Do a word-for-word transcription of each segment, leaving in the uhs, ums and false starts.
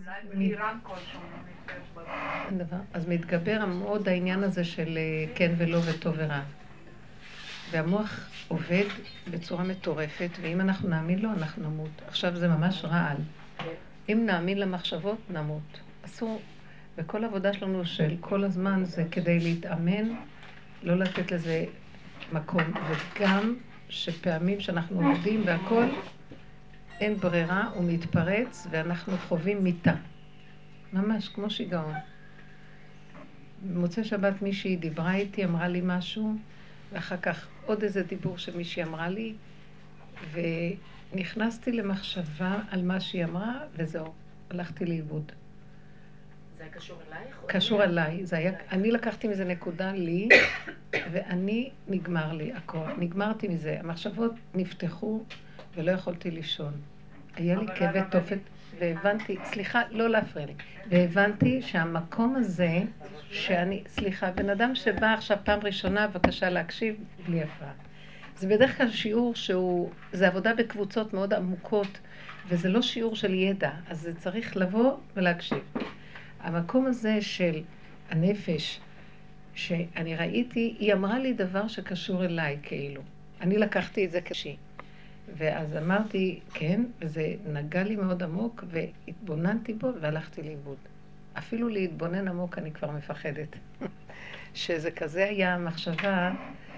אז מתגבר מאוד העניין הזה של כן ולא וטוב ורע. והמוח עובד בצורה מטורפת, ואם אנחנו נאמין לו, אנחנו נמות. עכשיו זה ממש רעל. אם נאמין למחשבות, נמות. אסור, וכל עבודה שלנו של כל הזמן זה כדי להתאמן, לא לתת לזה מקום. וגם שפעמים שאנחנו עובדים והכל, אין ברירה, הוא מתפרץ, ואנחנו חווים מיטה. ממש, כמו שיגעון. במוצאי שבת מישהי דיברה איתי, אמרה לי משהו, ואחר כך עוד איזה דיבור שמישהי אמרה לי, ונכנסתי למחשבה על מה שהיא אמרה, וזהו, הלכתי לאיבוד. זה היה קשור אלייך? קשור אליי. זה היה, אני לקחתי מזה נקודה לי, ואני נגמר לי הכל. נגמרתי מזה. המחשבות נפתחו, ולא יכולתי לישון. היה לי כאבי תופת, והבנתי, סליחה, לא להפריע לי, והבנתי שהמקום הזה, שאני, סליחה, בן אדם שבא עכשיו פעם ראשונה, בבקשה להקשיב, בלי הפרעה. זה בדרך כלל שיעור שהוא, זה עבודה בקבוצות מאוד עמוקות, וזה לא שיעור של ידע, אז זה צריך לבוא ולהקשיב. המקום הזה של הנפש, שאני ראיתי, היא אמרה לי דבר שקשור אליי, כאילו. אני לקחתי את זה כשי. ואז אמרתי, כן, וזה נגע לי מאוד עמוק, והתבוננתי בו והלכתי לאיבוד. אפילו להתבונן עמוק אני כבר מפחדת. שזה כזה היה המחשבה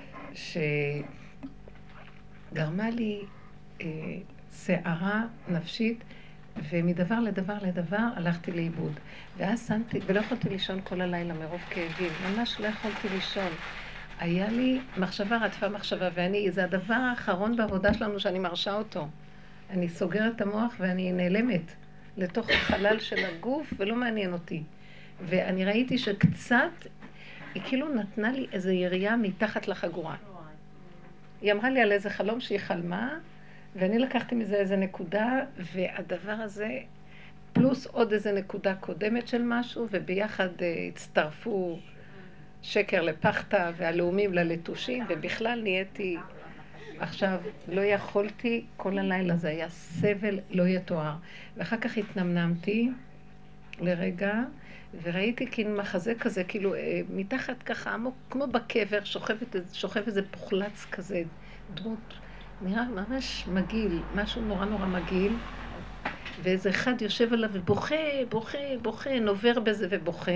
שגרמה לי אה, שערה נפשית, ומדבר לדבר לדבר הלכתי לאיבוד. ואז שמתי, ולא יכולתי לישון כל הלילה מרוב כאבים, ממש לא יכולתי לישון. היה לי מחשבה, רדפה מחשבה, ואני, זה הדבר האחרון בעבודה שלנו שאני מרשה אותו. אני סוגרת את המוח ואני נעלמת לתוך החלל של הגוף, ולא מעניין אותי. ואני ראיתי שקצת, היא כאילו נתנה לי איזו ירייה מתחת לחגורה. היא אמרה לי על איזה חלום שהיא חלמה, ואני לקחתי מזה איזה נקודה, והדבר הזה, פלוס עוד איזה נקודה קודמת של משהו, וביחד הצטרפו שקר לפחתה והלאומים ללטושים, ובכלל נהייתי, עכשיו לא יכולתי, כל הלילה זה היה סבל לא יתואר. ואחר כך התנמנמתי לרגע, וראיתי כאילו מחזה כזה, כאילו מתחת ככה עמוק, כמו בקבר, שוכבת, שוכב איזה פוחלץ כזה, דמות, נראה ממש מגעיל, משהו נורא נורא מגעיל, ואיזה אחד יושב עליו ובוכה, בוכה, בוכה, נובר בזה ובוכה,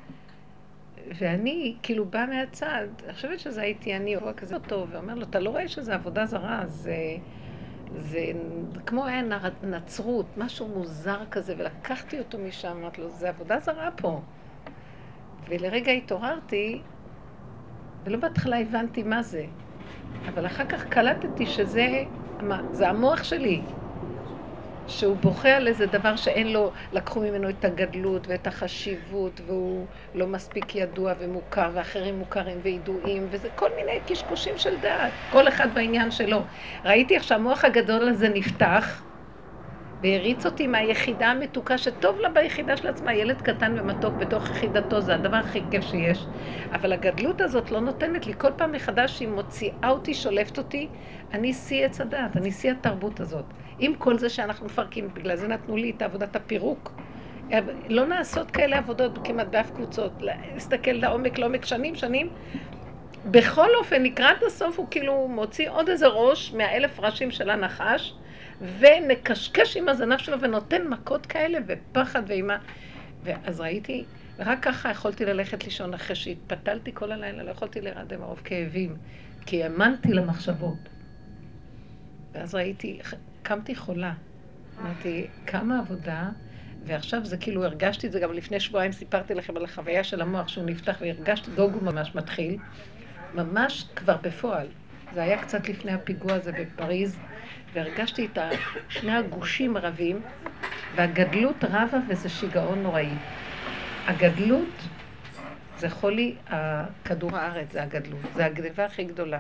ואני כאילו באה מהצד, אני חושבת שזה הייתי אני, הוא כזה טוב, ואומר לו, אתה לא רואה שזה עבודה זרה, זה, זה כמו היה נצרות, משהו מוזר כזה, ולקחתי אותו משם, אמרתי לו, זה עבודה זרה פה. ולרגע התעוררתי, ולא בהתחלה הבנתי מה זה, אבל אחר כך קלטתי שזה, זה המוח שלי, שהוא בוכה על איזה דבר שאין לו, לקחו ממנו את הגדלות ואת החשיבות, והוא לא מספיק ידוע ומוכר, ואחרים מוכרים וידועים, וזה כל מיני קשקושים של דעת, כל אחד בעניין שלו. ראיתי איך שהמוח הגדול הזה נפתח, והריץ אותי מהיחידה המתוקה, שטוב לה ביחידה של עצמה, ילד קטן ומתוק בתוך יחידתו, זה הדבר הכי כיף שיש. אבל הגדלות הזאת לא נותנת לי, כל פעם מחדש שהיא מוציאה אותי, שולפת אותי, אני שיא עץ הדעת, אני שיא התרבות הזאת. עם כל זה שאנחנו מפרקים, בגלל זה נתנו לי את עבודת הפירוק. לא נעשות כאלה עבודות כמעט באף קבוצות, להסתכל לעומק, לעומק שנים, שנים. בכל אופן, לקראת הסוף הוא כאילו מוציא עוד איזה ראש מהאלף ראשים של הנחש, ומקשקש עם הזנב שלו ונותן מכות כאלה ופחד ואימה. ואז ראיתי, ורק ככה יכולתי ללכת לישון אחרי שהתפתלתי כל הלילה, לא יכולתי להירדם מרוב כאבים, כי האמנתי למחשבות. ואז ראיתי, קמתי חולה. אמרתי, כמה עבודה, ועכשיו זה כאילו, הרגשתי את זה גם לפני שבועיים, סיפרתי לכם על החוויה של המוח שהוא נפתח, והרגשתי דוגו ממש מתחיל, ממש כבר בפועל. זה היה קצת לפני הפיגוע הזה בפריז, והרגשתי את שני הגושים רבים, והגדלות רבה וזה שיגעון נוראי. הגדלות זה חולי, כדור הארץ זה הגדלות, זה הגניבה הכי גדולה.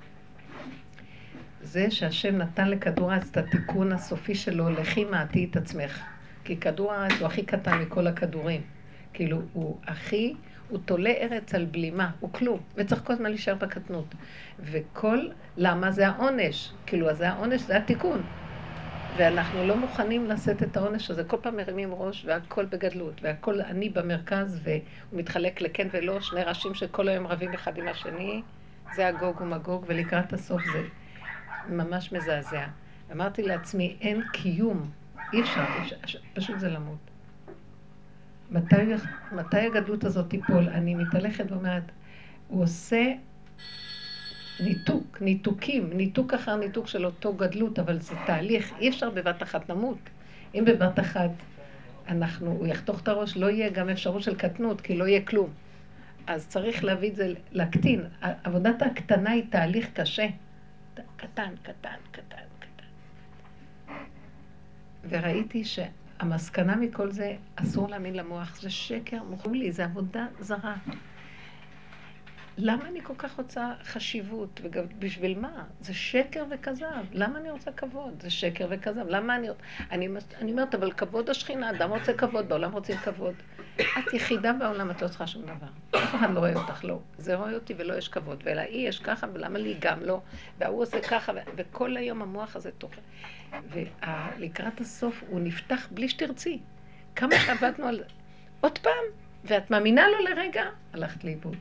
זה שהשם נתן לכדור הארץ את התיקון הסופי שלו, לכי מעטי את עצמך. כי כדור הארץ הוא הכי קטן מכל הכדורים. כאילו הוא הכי, הוא תולה ארץ על בלימה, הוא כלום, וצריך כל הזמן להישאר בקטנות. וכל, למה זה העונש? כאילו, אז זה העונש, זה התיקון. ואנחנו לא מוכנים לשאת את העונש הזה. כל פעם מרימים ראש והכל בגדלות, והכל אני במרכז, והוא מתחלק לכן ולא, שני ראשים שכל היום רבים אחד עם השני, זה הגוג ומגוג, ולקראת הסוף זה ממש מזעזע. אמרתי לעצמי, אין קיום, אי אפשר, אי אפשר, פשוט זה למות. מתי, מתי הגדלות הזאת תיפול? אני מתהלכת ואומרת, הוא עושה ניתוק, ניתוקים, ניתוק אחר ניתוק של אותו גדלות, אבל זה תהליך, אי אפשר בבת אחת נמות. אם בבת אחת אנחנו, הוא יחתוך את הראש, לא יהיה גם אפשרות של קטנות, כי לא יהיה כלום. אז צריך להביא את זה, להקטין. עבודת הקטנה היא תהליך קשה. קטן, קטן, קטן, קטן. וראיתי שהמסקנה מכל זה, אסור להאמין למוח, זה שקר, מוכרו לי, זה עבודה זרה. למה אני כל כך רוצה חשיבות? וגם בשביל מה? זה שקר וכזב. למה אני רוצה כבוד? זה שקר וכזב. למה אני... אני, אני אומרת, אבל כבוד השכינה, אדם רוצה כבוד, בעולם רוצים כבוד. את יחידה בעולם, את לא צריכה שום דבר. אף אחד לא רואה אותך, לא. זה רואה אותי ולא יש כבוד. ואלה היא יש ככה, ולמה לי גם לא. והוא עושה ככה, ו... וכל היום המוח הזה תוכל. ולקראת הסוף הוא נפתח בלי שתרצי. כמה שעבדנו על... עוד פעם, ואת מאמינה לו לרגע, הלכת לאיבוד.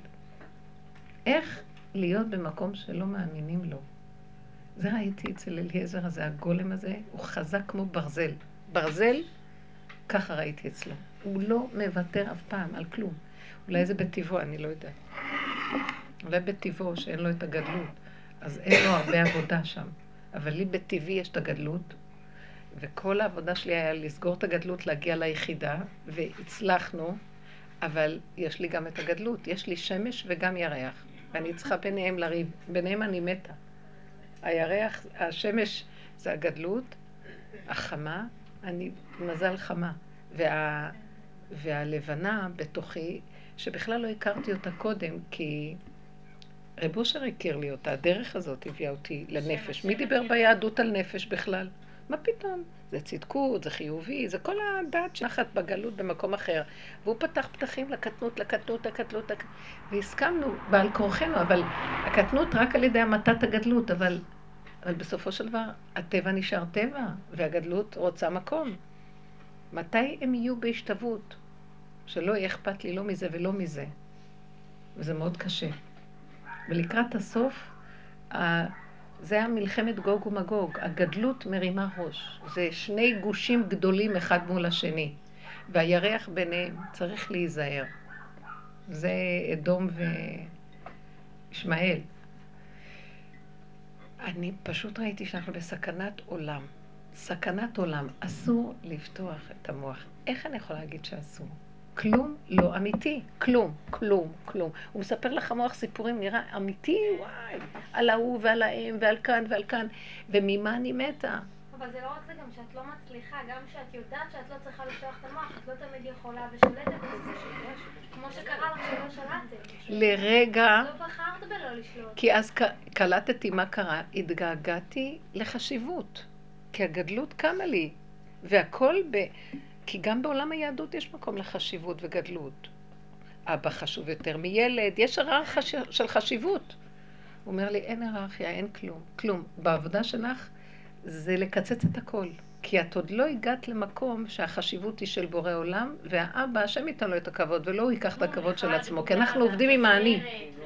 איך להיות במקום שלא מאמינים לו? זה ראיתי אצל אליעזר הזה, הגולם הזה, הוא חזק כמו ברזל. ברזל, ככה ראיתי אצלו. הוא לא מוותר אף פעם על כלום. אולי זה בטבעו, אני לא יודעת. אולי בטבעו שאין לו את הגדלות, אז אין לו הרבה עבודה שם. אבל לי בטבעי יש את הגדלות, וכל העבודה שלי היה לסגור את הגדלות, להגיע ליחידה, והצלחנו, אבל יש לי גם את הגדלות. יש לי שמש וגם ירח. ואני צריכה ביניהם לריב, ביניהם אני מתה. הירח, השמש זה הגדלות, החמה, אני מזל חמה. וה, והלבנה בתוכי, שבכלל לא הכרתי אותה קודם, כי רב אושר הכיר לי אותה, הדרך הזאת הביאה אותי לנפש. מי דיבר ביהדות על נפש בכלל? מה פתאום? זה צדקות, זה חיובי, זה כל הדעת שנחת בגלות במקום אחר. והוא פתח פתחים לקטנות, לקטנות, לקטנות, לקטנות, והסכמנו בעל כורחנו, אבל הקטנות רק על ידי המתת הגדלות, אבל, אבל בסופו של דבר הטבע נשאר טבע, והגדלות רוצה מקום. מתי הם יהיו בהשתוות? שלא יהיה אכפת לי לא מזה ולא מזה. וזה מאוד קשה. ולקראת הסוף, זה היה מלחמת גוג ומגוג, הגדלות מרימה ראש. זה שני גושים גדולים אחד מול השני, והירח ביניהם צריך להיזהר. זה אדום וישמעאל. אני פשוט ראיתי שאנחנו בסכנת עולם. סכנת עולם. אסור לפתוח את המוח. איך אני יכולה להגיד שאסור? כלום לא אמיתי, כלום, כלום, כלום. הוא מספר לך מוח סיפורים, נראה אמיתי, וואי, על ההוא ועל האם ועל כאן ועל כאן, וממה אני מתה. אבל זה לא רק זה, גם שאת לא מצליחה, גם שאת יודעת שאת לא צריכה לפתוח את המוח, את לא תמיד יכולה ושולטת בזה, כמו שקרה לך שלא שלטת. לרגע, לא בחרת בלא לשלוט. כי אז קלטתי מה קרה, התגעגעתי לחשיבות, כי הגדלות קמה לי, והכל ב... כי גם בעולם היהדות יש מקום לחשיבות וגדלות. אבא חשוב יותר מילד, יש היררכיה של חשיבות. הוא אומר לי, אין היררכיה, אין כלום, כלום. בעבודה שלך זה לקצץ את הכל. כי את עוד לא הגעת למקום שהחשיבות היא של בורא עולם, והאבא, השם ייתן לו את הכבוד, ולא הוא ייקח את הכבוד של עצמו, כי אנחנו עובדים עם האני.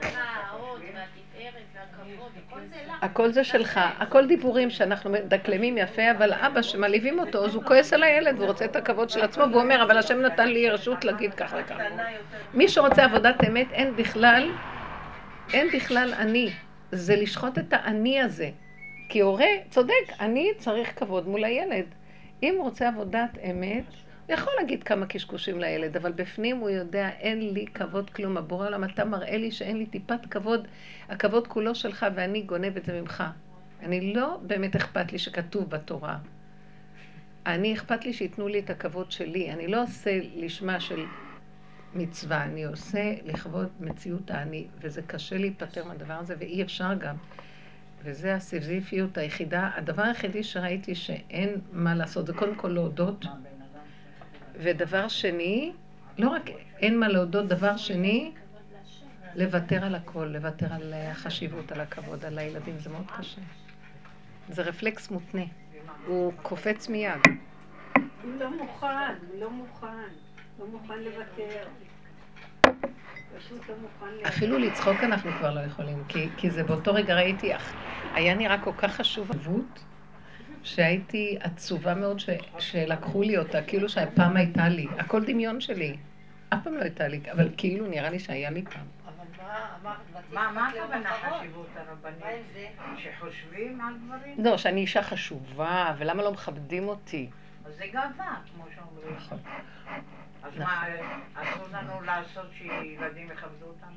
הכל זה שלך, הכל דיבורים שאנחנו מדקלמים יפה, אבל אבא שמעליבים אותו, אז הוא כועס על הילד, והוא רוצה את הכבוד של עצמו, והוא אומר, אבל השם נתן לי רשות להגיד כך וכך. מי שרוצה עבודת אמת, אין בכלל, אין בכלל אני. זה לשחוט את האני הזה. כי הורה צודק, אני צריך כבוד מול הילד. אם הוא רוצה עבודת אמת, הוא יכול להגיד כמה קשקושים לילד, אבל בפנים הוא יודע, אין לי כבוד כלום. הבורא עולם, אתה מראה לי שאין לי טיפת כבוד, הכבוד כולו שלך ואני גונב את זה ממך. אני לא באמת אכפת לי שכתוב בתורה. אני אכפת לי שיתנו לי את הכבוד שלי. אני לא עושה לשמה של מצווה, אני עושה לכבוד מציאות האני, וזה קשה להיפטר מהדבר הזה, ואי אפשר גם. וזה הסיזיפיות היחידה. הדבר היחידי שראיתי שאין מה לעשות, זה קודם כל להודות. ודבר שני, לא רק אין מה להודות, דבר שני, לוותר על הכל, לוותר על החשיבות, על הכבוד, על הילדים, זה מאוד קשה. זה רפלקס מותנה. הוא קופץ מיד. הוא לא מוכן, הוא לא מוכן, לא מוכן לוותר. פשוט לא מוכן לוותר. אפילו לצחוק אנחנו כבר לא יכולים, כי, כי זה באותו רגע ראיתי, אך, היה נראה כל כך חשוב עבוד, שהייתי עצובה מאוד ש, שלקחו לי אותה, כאילו שהפעם הייתה לי, הכל דמיון שלי, אף פעם לא הייתה לי, אבל כאילו נראה לי שהיה לי פעם. מה הכוונה חשיבות הרבנית? שחושבים על דברים? לא, שאני אישה חשובה, ולמה לא מכבדים אותי? אז זה גאווה, כמו שאומרים. נכון. אז מה, אסור לנו לעשות שילדים יכבדו אותנו?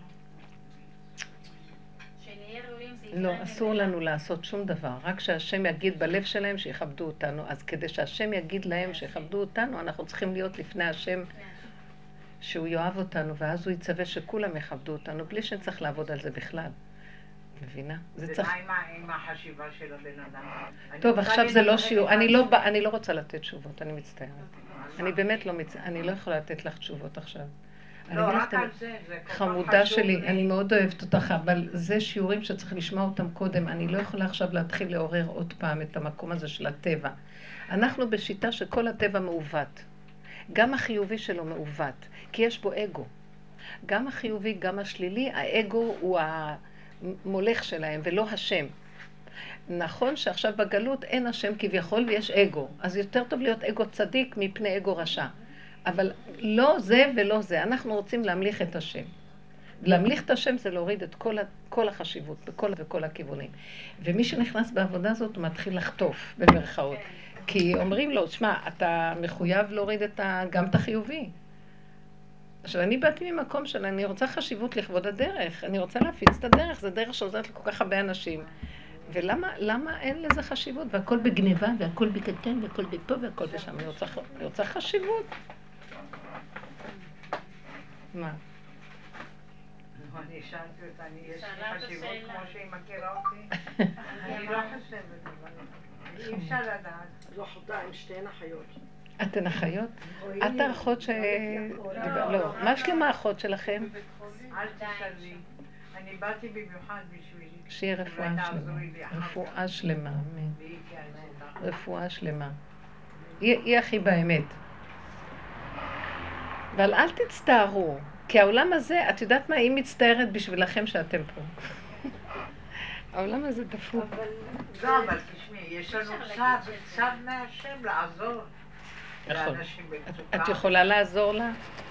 לא, אסור לנו לעשות שום דבר, רק שהשם יגיד בלב שלהם שיכבדו אותנו, אז כדי שהשם יגיד להם שיכבדו אותנו, אנחנו צריכים להיות לפני השם שהוא יאהב אותנו, ואז הוא יצווה שכולם יכבדו אותנו, בלי שנצטרך לעבוד על זה בכלל. מבינה? זה צריך... ומה עם החשיבה של הבן אדם? טוב, עכשיו זה לא שיעור, אני לא, אני לא רוצה לתת תשובות, אני מצטערת. אני באמת לא מצ... אני לא יכולה לתת לך תשובות עכשיו. לא, רק על זה, זה כל כך חמודה חשוב שלי, לי. אני מאוד אוהבת אותך, אבל זה שיעורים שצריך לשמוע אותם קודם. אני לא יכולה עכשיו להתחיל לעורר עוד פעם את המקום הזה של הטבע. אנחנו בשיטה שכל הטבע מעוות. גם החיובי שלו מעוות, כי יש בו אגו. גם החיובי, גם השלילי, האגו הוא המולך שלהם ולא השם. נכון שעכשיו בגלות אין השם כביכול ויש אגו, אז יותר טוב להיות אגו צדיק מפני אגו רשע. אבל לא זה ולא זה, אנחנו רוצים להמליך את השם. להמליך את השם זה להוריד את כל, כל החשיבות בכל וכל הכיוונים. ומי שנכנס בעבודה הזאת הוא מתחיל לחטוף במרכאות. כי אומרים לו, שמע, אתה מחויב להוריד את ה, גם את החיובי. עכשיו, אני באתי ממקום של אני רוצה חשיבות לכבוד הדרך, אני רוצה להפיץ את הדרך, זה דרך שעוזרת לכל כך הרבה אנשים. ולמה למה אין לזה חשיבות? והכל בגניבה, והכל בקטן, והכל בפה, והכל בשם. אני רוצה, אני רוצה חשיבות. מה? אני שאלתי אותה, יש לי חשיבות כמו שהיא מכירה אותי? אני לא חושבת, אבל אי אפשר לדעת. זו אחותה, הם שתיהן אחיות. אתן אחיות? את האחות ש... לא, מה שלמה האחות שלכם? אל תשאלי. אני באתי במיוחד בשביל... שיהיה רפואה שלמה. רפואה שלמה, אמן. רפואה שלמה. היא הכי באמת. אבל אל תצטערו, כי העולם הזה, את יודעת מה, היא מצטערת בשבילכם שאתם פה. העולם הזה דפוק. לא, אבל תשמעי, יש לנו צו, צו מהשם לעזור לאנשים במצוקה. את יכולה לעזור לה?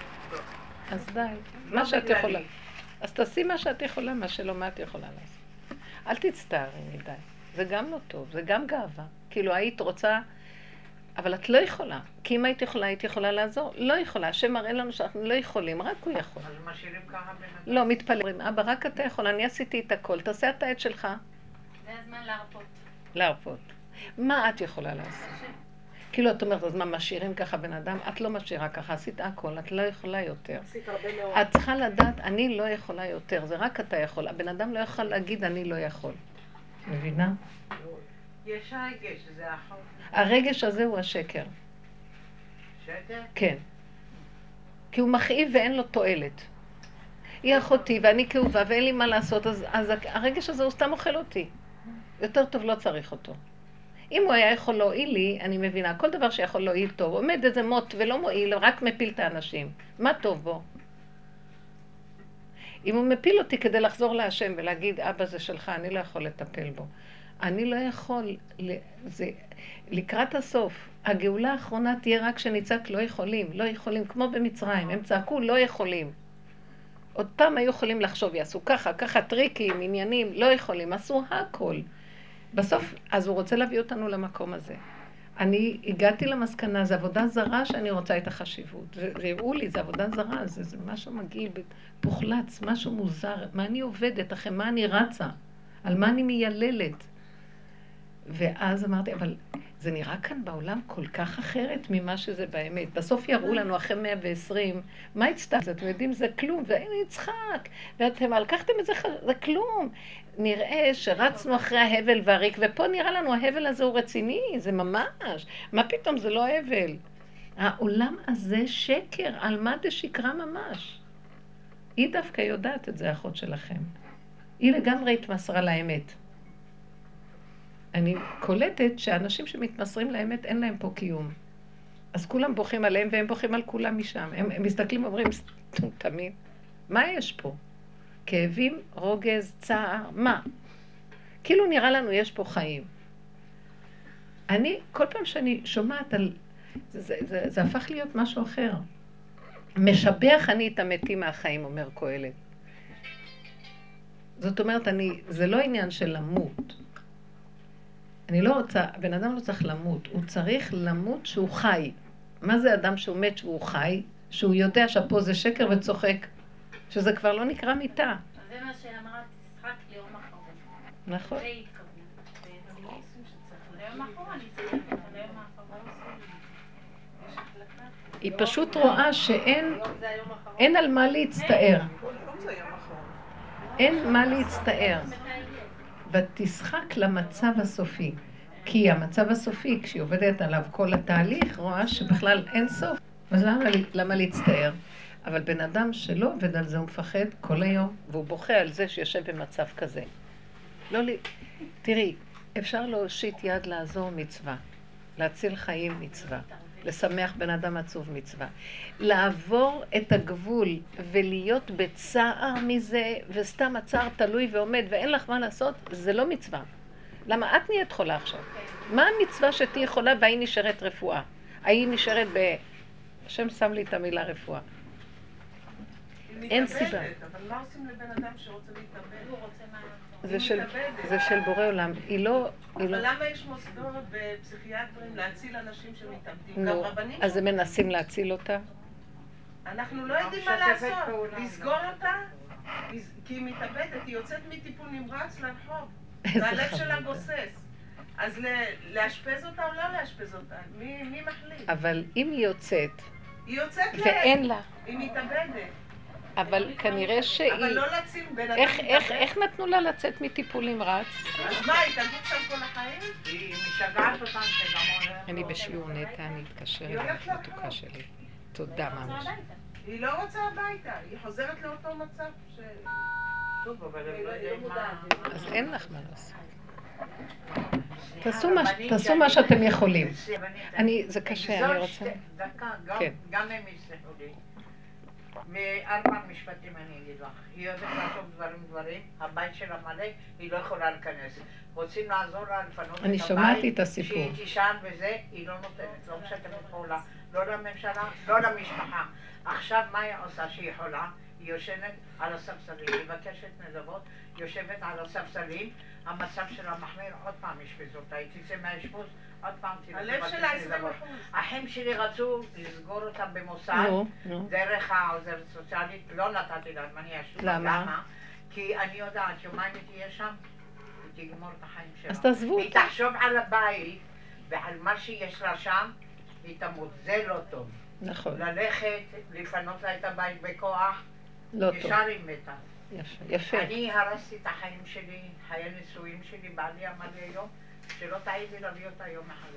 אז די. מה שאת בגללי. יכולה. אז תעשי מה שאת יכולה, מה שלא מה את יכולה לעשות. אל תצטערי מדי. זה גם לא טוב, זה גם גאווה. כאילו היית רוצה, אבל את לא יכולה. כי אם היית יכולה, היית יכולה לעזור. לא יכולה. השם מראה לנו שאנחנו לא יכולים, רק הוא יכול. אז משאירים ככה בן אדם. לא, מתפללים. אבא, רק אתה יכול, אני עשיתי את הכל. תעשה את העט שלך. זה הזמן להרפות. להרפות. מה את יכולה לעשות? כאילו את אומרת, אז מה, משאירים ככה בן אדם? את לא משאירה ככה, עשית הכל, את לא יכולה יותר. עשית הרבה מאוד. את צריכה לדעת, אני לא יכולה יותר, זה רק אתה יכול. הבן אדם לא יכול להגיד, אני לא יכול. מבינה? יש רגש, זה החוק. הרגש הזה הוא השקר. שקר? כן. כי הוא מכאיב ואין לו תועלת. היא אחותי ואני כאובה ואין לי מה לעשות, אז, אז הרגש הזה הוא סתם אוכל אותי. יותר טוב לא צריך אותו. אם הוא היה יכול להועיל לי, אני מבינה, כל דבר שיכול להועיל טוב, עומד איזה מוט ולא מועיל, רק מפיל את האנשים. מה טוב בו? אם הוא מפיל אותי כדי לחזור להשם ולהגיד, אבא זה שלך, אני לא יכול לטפל בו. אני לא יכול, זה, לקראת הסוף, הגאולה האחרונה תהיה רק שנצעק לא יכולים, לא יכולים, כמו במצרים, הם צעקו לא יכולים. עוד פעם היו יכולים לחשוב, יעשו ככה, ככה טריקים, עניינים, לא יכולים, עשו הכל. בסוף, אז הוא רוצה להביא אותנו למקום הזה. אני הגעתי למסקנה, זה עבודה זרה שאני רוצה את החשיבות. והראו לי, זה עבודה זרה, זה, זה משהו מגעיל, פוחלץ, משהו מוזר. מה אני עובדת, אחרי מה אני רצה? על מה אני מייללת? ואז אמרתי, אבל זה נראה כאן בעולם כל כך אחרת ממה שזה באמת. בסוף יראו לנו אחרי מאה ועשרים, מה הצטער? אתם יודעים, זה כלום, והנה יצחק, ואתם לקחתם את זה, זה כלום. נראה שרצנו אחרי ההבל והריק, ופה נראה לנו ההבל הזה הוא רציני, זה ממש. מה פתאום, זה לא הבל. העולם הזה שקר, על מה דשקרה ממש. היא דווקא יודעת את זה, האחות שלכם. היא לגמרי התמסרה לאמת. אני קולטת שאנשים שמתמסרים לאמת אין להם פה קיום. אז כולם בוכים עליהם והם בוכים על כולם משם. הם, הם מסתכלים ואומרים, תמיד, מה יש פה? כאבים, רוגז, צער, מה? כאילו נראה לנו יש פה חיים. אני, כל פעם שאני שומעת על... זה, זה, זה, זה הפך להיות משהו אחר. משבח אני את המתים מהחיים, אומר קהלת. זאת אומרת, אני, זה לא עניין של למות. אני לא רוצה, בן אדם לא צריך למות, הוא צריך למות שהוא חי. מה זה אדם שהוא מת שהוא חי? שהוא יודע שפה זה שקר וצוחק, שזה כבר לא נקרא מיטה. זה מה שאמרה, תשחק ליום אחרון. נכון. זה התכוון. ליום אחרון, אני צריכה ליום האחרון. היא פשוט רואה שאין אין על מה להצטער. אין מה להצטער. ותשחק למצב הסופי. כי המצב הסופי, כשהיא עובדת עליו כל התהליך, רואה שבכלל אין סוף. אז למה, למה להצטער? אבל בן אדם שלא עובד על זה, הוא מפחד כל היום, והוא בוכה על זה שיושב במצב כזה. לא לי... תראי, אפשר להושיט יד לעזור מצווה, להציל חיים מצווה, לשמח בן אדם עצוב מצווה. לעבור את הגבול ולהיות בצער מזה, וסתם הצער תלוי ועומד ואין לך מה לעשות, זה לא מצווה. למה את נהיית חולה עכשיו? מה המצווה שתהי חולה והיא נשארת רפואה? היא נשארת ב... השם שם לי את המילה רפואה. אין סיבה. אבל מה עושים לבן אדם שרוצה להתאבד? הוא רוצה מה לעשות? זה של, זה של בורא עולם. היא לא... היא אבל לא... למה יש מוסדות בפסיכיאטרים להציל אנשים שמתאבדים? גם נו, רבנים? אז הם מנסים להציל אותה? אנחנו לא יודעים מה לעשות. לסגור אותה? כי היא מתאבדת, היא יוצאת מטיפול נמרץ לרחוב. והלב שלה גוסס. אז לאשפז אותה או לא לאשפז אותה? מי מי מחליט? אבל אם היא יוצאת, היא יוצאת ל... ואין לה, היא מתאבדת. אבל כנראה שהיא... אבל לא להציל בן אדם איך, איך, מתאבד. איך נתנו לה לצאת מטיפול נמרץ? אז מה, היא תגור שם כל החיים? היא משגעת אותם שגם הולך. אני בשיעור נטע, אני אתקשר אלייך מתוקה שלי. תודה ממש. היא לא רוצה הביתה, היא חוזרת לאותו מצב ש... טוב, אבל הם לא יודעים מה... אז אין לך מה לעשות. תעשו מה, תעשו מה שאתם יכולים. אני, זה קשה, אני רוצה... דקה, כן. גם הם יסלחו לי. מארבע משפטים אני אגיד לך. היא יודעת לעשות דברים דברים, הבית שלה מלא, היא לא יכולה להיכנס. רוצים לעזור לה לפנות את הבית. אני שמעתי את הסיפור. שהיא תישן וזה, היא לא נותנת, לא משתפת פעולה. לא לממשלה, לא למשפחה. עכשיו מה היא עושה שהיא יכולה? היא יושבת על הספסלים, היא מבקשת נדבות, יושבת על הספסלים, המצב שלה מחמיר, עוד פעם אשפז אותה, היא תצא מהאשפוז, עוד פעם תלך הלב לבקש שלה עשרים נדבות. אחוז. האחים שלי רצו לסגור אותה במוסד, נו, נו. דרך העוזרת הסוציאלית, לא נתתי לה, אני אשוב. למה? כי אני יודעת יומיים היא תהיה שם, היא תגמור את החיים שלה. אז תעזבו היא אותה. תחשוב על הבית ועל מה שיש לה שם, היא תמות, זה לא טוב. נכון, ללכת, לפנות לה את הבית בכוח, לא טוב. ישר היא מתה. יפה, יפה. אני הרסתי את החיים שלי, חיי נישואים שלי, בעלי אמר לי היום, שלא תעידי להביא אותה יום אחד.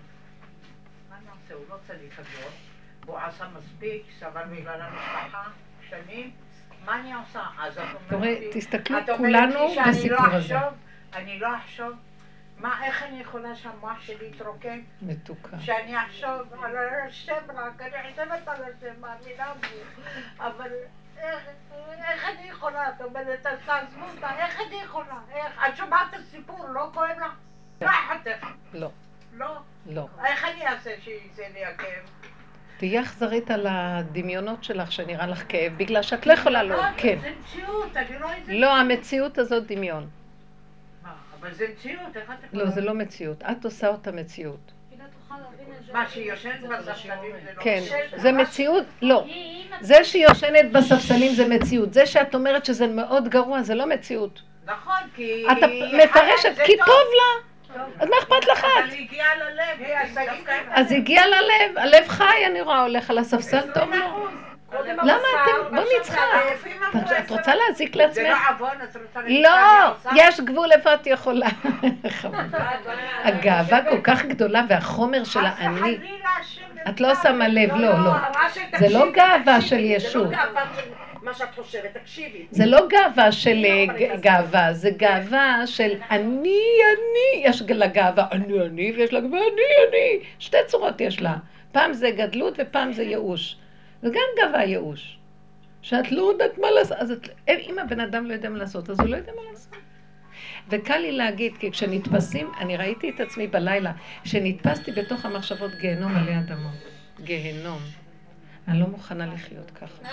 מה נעשה? הוא לא צריך כזאת, הוא עשה מספיק, סבל בגלל המשפחה, שנים, מה אני עושה? אז את אומרת תראה, לי, תסתכלו את אומרת כולנו לי שאני בסיפור לא הזה. אחשוב, אני לא אחשוב, מה, איך אני יכולה שהמוח שלי יתרוקן? מתוקה. שאני אחשוב על השם רק, אני חושבת על השם, מאמינה בי, אבל איך, איך אני יכולה? את אומרת, אז תעזבו אותה, איך אני יכולה? איך? את שומעת את הסיפור, לא כואב לך? לא אחתך, לא, לא. לא. איך אני אעשה שיצא לי הכאב? תהיה אכזרית על הדמיונות שלך שנראה לך כאב, בגלל שאת לא יכולה לא, כן. זה מציאות, אני לא איזה... לא, המציאות הזאת דמיון. מה, אבל זה מציאות, איך את לא, זה לא מציאות. את עושה אותה מציאות. היא לא תוכל להבין את זה. מה, שהיא יושנת בספסלים זה לא כן, מציאות? זה מציאות, לא. היא- היא זה שהיא יושנת בספסלים זה מציאות. זה שאת אומרת שזה מאוד גרוע, זה לא מציאות. נכון, כי... את מפרשת, זה כי טוב לה. אז מה אכפת לך אבל את? היא הגיעה ללב, היא עשתה דווקא- לי אז הגיע ללב, הלב חי, אני רואה, הולך על הספסל, טוב לו. קודם למה הבשר, אתם, בוא ועכשיו נצחק. הרופאים אמרו את עשר רוצה להזיק זה לעצמך? לא עוון, את רוצה להגיד לא, שאני עושה? יש גבול איפה את יכולה. הגאווה כל כך גדולה והחומר של חס האני. וחלילה, השם את לא שמה לב, לא, לא. מה ש- זה לא תקשיבי, גאווה תקשיבי, של זה לא ישות. גאווה של- מה שאת חושבת, תקשיבי. זה לא גאווה של גאווה, זה גאווה של אני, אני, יש לה גאווה אני, אני, ויש לה גאווה אני, אני. שתי צורות יש לה. פעם זה גדלות ופעם זה ייאוש. זה גם גאווה ייאוש. שאת לא יודעת מה לעשות. אז את, אם הבן אדם לא יודע מה לעשות, אז הוא לא יודע מה לעשות. וקל לי להגיד, כי כשנתפסים, אני ראיתי את עצמי בלילה, שנתפסתי בתוך המחשבות גיהנום עלי אדמות. גיהנום. אני לא מוכנה לחיות ככה.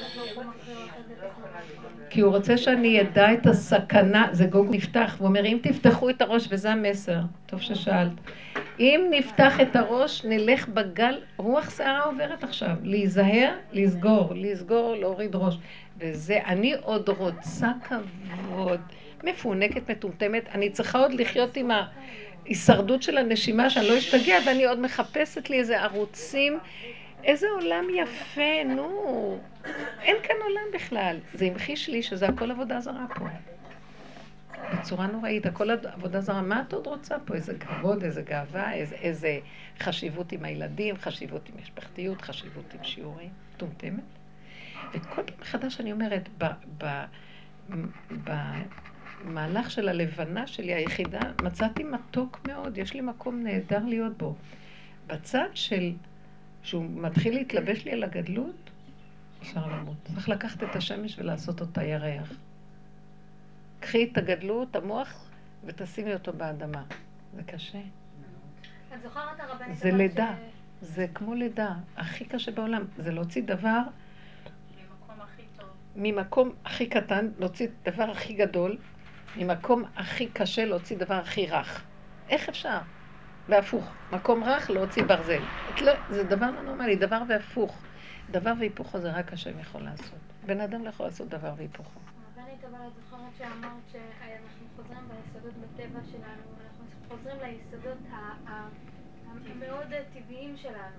כי הוא רוצה שאני ידע את הסכנה, זה גוג נפתח, הוא אומר, אם תפתחו את הראש, וזה המסר, טוב ששאלת, אם נפתח את הראש, נלך בגל, רוח שערה עוברת עכשיו, להיזהר, לסגור, לסגור, להוריד ראש. וזה, אני עוד רוצה כבוד, מפונקת, מטומטמת, אני צריכה עוד לחיות עם ההישרדות של הנשימה, שאני לא אשתגע, ואני עוד מחפשת לי איזה ערוצים, איזה עולם יפה, נו. אין כאן עולם בכלל. זה המחיש לי שזה הכל עבודה זרה פה. בצורה נוראית, הכל עבודה זרה. מה את עוד רוצה פה? איזה כבוד, איזה גאווה, איזה, איזה חשיבות עם הילדים, חשיבות עם משפחתיות, חשיבות עם שיעורים. טומטמת. וכל פעם מחדש אני אומרת, ב, ב, ב, במהלך של הלבנה שלי, היחידה, מצאתי מתוק מאוד. יש לי מקום נהדר להיות בו. בצד של... שהוא מתחיל להתלבש לי על הגדלות, אפשר למות. צריך לקחת את השמש ולעשות אותה ירח. קחי את הגדלות, המוח, ותשימי אותו באדמה. זה קשה. את זוכרת הרבנית? זה לידה. זה כמו לידה. הכי קשה בעולם. זה להוציא דבר... ממקום הכי טוב. ממקום הכי קטן, להוציא דבר הכי גדול, ממקום הכי קשה, להוציא דבר הכי רך. איך אפשר? והפוך, מקום רך להוציא ברזל. זה דבר לא נורמלי, דבר והפוך. דבר והיפוכו זה רק השם יכול לעשות. בן אדם לא יכול לעשות דבר והיפוכו. רבנית, אבל את זוכרת שאמרת שאנחנו חוזרים ביסודות בטבע שלנו, אנחנו חוזרים ליסודות המאוד טבעיים שלנו.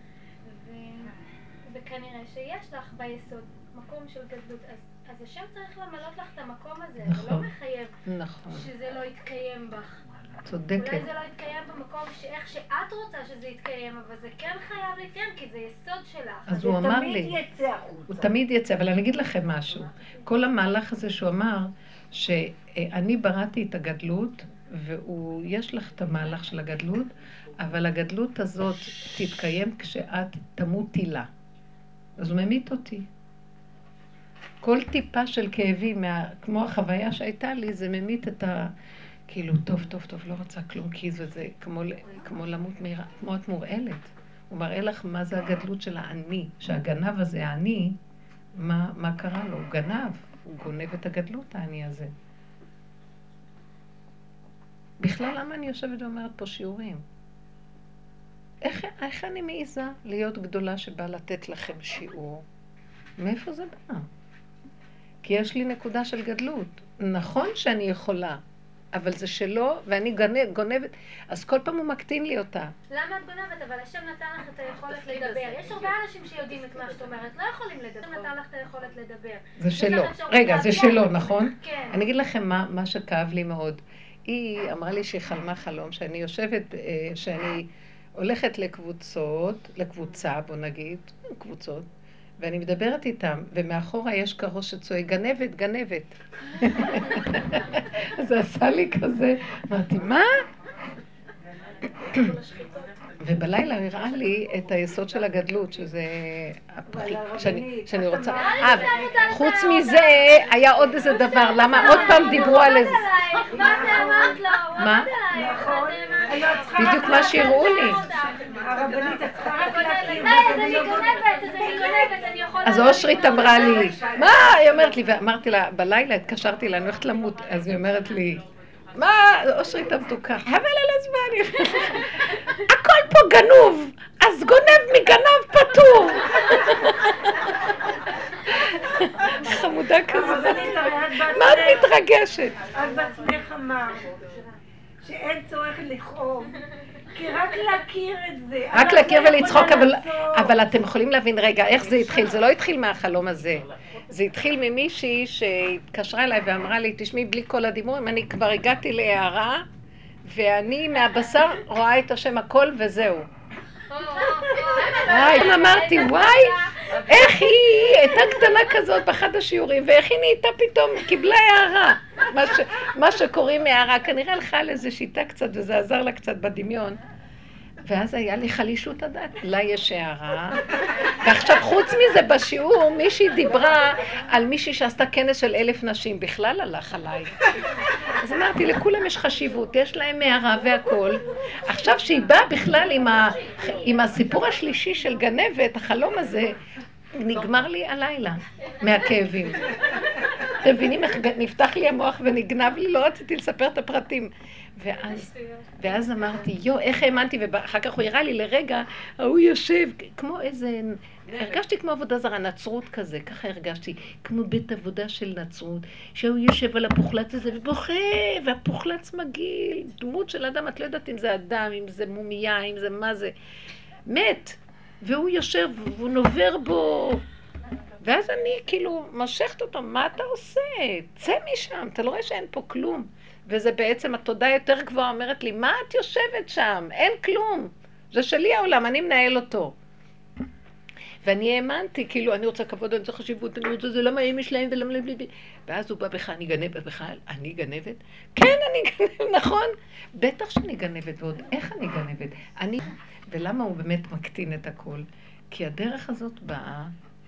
וכנראה שיש לך ביסוד מקום של גדלות, אז השם צריך למלות לך את המקום הזה, זה לא מחייב שזה לא יתקיים בך. צודקת. אולי זה לא יתקיים במקום שאיך שאת רוצה שזה יתקיים, אבל זה כן חייב להתקיים, כי זה יסוד שלך. אז הוא אמר לי, זה תמיד יצא החוצה. הוא תמיד יצא, אבל אני אגיד לכם משהו. כל המהלך הזה שהוא אמר, שאני בראתי את הגדלות, ויש לך את המהלך של הגדלות, אבל הגדלות הזאת תתקיים כשאת תמותי לה. אז הוא ממית אותי. כל טיפה של כאבים, כמו החוויה שהייתה לי, זה ממית את ה... כאילו, טוב, טוב, טוב, לא רוצה כלום, כי זה, זה כמו, כמו למות מהירה, כמו את מורעלת. הוא מראה לך מה זה הגדלות של האני, שהגנב הזה, האני, מה, מה קרה לו? הוא גנב, הוא גונב את הגדלות, האני הזה. בכלל, למה אני יושבת ואומרת פה שיעורים? איך, איך אני מעיזה להיות גדולה שבאה לתת לכם שיעור? מאיפה זה בא? כי יש לי נקודה של גדלות. נכון שאני יכולה, אבל זה שלו, ואני גונבת, אז כל פעם הוא מקטין לי אותה. למה את גונבת? אבל השם נתן לך את היכולת לדבר. יש הרבה אנשים שיודעים את מה שאת אומרת, לא יכולים לדבר. השם נתן לך את היכולת לדבר. זה שלו. רגע, זה שלו, נכון? כן. אני אגיד לכם מה, מה שכאב לי מאוד. היא אמרה לי שהיא חלמה חלום, שאני יושבת, שאני הולכת לקבוצות, לקבוצה, בוא נגיד, קבוצות, ואני מדברת איתם, ומאחורה יש קרוש שצועק, גנבת, גנבת. אז זה עשה לי כזה, אמרתי, מה? ובלילה הוא הראה לי את היסוד של הגדלות, שזה... שאני רוצה... חוץ מזה, היה עוד איזה דבר, למה עוד פעם דיברו על איזה... מה את אמרת לו? מה? בדיוק מה שהראו לי. הרבנית, את צריכה רק להכיר. אז אני גונבת, אז אני גונבת, אני יכולה... אז אושרית אמרה לי, מה? היא אומרת לי, ואמרתי לה, בלילה התקשרתי לה, אני הולכת למות, אז היא אומרת לי, מה? אושרית המתוקה, אבל על הזמן, הכל פה גנוב, אז גונב מגנב פטור. חמודה כזאת. מה את מתרגשת? את בעצמך אמרת שאין צורך לכאוב, כי רק להכיר את זה. רק להכיר ולצחוק, אבל אתם יכולים להבין, רגע, איך זה התחיל? זה לא התחיל מהחלום הזה. זה התחיל ממישהי שהתקשרה אליי ואמרה לי, תשמעי, בלי כל הדימויים, אני כבר הגעתי להערה, ואני מהבשר רואה את השם הכל וזהו. וואי, אמרתי, וואי, איך היא הייתה קטנה כזאת באחד השיעורים, ואיך היא נהייתה פתאום, קיבלה הערה. מה, ש, מה שקוראים הערה, כנראה הלכה על איזו שיטה קצת, וזה עזר לה קצת בדמיון. ואז היה לי חלישות הדעת, לה יש הערה. ועכשיו חוץ מזה בשיעור, מישהי דיברה על מישהי שעשתה כנס של אלף נשים, בכלל הלך עליי. אז אמרתי, לכולם יש חשיבות, יש להם הערה והכל. עכשיו שהיא באה בכלל עם, ה, עם הסיפור השלישי של גנבת, החלום הזה, נגמר לי הלילה מהכאבים. אתם מבינים איך נפתח לי המוח ונגנב לי, לא רציתי לספר את הפרטים. ואז, ואז אמרתי, יו, איך האמנתי, ואחר כך הוא הראה לי לרגע, הוא יושב כמו איזה, הרגשתי כמו עבודה זרה, נצרות כזה, ככה הרגשתי, כמו בית עבודה של נצרות, שהוא יושב על הפוחלץ הזה ובוכה, והפוחלץ מגעיל, דמות של אדם, את לא יודעת אם זה אדם, אם זה מומיה, אם זה מה זה, מת, והוא יושב, והוא נובר בו, ואז אני כאילו משכת אותו, מה אתה עושה? צא משם, אתה לא רואה שאין פה כלום. וזה בעצם התודה יותר גבוהה אומרת לי, מה את יושבת שם? אין כלום. זה שלי העולם, אני מנהל אותו. ואני האמנתי, כאילו, אני רוצה כבוד, אני רוצה חשיבות, אני רוצה, זה למה אמא שלהם ולמה... ואז הוא בא בך, אני גנבת בכלל, אני גנבת? כן, אני גנבת, נכון? בטח שאני גנבת, ועוד איך אני גנבת? אני... ולמה הוא באמת מקטין את הכל? כי הדרך הזאת באה,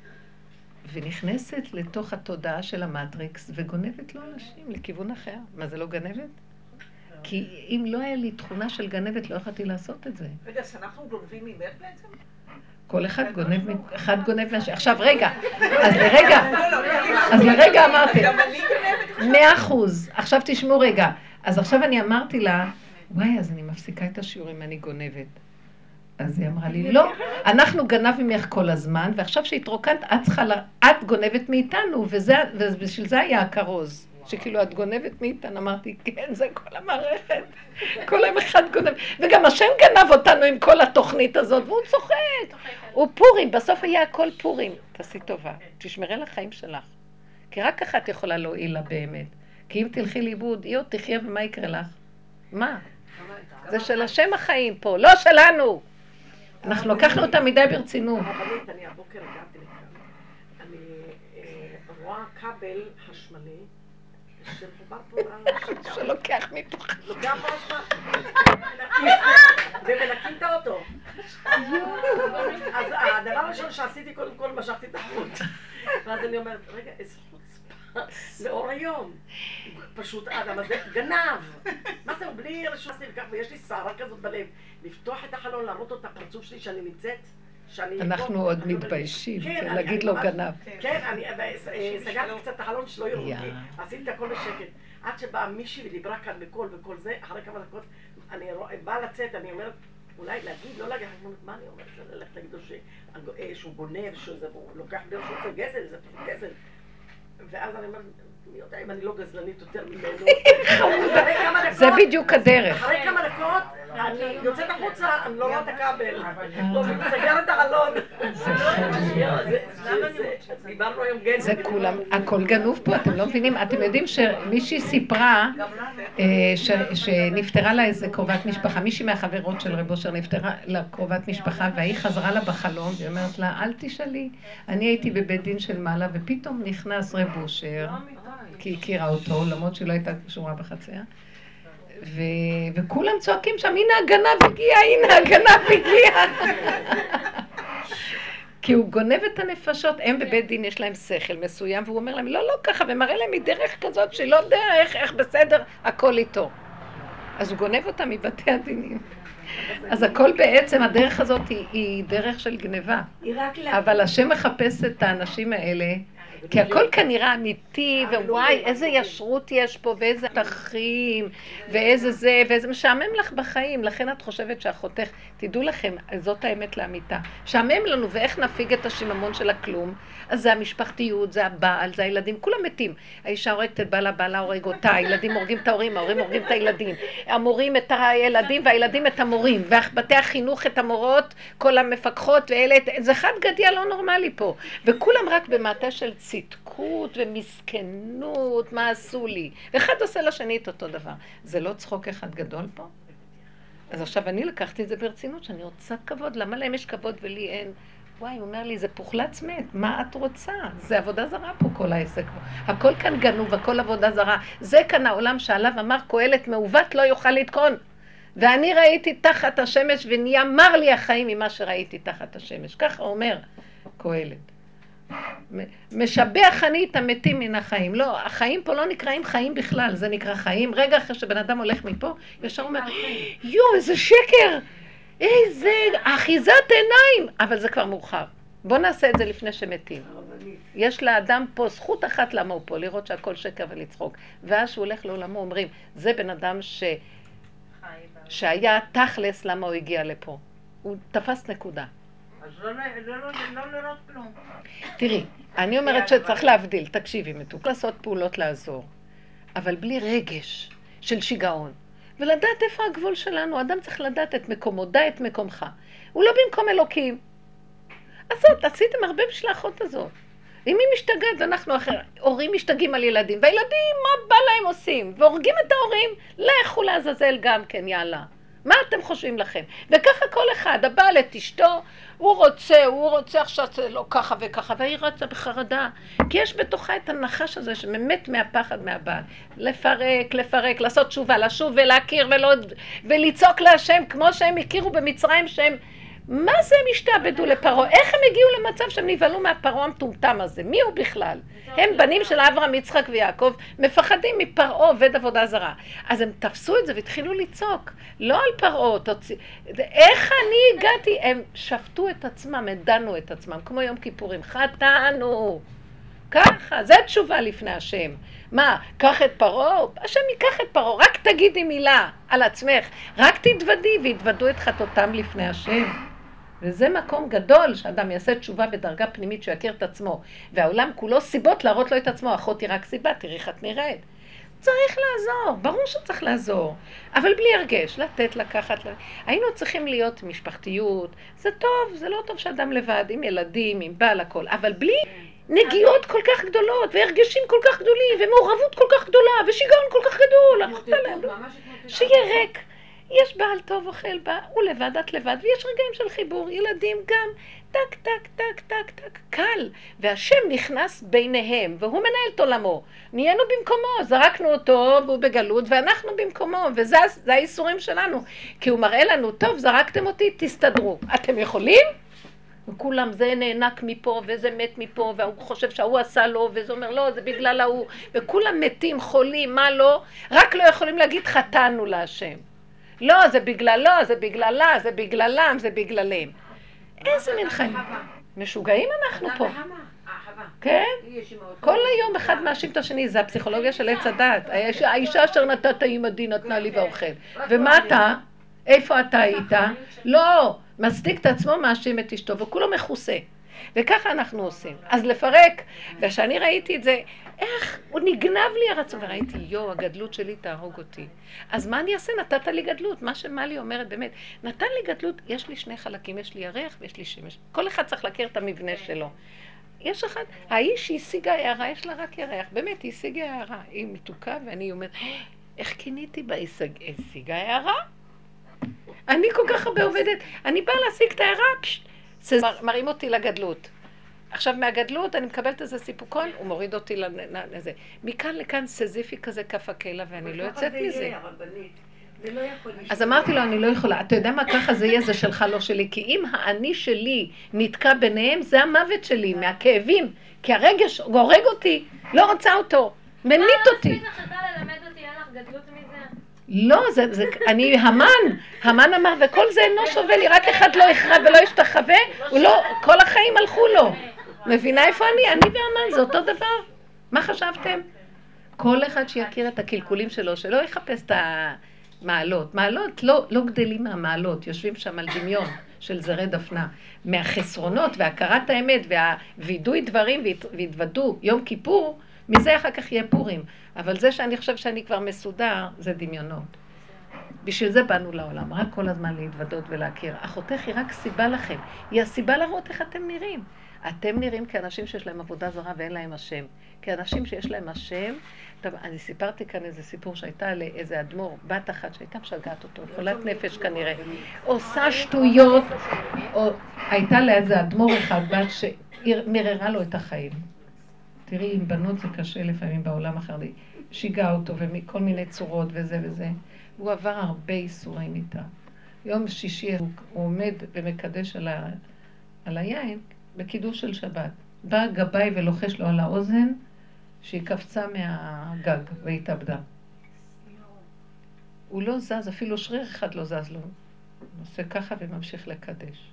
ונכנסת לתוך התודעה של המטריקס, וגונבת לו אנשים לכיוון אחר. מה, זה לא גנבת? כי אם לא היה לי תכונה של גנבת, לא יכולתי לעשות את זה. רגע, אז אנחנו גונבים ממך בעצם? כל אחד גונב, אחד גונב מהשני. עכשיו, רגע, אז לרגע, אז לרגע אמרתי, מאה אחוז. עכשיו תשמעו רגע. אז עכשיו אני אמרתי לה, וואי, אז אני מפסיקה את השיעורים, אני גונבת. אז היא אמרה לי, לא, אנחנו גנב ממך כל הזמן, ועכשיו שהתרוקנת, את צריכה, את גונבת מאיתנו, ובשביל זה היה הכרוז, שכאילו את גונבת מאיתנו, אמרתי, כן, זה כל המערכת, כל היום אחד גונב, וגם השם גנב אותנו עם כל התוכנית הזאת, והוא צוחק, הוא פורים, בסוף היה הכל פורים, תעשי טובה, תשמרי לחיים שלך, כי רק אחת יכולה להועיל לה באמת, כי אם תלכי לאיבוד, היא עוד תחיה ומה יקרה לך? מה? זה של השם החיים פה, לא שלנו. אנחנו לקחנו אותה מדי ברצינות. הרבנית, אני הבוקר הגעתי לכאן. אני רואה כבל חשמלי שמחובר פה לשם. שלוקח מפה. לוקח פה חשמל. ומנקים את האוטו. אז הדבר הראשון שעשיתי, קודם כל משכתי את החוט. ואז אני אומרת, רגע, איזה חוצפה. לאור היום. פשוט האדם הזה גנב. מה זה, בלי רשות לכך, ויש לי שערה כזאת בלב. לפתוח את החלון, להראות את הפרצוף שלי שאני נמצאת. אנחנו עוד מתביישים, להגיד לו גנב. כן, אני סגרתי קצת את החלון שלא יראו אותי. עשיתי את הכל בשקט. עד שבאה מישהי ודיברה כאן בקול וכל זה, אחרי כמה דקות, אני באה לצאת, אני אומרת, אולי להגיד, לא להגיד, מה אני אומרת? אני הולכת להגיד לו שהוא גונב, שהוא לוקח ברשות של גזל, זה פשוט גזל. ואז אני אומרת, מי יודע אם אני לא גזלנית יותר ממנו. זה בדיוק הדרך. אחרי כמה דקות, אני יוצאת החוצה, אני לא רואה את הכבל. לא, אני מסגרת את החלון. דיברנו היום גזל. זה כולם, הכל גנוב פה, אתם לא מבינים? אתם יודעים שמישהי סיפרה שנפטרה לה איזה קרובת משפחה, מישהי מהחברות של רב אושר נפטרה לה קרובת משפחה, והיא חזרה לה בחלום, והיא אומרת לה, אל תשאלי, אני הייתי בבית דין של מעלה, ופתאום נכנס רב אושר, כי היא הכירה אותו, למרות שהיא לא הייתה קשורה בחציה, וכולם צועקים שם, הנה הגנב הגיע, הנה הגנב הגיע. כי הוא גונב את הנפשות, הם בבית דין יש להם שכל מסוים, והוא אומר להם, לא, לא ככה, ומראה להם מדרך כזאת שלא יודע איך, איך בסדר, הכל איתו. אז הוא גונב אותם מבתי הדינים. אז הכל בעצם, הדרך הזאת היא, היא דרך של גניבה. אבל השם מחפש את האנשים האלה, כי הכל כנראה אמיתי, ווואי, איזה ישרות יש פה, ואיזה תחים, ואיזה זה, ואיזה משעמם לך בחיים. לכן את חושבת שהחותך, תדעו לכם, זאת האמת לאמיתה. שעמם לנו, ואיך נפיג את השיממון של הכלום? אז זה המשפחתיות, זה הבעל, זה הילדים, כולם מתים. האישה הורגת את בעלה, בעלה הורג אותה, הילדים הורגים את ההורים, ההורים הורגים את הילדים. המורים את הילדים, והילדים את המורים, ובתי החינוך את המורות, כל המפקחות, ואלה, זה חד גדיה לא נורמלי פה. וכולם רק במעטה של צדקות ומסכנות, מה עשו לי? ואחד עושה לשני את אותו דבר. זה לא צחוק אחד גדול פה? אז עכשיו אני לקחתי את זה ברצינות, שאני רוצה כבוד, למה להם יש כבוד ולי אין? וואי, הוא אומר לי, זה פוחלץ מת, מה את רוצה? זה עבודה זרה פה כל העסק. הכל כאן גנוב, הכל עבודה זרה. זה כאן העולם שעליו אמר קהלת מעוות לא יוכל לתקון. ואני ראיתי תחת השמש ונהיה מר לי החיים ממה שראיתי תחת השמש. ככה אומר קהלת. משבח אני את המתים מן החיים. לא, החיים פה לא נקראים חיים בכלל, זה נקרא חיים. רגע אחרי שבן אדם הולך מפה, ישר אומר, יו, איזה שקר! איזה אחיזת עיניים! אבל זה כבר מאוחר. בוא נעשה את זה לפני שמתים. יש לאדם פה זכות אחת למה הוא פה, לראות שהכל שקר ולצחוק. ואז שהוא הולך לעולמו, אומרים, זה בן אדם ש... שהיה תכלס למה הוא הגיע לפה. הוא תפס נקודה. אז לא, לא, לא, לא, לא לראות כלום. תראי, אני אומרת שצריך להבדיל, תקשיבי מתוק, לעשות פעולות לעזור, אבל בלי רגש של שיגעון. ולדעת איפה הגבול שלנו, האדם צריך לדעת את מקומו, דע את מקומך. הוא לא במקום אלוקים. אז זאת, עשיתם הרבה בשביל האחות הזאת. אם היא משתגעת, אנחנו אחר, הורים משתגעים על ילדים, והילדים, מה בא להם עושים? והורגים את ההורים, לכו לעזאזל גם כן, יאללה. מה אתם חושבים לכם? וככה כל אחד, הבעל את אשתו, הוא רוצה, הוא רוצה עכשיו לא ככה וככה, והיא רצה בחרדה. כי יש בתוכה את הנחש הזה שממת מהפחד מהבעל. לפרק, לפרק, לעשות תשובה, לשוב ולהכיר ולא, ולצעוק להשם, כמו שהם הכירו במצרים שהם, מה זה הם השתעבדו לפרעה? איך הם הגיעו למצב שהם נבהלו מהפרעה המטומטם הזה? מי הוא בכלל? הם בנים של אברהם, יצחק ויעקב, מפחדים מפרעה עובד עבודה זרה. אז הם תפסו את זה והתחילו לצעוק. לא על פרעה, תוציא... איך אני הגעתי? הם שפטו את עצמם, הדנו את עצמם, כמו יום כיפורים. חטאנו. ככה, זה תשובה לפני השם. מה, קח את פרעה? השם ייקח את פרעה, רק תגידי מילה על עצמך. רק תתוודי והתוודו את חטאותם לפני השם. וזה מקום גדול שאדם יעשה תשובה בדרגה פנימית שיכיר את עצמו. והעולם כולו סיבות להראות לו את עצמו. אחות היא רק סיבה, תראי איך את נראית. צריך לעזור, ברור שצריך לעזור. אבל בלי הרגש, לתת, לקחת. היינו צריכים להיות משפחתיות. זה טוב, זה לא טוב שאדם לבד, עם ילדים, עם בעל הכל. אבל בלי נגיעות כל כך גדולות, והרגשים כל כך גדולים, ומעורבות כל כך גדולה, ושיגעון כל כך גדול. שיהיה ריק. יש בעל טוב אוכל בה, הוא לבד, את לבד, ויש רגעים של חיבור, ילדים גם, טק, טק, טק, טק, טק, קל. והשם נכנס ביניהם, והוא מנהל את עולמו. נהיינו במקומו, זרקנו אותו, והוא בגלות, ואנחנו במקומו, וזה האיסורים שלנו. כי הוא מראה לנו, טוב, זרקתם אותי, תסתדרו. אתם יכולים? וכולם, זה נענק מפה, וזה מת מפה, והוא חושב שהוא עשה לו, וזה אומר, לא, זה בגלל ההוא. וכולם מתים, חולים, מה לא? רק לא יכולים להגיד, חטאנו להשם. לא, זה בגללו, זה בגללה, זה בגללם, זה בגללם. איזה מין חיים. משוגעים אנחנו פה. כן? כל היום אחד מאשים את השני, זה הפסיכולוגיה של עץ הדת. האישה אשר נתת עימדי נתנה לי ואוכל. ומה אתה? איפה אתה היית? לא, מצדיק את עצמו מאשים את אשתו, וכולו מכוסה. וככה אנחנו עושים. אז לפרק, וכשאני ראיתי את זה, איך הוא נגנב לי הרצון, וראיתי, יו, הגדלות שלי תהרוג אותי. אז מה אני אעשה? נתת לי גדלות. מה שמלי אומרת באמת, נתן לי גדלות, יש לי שני חלקים, יש לי ירח ויש לי שמש. כל אחד צריך להכיר את המבנה שלו. יש אחד, האיש שהשיגה הערה, יש לה רק ירח. באמת, היא השיגה הערה. היא מתוקה, ואני אומרת, איך כיניתי בה? השיגה הערה? אני כל כך הרבה עובדת, אני באה להשיג את הערה, פשט. מראים אותי לגדלות. עכשיו מהגדלות אני מקבלת איזה סיפוקון, הוא מוריד אותי לזה. מכאן לכאן סזיפי כזה כף הקהילה, ואני לא יוצאת מזה. אז אמרתי לו, אני לא יכולה. אתה יודע מה, ככה זה יהיה, זה שלך, לא שלי. כי אם האני שלי נתקע ביניהם, זה המוות שלי, מהכאבים. כי הרגש הורג אותי, לא רוצה אותו, ממית אותי. מה, מספיק לך שאתה ללמד אותי, אין לך גדלות מזה? לא, זה, זה, אני, המן, המן אמר, וכל זה אינו שווה לי, רק אחד לא יכרע ולא ישתחווה, הוא לא, כל החיים הלכו לו. מבינה איפה אני? אני והמן, זה אותו דבר. מה חשבתם? כל אחד שיכיר את הקלקולים שלו, שלא יחפש את המעלות. מעלות לא, לא גדלים מהמעלות, יושבים שם על דמיון של זרי דפנה. מהחסרונות והכרת האמת והווידוי דברים והתוודו יום כיפור, מזה אחר כך יהיה פורים. אבל זה שאני חושב שאני כבר מסודר, זה דמיונות. בשביל זה באנו לעולם, רק כל הזמן להתוודות ולהכיר. אחותך היא רק סיבה לכם. היא הסיבה לראות איך אתם נראים. אתם נראים כאנשים שיש להם עבודה זרה ואין להם השם. כאנשים שיש להם השם, טוב, אני סיפרתי כאן איזה סיפור שהייתה לאיזה אדמו"ר, בת אחת שהייתה משגעת אותו, חולת נפש כנראה, עושה שטויות, או הייתה לאיזה אדמו"ר אחד בת שמררה לו את החיים. תראי, עם בנות זה קשה לפעמים בעולם אחר, שיגע אותו ומכל מיני צורות וזה וזה. הוא עבר הרבה איסורים איתה. יום שישי הוא עומד ומקדש על, ה... על היין בקידוש של שבת. בא גבאי ולוחש לו על האוזן שהיא קפצה מהגג והתאבדה. הוא לא זז, אפילו שריר אחד לא זז לו. הוא עושה ככה וממשיך לקדש.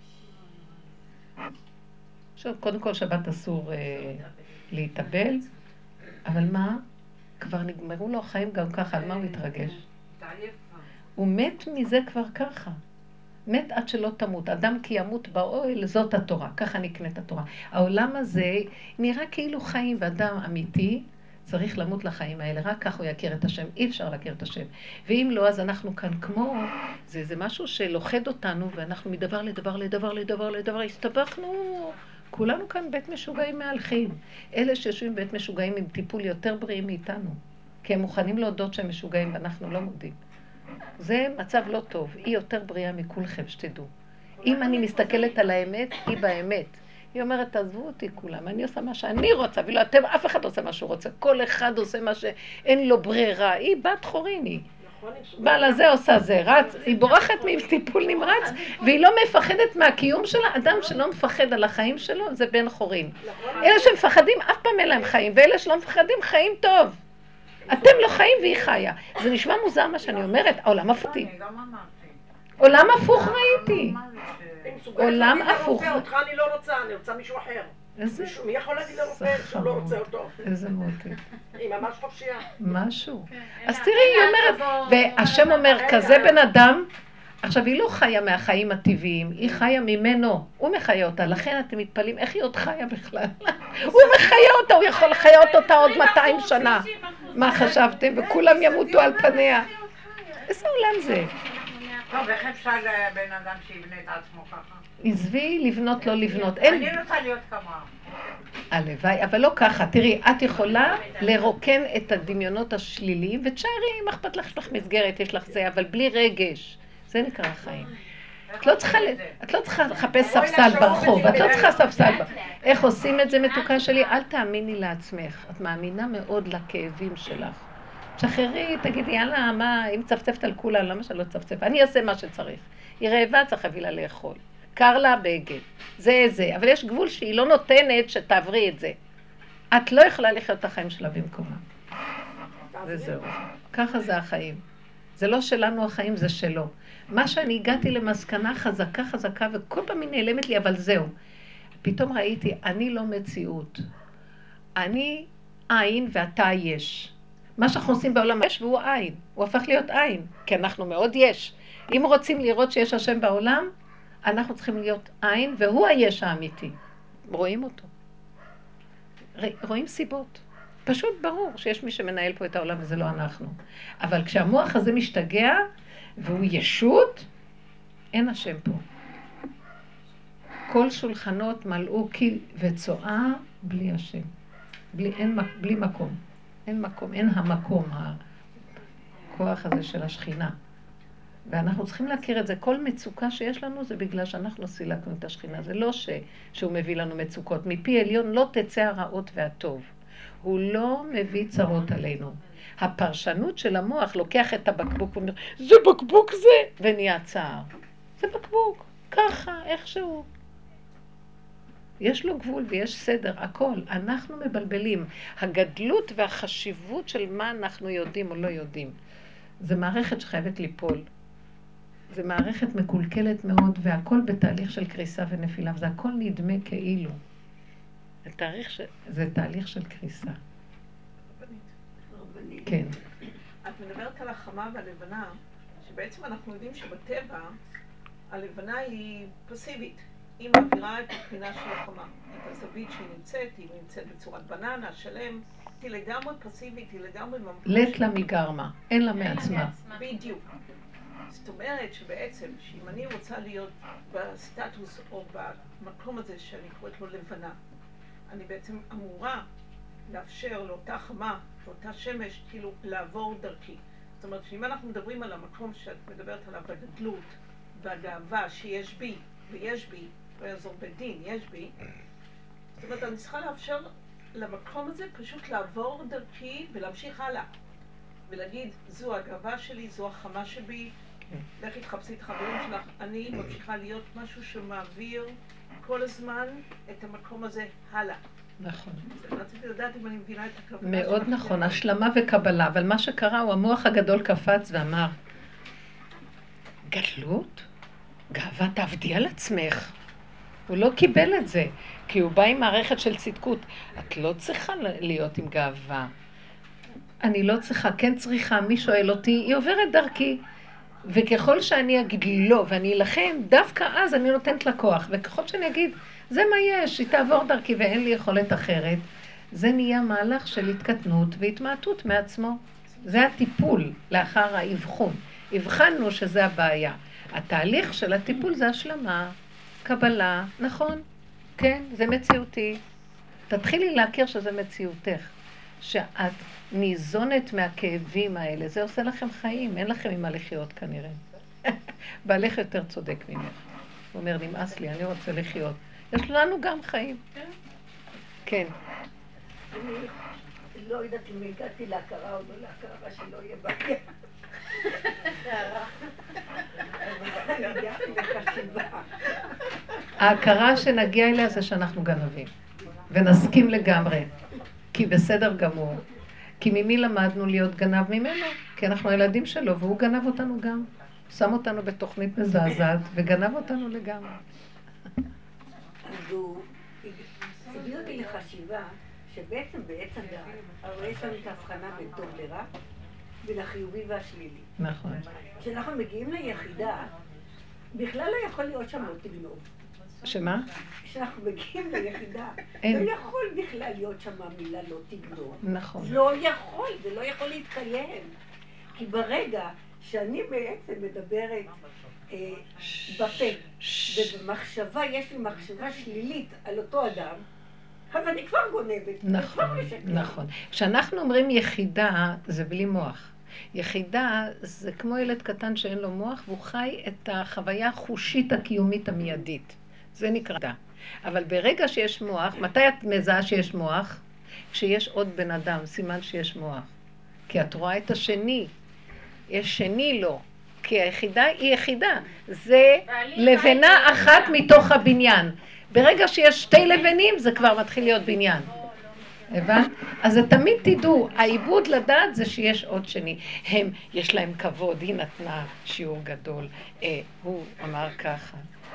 עכשיו, קודם כל שבת אסור אה, להתאבל, אבל מה? כבר נגמרו לו החיים גם ככה, על מה הוא מתרגש? הוא מת מזה כבר ככה. מת עד שלא תמות. אדם כי ימות באוהל, זאת התורה. ככה נקנית התורה. העולם הזה נראה כאילו חיים, ואדם אמיתי צריך למות לחיים האלה. רק כך הוא יכיר את השם. אי אפשר להכיר את השם. ואם לא, אז אנחנו כאן כמו, זה, זה משהו שלוחד אותנו, ואנחנו מדבר לדבר לדבר לדבר לדבר, הסתבכנו. כולנו כאן בית משוגעים מהלכים. אלה שיושבים בית משוגעים עם טיפול יותר בריאים מאיתנו. כי הם מוכנים להודות שהם משוגעים, ואנחנו לא מודים. זה מצב לא טוב. היא יותר בריאה מכולכם, שתדעו. אם אני מסתכלת על האמת, היא באמת. היא אומרת, תעזבו אותי כולם, אני עושה מה שאני רוצה, ולא אתם, אף אחד עושה מה שהוא רוצה. כל אחד עושה מה שאין לו ברירה. היא בת חורין היא. בעל הזה עושה זה, רץ, היא בורחת מטיפול נמרץ, והיא לא מפחדת מהקיום שלה. אדם שלא מפחד על החיים שלו, זה בן חורין. אלה שמפחדים, אף פעם אין להם חיים, ואלה שלא מפחדים, חיים טוב. אתם לא חיים והיא חיה. זה נשמע מוזר מה שאני אומרת, העולם הפוך. עולם הפוך ראיתי. עולם הפוך. אותך אני לא רוצה, אני רוצה מישהו אחר. מי יכול להגיד לרופא שהוא לא רוצה אותו? איזה מוטי. היא ממש חופשייה. משהו. אז תראי, היא אומרת, והשם אומר, כזה בן אדם, עכשיו היא לא חיה מהחיים הטבעיים, היא חיה ממנו, הוא מחיה אותה, לכן אתם מתפלאים, איך היא עוד חיה בכלל? הוא מחיה אותה, הוא יכול לחיות אותה עוד מאתיים שנה. מה חשבתם? וכולם ימותו על פניה. איזה עולם זה? טוב, איך אפשר לבן אדם שיבנה את עצמו ככה? עזבי לבנות, לא לבנות. אני רוצה להיות כמוה. הלוואי, אבל לא ככה. תראי, את יכולה לרוקן את הדמיונות השליליים, ותשארי, אם אכפת לך, יש לך מסגרת, יש לך זה, אבל בלי רגש. זה נקרא החיים. את לא צריכה, את לא צריכה לחפש ספסל ברחוב, את לא צריכה ספסל ברחוב. איך עושים את זה, מתוקה שלי? אל תאמיני לעצמך. את מאמינה מאוד לכאבים שלך. שחררי, תגידי, יאללה, מה, אם צפצפת על כולה, למה שלא צפצף? אני אעשה מה שצריך. היא רעבה, צריך להביא לה לאכול. קר לה בגד. זה זה. אבל יש גבול שהיא לא נותנת שתעברי את זה. את לא יכולה לחיות את החיים שלה במקומה. וזהו. ככה זה החיים. זה לא שלנו החיים, זה שלו. מה שאני הגעתי למסקנה חזקה חזקה, וכל פעם היא נעלמת לי, אבל זהו. פתאום ראיתי, אני לא מציאות. אני עין ואתה יש. מה שאנחנו עושים בעולם יש והוא עין. הוא הפך להיות עין, כי אנחנו מאוד יש. אם רוצים לראות שיש השם בעולם, אנחנו צריכים להיות עין, והוא היש האמיתי. רואים אותו. רואים סיבות. פשוט ברור שיש מי שמנהל פה את העולם וזה לא אנחנו. אבל כשהמוח הזה משתגע והוא ישות, אין השם פה. כל שולחנות מלאו קיל וצואה בלי השם. בלי, אין, בלי מקום. אין מקום, אין המקום, הכוח הזה של השכינה. ואנחנו צריכים להכיר את זה. כל מצוקה שיש לנו זה בגלל שאנחנו סילקנו את השכינה. זה לא ש, שהוא מביא לנו מצוקות. מפי עליון לא תצא הרעות והטוב. הוא לא מביא צרות עלינו. הפרשנות של המוח לוקח את הבקבוק ואומר, זה בקבוק זה, ונהיה צער. זה בקבוק, ככה, איכשהו. יש לו גבול ויש סדר, הכל. אנחנו מבלבלים. הגדלות והחשיבות של מה אנחנו יודעים או לא יודעים. זה מערכת שחייבת ליפול. זה מערכת מקולקלת מאוד, והכל בתהליך של קריסה ונפילה, וזה הכל נדמה כאילו. זה, תהליך ש... זה תהליך של קריסה. כן. את מדברת על החמה והלבנה, שבעצם אנחנו יודעים שבטבע הלבנה היא פסיבית. היא מעבירה את הבחינה של החמה, את הזווית שהיא נמצאת, היא נמצאת בצורת בננה, שלם, היא לגמרי פסיבית, היא לגמרי ממש... לת לה מגרמה, אין לה מעצמה. בדיוק. זאת אומרת שבעצם, שאם אני רוצה להיות בסטטוס או במקום הזה שאני קוראת לו לבנה, אני בעצם אמורה לאפשר לאותה חמה, לאותה שמש, כאילו לעבור דרכי. זאת אומרת שאם אנחנו מדברים על המקום שאת מדברת עליו בגדלות, והגאווה שיש בי, ויש בי, לא יעזור בדין, יש בי, זאת אומרת אני צריכה לאפשר למקום הזה פשוט לעבור דרכי ולהמשיך הלאה. ולהגיד, זו הגאווה שלי, זו החמה שבי, לכי תחפשי את החברים שלך, אני ממשיכה להיות משהו שמעביר כל הזמן את המקום הזה הלאה. נכון. רציתי לדעת אם אני מבינה את הכוונה שלך. מאוד נכון, השלמה וקבלה, אבל מה שקרה הוא המוח הגדול קפץ ואמר, גדלות? גאווה תעבדי על עצמך. הוא לא קיבל את זה, כי הוא בא עם מערכת של צדקות. את לא צריכה להיות עם גאווה. אני לא צריכה, כן צריכה, מי שואל אותי, היא עוברת דרכי. וככל שאני אגיד לא, ואני אלחם, דווקא אז אני נותנת לה כוח. וככל שאני אגיד, זה מה יש, היא תעבור דרכי ואין לי יכולת אחרת, זה נהיה מהלך של התקטנות והתמעטות מעצמו. זה הטיפול לאחר האבחון. הבחנו שזה הבעיה. התהליך של הטיפול זה השלמה, קבלה, נכון, כן, זה מציאותי. תתחילי להכיר שזה מציאותך, שאת ניזונת מהכאבים האלה, זה עושה לכם חיים, אין לכם עם מה לחיות כנראה. בעלך יותר צודק ממך. הוא אומר, נמאס לי, אני רוצה לחיות. יש לנו גם חיים. כן. אני לא יודעת אם הגעתי להכרה או לא להכרה שלא יהיה בעיה. ההכרה שנגיע אליה זה שאנחנו גנבים. ונסכים לגמרי. כי בסדר גמור. כי ממי למדנו להיות גנב ממנו? כי אנחנו הילדים שלו, והוא גנב אותנו גם. שם אותנו בתוכנית מזעזעת, וגנב אותנו לגמרי. אז הוא הביא אותי לחשיבה, שבעצם בעץ הדעת, הרי יש לנו את ההבחנה בין טוב לרע, ולחיובי והשלילי. נכון. כשאנחנו מגיעים ליחידה, בכלל לא יכול להיות שם לא תגנוב. שמה? כשאנחנו מגיעים ליחידה, אין. לא יכול בכלל להיות שם המילה לא תגנוב. נכון. לא יכול, זה לא יכול להתקיים. כי ברגע שאני בעצם מדברת אה, בפה, ובמחשבה, יש לי מחשבה שלילית על אותו אדם, אז אני כבר גונבת. נכון, נכון. כשאנחנו אומרים יחידה, זה בלי מוח. יחידה זה כמו ילד קטן שאין לו מוח, והוא חי את החוויה החושית הקיומית המיידית. זה נקרא יחידה. אבל ברגע שיש מוח, מתי את מזהה שיש מוח? כשיש עוד בן אדם, סימן שיש מוח. כי את רואה את השני. יש שני לא. כי היחידה היא יחידה. זה לבנה אחת מתוך הבניין. ברגע שיש שתי לבנים, זה כבר מתחיל להיות בניין. הבנת? אז זה תמיד תדעו, העיבוד לדעת זה שיש עוד שני. הם, יש להם כבוד, היא נתנה שיעור גדול. אה, הוא אמר ככה.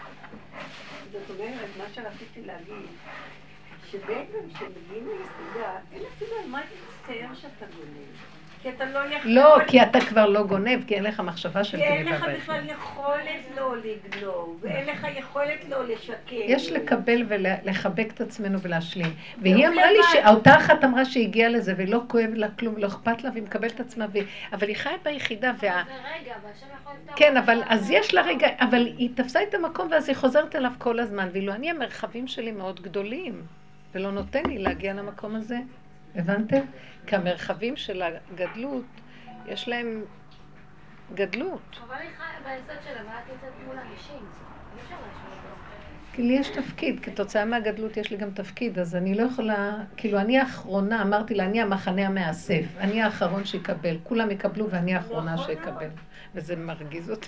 זאת אומרת, מה שרציתי להגיד, שבעצם כשמגיעים ליחידה, אין אפילו על מה להצטער שאתה גונב. כי אתה לא יכול... לא, כי אתה כבר לא גונב, כי אין לך מחשבה של גניבה. כי אין לך בכלל יכולת לא לגנוב, ואין לך יכולת לא לשקר. יש לקבל ולחבק את עצמנו ולהשלים. והיא אמרה לי, שאותה אחת אמרה שהיא לזה, ולא כואב לה כלום, לא אכפת לה, והיא מקבלת את עצמה, אבל היא חיה ביחידה. זה רגע, והשם יכול לפתור... כן, אבל אז יש לה רגע, אבל היא תפסה את המקום, ואז היא חוזרת אליו כל הזמן, ואילו אני, המרחבים שלי מאוד גדולים, ולא נותן לי להגיע למקום הזה. הבנתם? כי המרחבים של הגדלות, יש להם גדלות. אבל היא חיה ביסוד שלה, ואת יוצאת מול אנשים. אי אפשר להשאיר. כי לי יש תפקיד, כתוצאה מהגדלות יש לי גם תפקיד, אז אני לא יכולה, כאילו אני האחרונה, אמרתי לה, אני המחנה המאסף, אני האחרון שיקבל, כולם יקבלו ואני האחרונה שיקבל. וזה מרגיז אותי.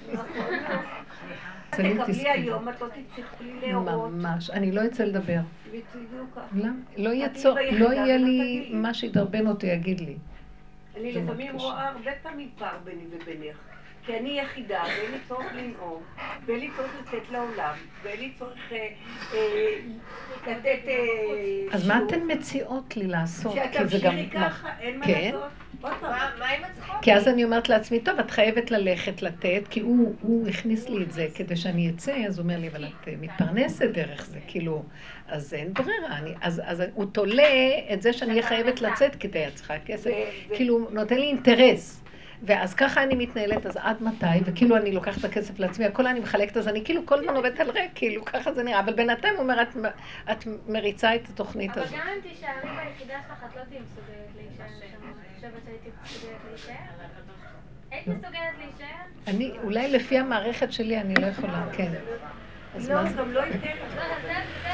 תקבלי היום, את לא תצטרכי להורות. ממש, אני לא אצא לדבר. בדיוק. לא יהיה לי מה שידרבן אותי, יגיד לי. אני לפעמים רואה הרבה פעמים פער ביני ובינך. כי אני יחידה, ואין לי צורך לנאום, ואין לי צורך לצאת לעולם, ואין לי צורך לתת... אז מה אתן מציעות לי לעשות? שתמשיכי ככה, אין מה לעשות. מה עם הצחוק? כי אז אני אומרת לעצמי, טוב, את חייבת ללכת לתת, כי הוא הכניס לי את זה כדי שאני אצא, אז הוא אומר לי, אבל את מתפרנסת דרך זה, כאילו, אז אין ברירה, אז הוא תולה את זה שאני חייבת לצאת כדי את צריכה כסף, כאילו, נותן לי אינטרס. ואז ככה אני מתנהלת, אז עד מתי? וכאילו אני לוקחת את הכסף לעצמי, הכל אני מחלקת, אז אני כאילו כל הזמן עובדת על ריק, כאילו ככה זה נראה. אבל בינתיים הוא אומר, את, את מריצה את התוכנית הזאת. אבל גם אם תישארי ביחידה שלך, את לא תהיי מסוגלת להישאר שם. אני חושבת שהייתי מסוגלת להישאר. היית מסוגלת להישאר? אני, אולי לפי המערכת שלי אני לא יכולה, כן. אז לא, מה זה? גם לא ייתן לך. לא, זה,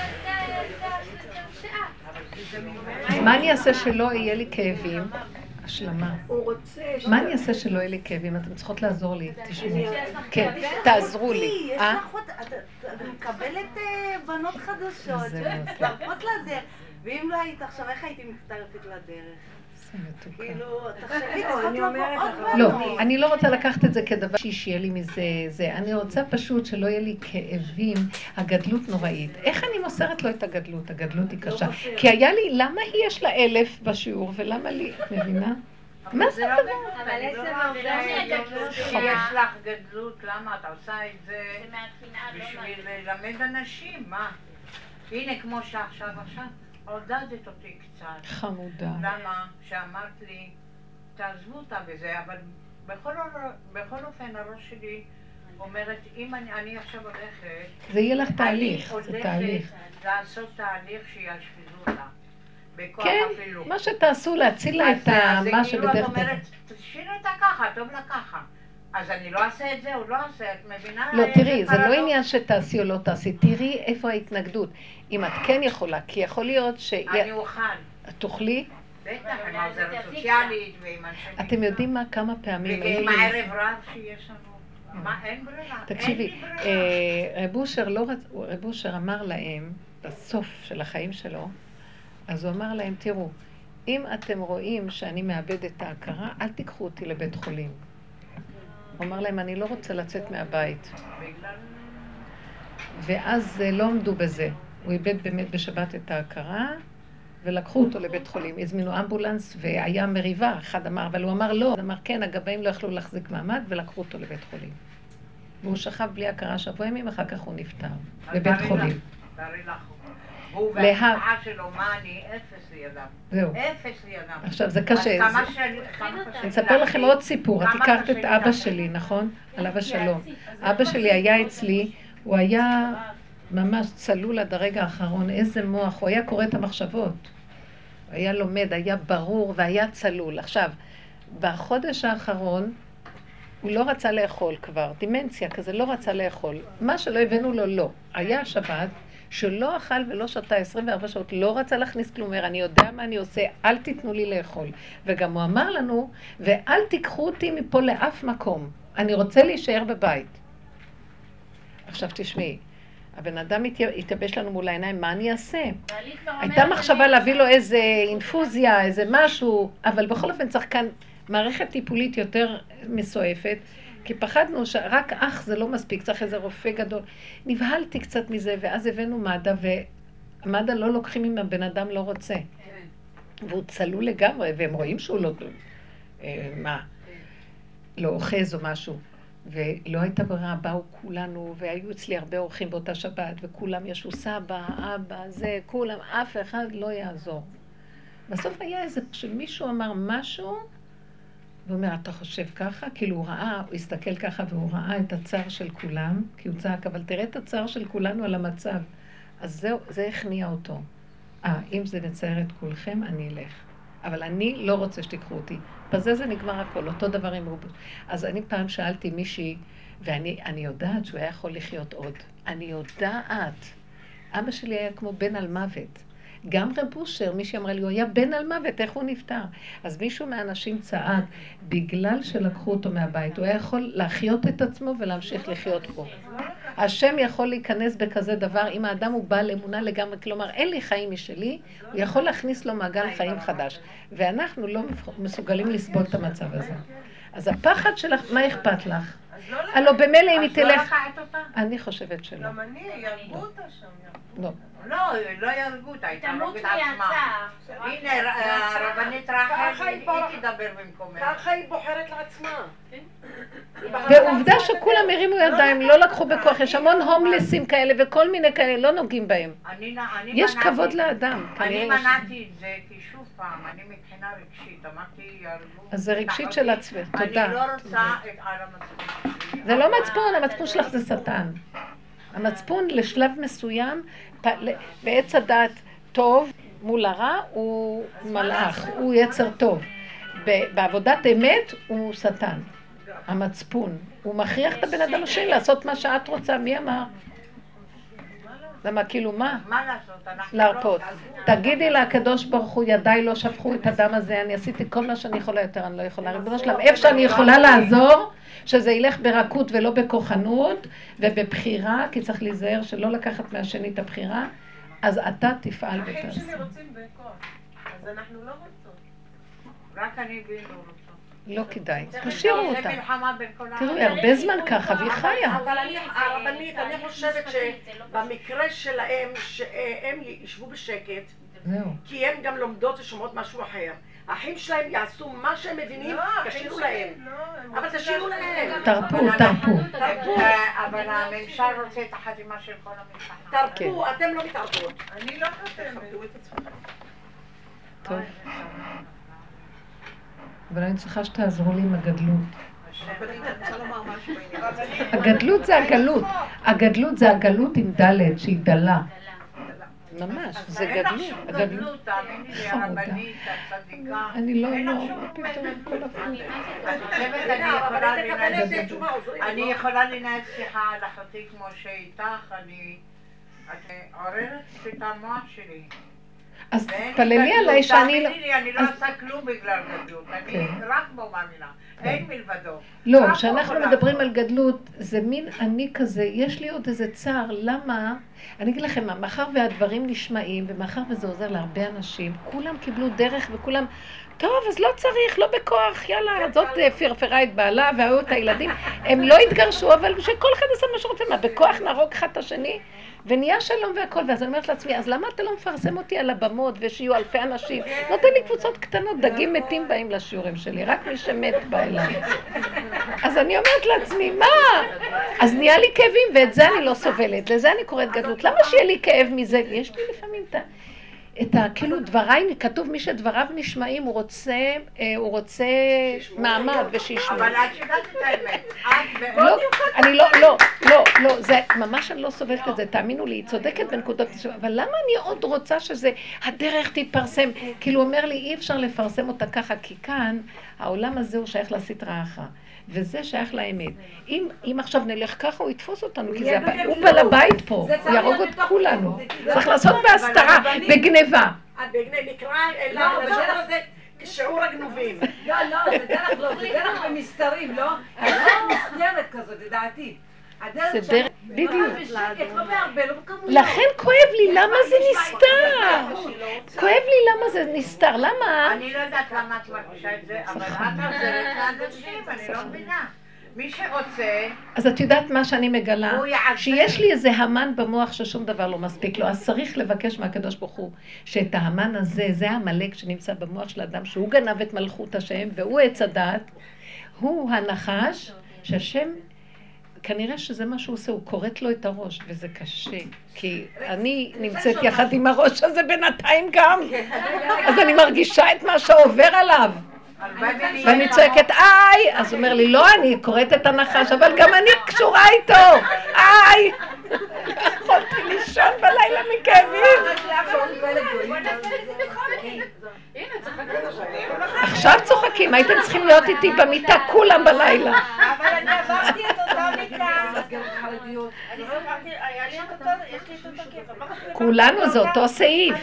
זה, זה, שעה. אז מה אני אעשה שלא יהיה לי כאבים? השלמה. הוא רוצה... מה אני אעשה שלא יהיה לי כאבים? אתם צריכות לעזור לי, תשמעו. שיש לך כן, כאבים? תעזרו לי. יש אה? לך עוד, את את מקבלת אה, בנות חדשות, זה שמצטרפות לדרך, ואם לא היית עכשיו, איך הייתי מצטרפת לדרך? זה מתוקה. כאילו, תחשבי, לא, צריכות אני לבוא אומרת עוד לך, לא, בנות. אני לא רוצה לקחת את זה כדבר שיהיה לי מזה, זה. אני רוצה פשוט שלא יהיה לי כאבים. הגדלות נוראית. איך אני מוסרת לו את הגדלות? הגדלות היא קשה. כי היה לי, למה היא יש לה אלף בשיעור ולמה לי, את מבינה? מה זה הדבר? אבל עצם העובדה שהגדלות יש לך גדלות, למה את עושה את זה? זה מהקנאה, לא בשביל ללמד אנשים, מה? הנה כמו שעכשיו עכשיו עודדת אותי קצת. חמודה. למה? שאמרת לי, תעזבו אותה בזה, אבל בכל, בכל אופן הראש שלי אומרת, אם אני, אני עכשיו הולכת, זה יהיה לך תהליך, אני זה תהליך. הולכת לעשות תהליך שיאשפזו אותה. בכוח כן, אפילו. מה שתעשו להציל לה את ה... מה שבדרך כאילו את כלל. אומרת, תשאיר אותה ככה, טוב לה ככה. אז אני לא אעשה את זה, הוא לא אעשה, את מבינה? לא, איזה תראי, זה לא פרדוקס? עניין שתעשי או לא תעשי, תראי איפה ההתנגדות. אם את כן יכולה, כי יכול להיות ש... אני אוכל. תוכלי, בטח, עם העוזרת סוציאלית ועם אנשי מקצוע. אתם יודעים מה כמה פעמים היו ועם לי... הערב רב שיש לנו. מה, אין ברירה. תקשיבי, אין לי ברירה. אה, רב אושר לא רצ... רב אושר אמר להם, בסוף של החיים שלו, אז הוא אמר להם, תראו, אם אתם רואים שאני מאבד את ההכרה, אל תיקחו אותי לבית חולים. הוא אמר להם, אני לא רוצה לצאת מהבית. בגלל... ואז לא עמדו בזה. הוא איבד באמת בשבת את ההכרה, ולקחו אותו לבית חולים. הזמינו אמבולנס והיה מריבה, אחד אמר, אבל הוא אמר לא. הוא אמר כן, הגבאים לא יכלו להחזיק מעמד, ולקחו אותו לבית חולים. והוא שכב בלי הכרה שבוע ימים, אחר כך הוא נפטר, בבית חולים. תארי לך. הוא לה- והמשפחה שלו, מה אני? אפס לידם. זהו. אפס לידם. עכשיו זה קשה. אז כמה זה- שאני... כמה קשה אני אספר לכם להחליט, עוד סיפור. את כמה הכרת קשה את אבא לי שלי, נכון? על אבא שלום. אבא שלי היה אצלי, הוא היה ממש צלול עד הרגע האחרון, איזה מוח, הוא היה קורא את המחשבות. הוא היה לומד, היה ברור והיה צלול. עכשיו, בחודש האחרון, הוא לא רצה לאכול כבר, דימנציה כזה, לא רצה לאכול. מה שלא הבאנו לו, לא. היה שבת, שלא אכל ולא שתה עשרים וארבע שעות, לא רצה להכניס כלום, אומר, אני יודע מה אני עושה, אל תיתנו לי לאכול. וגם הוא אמר לנו, ואל תיקחו אותי מפה לאף מקום, אני רוצה להישאר בבית. עכשיו תשמעי, הבן אדם התייבש לנו מול העיניים, מה אני אעשה? הייתה מחשבה להביא לו איזה אינפוזיה, איזה משהו, אבל בכל אופן צריך כאן מערכת טיפולית יותר מסועפת, כי פחדנו שרק אח זה לא מספיק, צריך איזה רופא גדול. נבהלתי קצת מזה, ואז הבאנו מד"א, ומד"א לא לוקחים אם הבן אדם לא רוצה. והוא צלול לגמרי, והם רואים שהוא לא, מה, לא אוחז או משהו. ולא הייתה ברירה, באו כולנו, והיו אצלי הרבה אורחים באותה שבת, וכולם ישו סבא, אבא, זה, כולם, אף אחד לא יעזור. בסוף היה איזה, שמישהו אמר משהו, והוא אומר, אתה חושב ככה? כאילו הוא ראה, הוא הסתכל ככה, והוא ראה את הצער של כולם, כי הוא צעק, אבל תראה את הצער של כולנו על המצב. אז זהו, זה הכניע אותו. אה, אם זה מצער את כולכם, אני אלך. אבל אני לא רוצה שתיקחו אותי. בזה זה נגמר הכל, אותו דבר עם רובוט. אז אני פעם שאלתי מישהי, ואני אני יודעת שהוא היה יכול לחיות עוד. אני יודעת. אבא שלי היה כמו בן על מוות. גם רב אושר, מישהי אמרה לי, הוא היה בן על מוות, איך הוא נפטר? אז מישהו מהאנשים צעק, בגלל שלקחו אותו מהבית, הוא היה יכול להחיות את עצמו ולהמשיך לחיות פה. השם יכול להיכנס בכזה דבר, אם האדם הוא בעל אמונה לגמרי, כלומר, אין לי חיים משלי, הוא יכול להכניס לו מעגל חיים חדש. ואנחנו לא מסוגלים לסבול את המצב הזה. אז הפחד שלך, מה אכפת לך? הלוא במילא אם היא אז לא תלך... לקחת אותה? אני חושבת שלא. גם אני, ירגו אותה שם. לא. לא, לא יהרגו אותה, היא תהרוג תמות את עצמה. מהצער. הנה, הרבנית רחל, היא תדבר במקומך. ככה היא בוחרת לעצמה. ועובדה שכולם הרימו ידיים, לא לקחו בכוח, יש המון הומלסים כאלה וכל מיני כאלה, לא נוגעים בהם. יש כבוד לאדם. אני מנעתי את זה, כי שוב פעם, אני מבחינה רגשית, אמרתי, אז זה רגשית של עצמך, תודה. אני לא רוצה את על המצפון שלי. זה לא מצפון, המצפון שלך זה שטן. המצפון לשלב מסוים, בעץ הדעת טוב מול הרע הוא מלאך, הוא יצר טוב. בעבודת אמת הוא שטן. המצפון, הוא מכריח את הבן אדם השני לעשות מה שאת רוצה, מי אמר? למה, כאילו מה? מה לעשות? להרפות. תגידי לה, הקדוש ברוך הוא, ידיי לא שפכו את הדם הזה, אני עשיתי כל מה שאני יכולה יותר, אני לא יכולה. ריבונו שלם, איפה שאני יכולה לעזור, שזה ילך ברכות ולא בכוחנות ובבחירה, כי צריך להיזהר שלא לקחת מהשני את הבחירה, אז אתה תפעל ותעשה. האחים שלי רוצים בכוח, אז אנחנו לא רוצות. רק אני ואילו רוצה. לא כדאי, תשאירו אותה. זה מלחמה בין כל העם. תראי, הרבה זמן ככה, והיא חיה. אבל אני, הרבנית, אני חושבת שבמקרה שלהם, שהם ישבו בשקט, כי הם גם לומדות ושומעות משהו אחר. האחים שלהם יעשו מה שהם מבינים, תשאירו להם. אבל תשאירו להם. תרפו, תרפו. אבל הממשל רוצה את החתימה של כל המשפחה. תרפו, אתם לא מתערפות. אני לא חתמת. טוב. אבל אני צריכה שתעזרו לי עם הגדלות. הגדלות זה הגלות. הגדלות זה הגלות עם ד' שהיא דלה. ממש, זה גדלות. גדלות, תאמיני לי, הרבנית, הצדיקה. אני לא, לא, פתאום כל הפעם. אני יכולה לנהל שיחה על אחותי כמו שאיתך, אני... את עוררת את המוח שלי. אז תפללי עליי שאני לא... תאמיני לי, אני לא עושה כלום בגלל גדלות, אני רק בו מאמינה, אין מלבדו. לא, כשאנחנו מדברים על גדלות, זה מין אני כזה, יש לי עוד איזה צער, למה? אני אגיד לכם, מאחר והדברים נשמעים, ומאחר וזה עוזר להרבה אנשים, כולם קיבלו דרך וכולם, טוב, אז לא צריך, לא בכוח, יאללה, זאת פרפרה את בעלה והיו את הילדים, הם לא התגרשו, אבל שכל אחד עושה מה שרוצה, מה, בכוח נהרוג אחד את השני? ונהיה שלום והכל, ואז אני אומרת לעצמי, אז למה אתה לא מפרסם אותי על הבמות ושיהיו אלפי אנשים? נותן לי קבוצות קטנות, דגים מתים באים לשיעורים שלי, רק מי שמת בא אליי. אז אני אומרת לעצמי, מה? אז נהיה לי כאבים, ואת זה אני לא סובלת, לזה אני קוראת גדלות. למה שיהיה לי כאב מזה? יש לי לפעמים את ה... את ה... כאילו דבריי, כתוב מי שדבריו נשמעים, הוא רוצה, הוא רוצה מעמד ושישמעו. אבל את יודעת את האמת. לא, אני לא, לא, לא, לא, זה ממש אני לא סובלת את זה, תאמינו לי, היא צודקת בנקודות, אבל למה אני עוד רוצה שזה, הדרך תתפרסם, כאילו אומר לי, אי אפשר לפרסם אותה ככה, כי כאן העולם הזה הוא שייך לסטרא אחרא. וזה שייך לאמת. אם, אם עכשיו נלך ככה, הוא יתפוס אותנו, כי זה הבא, הוא בעל הבית פה, הוא ירוג את כולנו. צריך לעשות בהסתרה, בגניבה. נקרא לדבר הזה שיעור הגנובים. לא, לא, זה דרך לא, זה דרך במסתרים, לא? הדרך מסתרת כזאת, לדעתי. זה דרך, בדיוק. לא בהרבה, לא בכמויות. לכן כואב לי, למה זה נסתר? כואב לי למה זה נסתר, למה? אני לא יודעת למה את מרגישה את זה, אבל את עוזרת לאנשים, אני לא מבינה. מי שרוצה... אז את יודעת מה שאני מגלה? שיש לי איזה המן במוח ששום דבר לא מספיק לו, אז צריך לבקש מהקדוש ברוך הוא שאת ההמן הזה, זה המלאק שנמצא במוח של האדם, שהוא גנב את מלכות השם, והוא עץ הדעת, הוא הנחש, שהשם... כנראה שזה מה שהוא עושה, הוא קוראת לו את הראש, וזה קשה, כי אני נמצאת יחד עם הראש הזה בינתיים גם, אז אני מרגישה את מה שעובר עליו, ואני צועקת, איי, אז הוא אומר לי, לא, אני קוראת את הנחש, אבל גם אני קשורה איתו, איי, לא יכולתי לישון בלילה מכאבים. עכשיו צוחקים, הייתם צריכים להיות איתי במיטה כולם בלילה. אבל אני עברתי את אותה מיטה. אני עברתי, היה לי את אותו, יש לי את אותו כיף. כולנו זה אותו סעיף.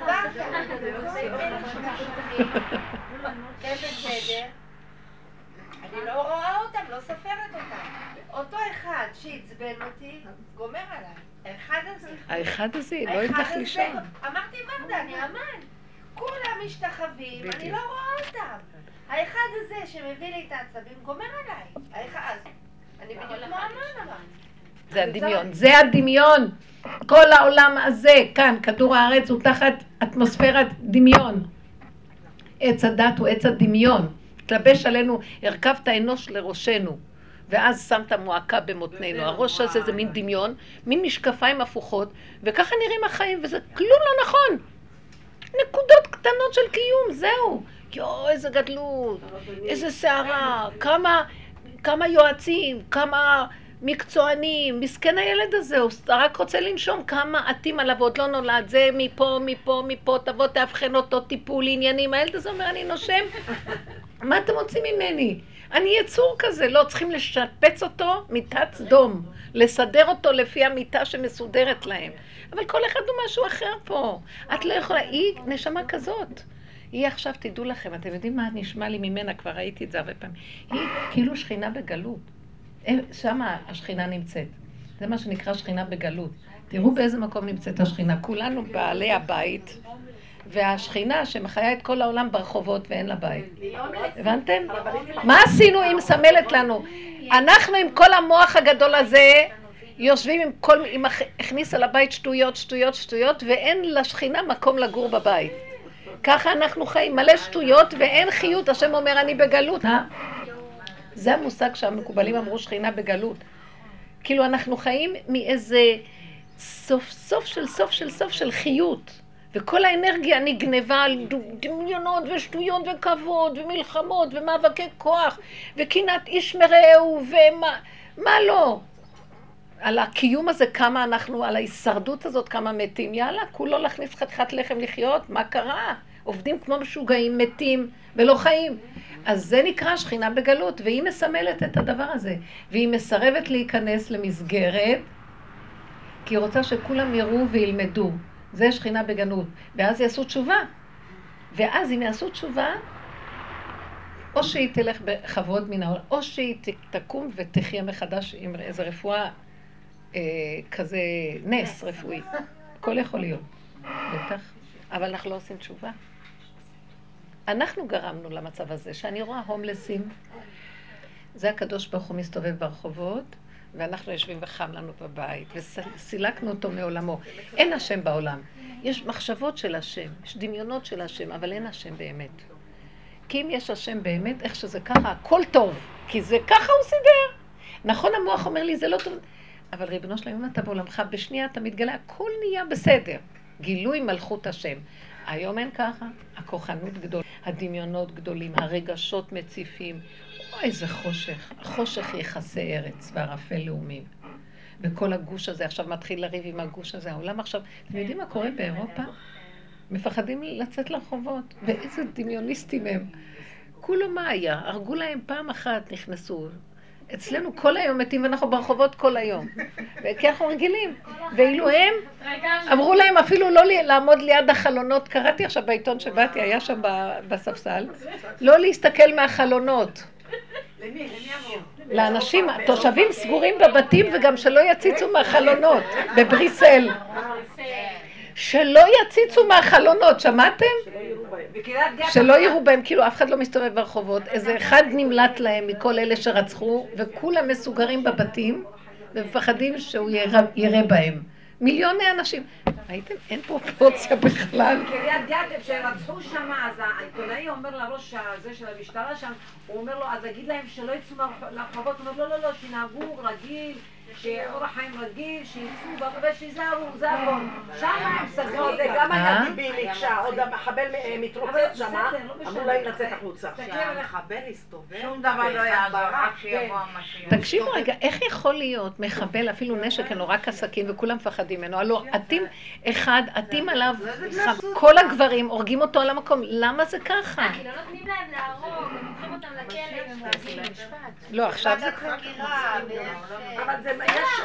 בסדר. אני לא רואה אותם, לא סופרת אותם. אותו אחד שעצבן אותי, גומר עליי. האחד הזה. האחד הזה, לא ייתך לישון. אמרתי, ורדה, אני אמן. כולם משתחווים, אני לא רואה אותם. האחד הזה שמביא לי את העצבים, גומר עליי. האחד. אני בדיוק כמו אמן אבל. זה הדמיון, זה הדמיון. כל העולם הזה, כאן, כדור הארץ הוא תחת אטמוספירת דמיון. עץ הדת הוא עץ הדמיון. תלבש עלינו, הרכבת אנוש לראשנו, ואז שמת מועקה במותנינו. הראש הזה זה מין דמיון, מין משקפיים הפוכות, וככה נראים החיים, וזה כלום לא נכון. נקודות קטנות של קיום, זהו. יו, איזה גדלות, איזה שערה, כמה, כמה יועצים, כמה מקצוענים, מסכן הילד הזה, הוא רק רוצה לנשום, כמה עטים עליו, עוד לא נולד, זה מפה, מפה, מפה, תבוא תאבחן אותו, טיפול, עניינים, הילד הזה אומר, אני נושם, מה אתם רוצים ממני? אני יצור כזה, לא צריכים לשפץ אותו מיטת סדום, לסדר אותו לפי המיטה שמסודרת להם. אבל כל אחד הוא משהו אחר פה. את לא יכולה, היא נשמה כזאת. היא עכשיו, תדעו לכם, אתם יודעים מה נשמע לי ממנה, כבר ראיתי את זה הרבה פעמים. היא כאילו שכינה בגלות. שם השכינה נמצאת. זה מה שנקרא שכינה בגלות. תראו באיזה מקום נמצאת השכינה. כולנו בעלי הבית. והשכינה שמחיה את כל העולם ברחובות ואין לה בית. הבנתם? מה עשינו אם מסמלת לנו? אנחנו עם כל המוח הגדול הזה יושבים עם כל, עם הכניס על הבית שטויות, שטויות, שטויות, ואין לשכינה מקום לגור בבית. ככה אנחנו חיים מלא שטויות ואין חיות. השם אומר אני בגלות. זה המושג שהמקובלים אמרו שכינה בגלות. כאילו אנחנו חיים מאיזה סוף סוף של סוף של סוף של חיות. וכל האנרגיה נגנבה על דמיונות ושטויות וכבוד ומלחמות ומאבקי כוח וקנאת איש מרעהו ומה מה לא. על הקיום הזה כמה אנחנו, על ההישרדות הזאת כמה מתים. יאללה, כולו להכניס חתיכת לחם לחיות, מה קרה? עובדים כמו משוגעים, מתים ולא חיים. אז זה נקרא שכינה בגלות, והיא מסמלת את הדבר הזה. והיא מסרבת להיכנס למסגרת, כי היא רוצה שכולם יראו וילמדו. זה שכינה בגלות. ואז יעשו תשובה. ואז אם יעשו תשובה, או שהיא תלך בכבוד מן העולם, או שהיא תקום ותחיה מחדש עם איזו רפואה אה, כזה נס רפואי. הכל יכול להיות. בטח. אבל אנחנו לא עושים תשובה. אנחנו גרמנו למצב הזה, שאני רואה הומלסים. זה הקדוש ברוך הוא מסתובב ברחובות, ואנחנו יושבים וחם לנו בבית, וסילקנו אותו מעולמו. אין השם בעולם. יש מחשבות של השם, יש דמיונות של השם, אבל אין השם באמת. כי אם יש השם באמת, איך שזה ככה, הכל טוב. כי זה ככה הוא סידר. נכון, המוח אומר לי, זה לא טוב. אבל ריבונו שלם, אם אתה בעולמך, בשנייה אתה מתגלה, הכל נהיה בסדר. גילוי מלכות השם. היום אין ככה, הכוחנות גדול, הדמיונות גדולים, הרגשות מציפים. אוי, איזה חושך. החושך יחסי ארץ והרפל לאומים. וכל הגוש הזה עכשיו מתחיל לריב עם הגוש הזה. העולם עכשיו, אתם יודעים מה קורה באירופה? מפחדים לצאת לרחובות. ואיזה דמיוניסטים הם. כולו מה היה? הרגו להם פעם אחת, נכנסו. אצלנו כל היום מתים ואנחנו ברחובות כל היום. כי אנחנו רגילים. ואילו הם, אמרו להם אפילו לא לעמוד ליד החלונות. קראתי עכשיו בעיתון שבאתי, היה שם בספסל. לא להסתכל מהחלונות. למי? למי אמרו? לאנשים, תושבים סגורים בבתים וגם שלא יציצו מהחלונות בבריסל. שלא יציצו מהחלונות, שמעתם? שלא יראו בהם, כאילו אף אחד לא מסתובב ברחובות. איזה אחד נמלט להם מכל אלה שרצחו, וכולם מסוגרים בבתים, ומפחדים שהוא יראה בהם. מיליוני אנשים. ראיתם? אין פרופורציה בכלל. קריית גת, כשרצחו שם, אז העיתונאי אומר לראש הזה של המשטרה שם, הוא אומר לו, אז אגיד להם שלא יצאו לרחובות, הוא אומר, לא, לא, לא, שנהגו רגיל, שאורח חיים רגיל, שיצאו ושיזהרו, זה הכל. שם הם סגרו. זה גם היה ביבילי, כשעוד המחבל מתרוצץ שם, אמרו להם לצאת החוצה. שהמחבל הסתובב, שום דבר לא יעזור, רק שיבוא המשיח. תקשיבו רגע, איך יכול להיות מחבל, אפילו נשק, אין לו רק עסקים וכולם מפחדים ממנו, הלוא עטים אחד, עטים עליו, כל הגברים הורגים אותו על המקום, למה זה ככה? כי לא נותנים להם להרוג, הם לוקחים אותם לכלא, הם מגיעים למשפט. לא, עכשיו זה... אבל זה,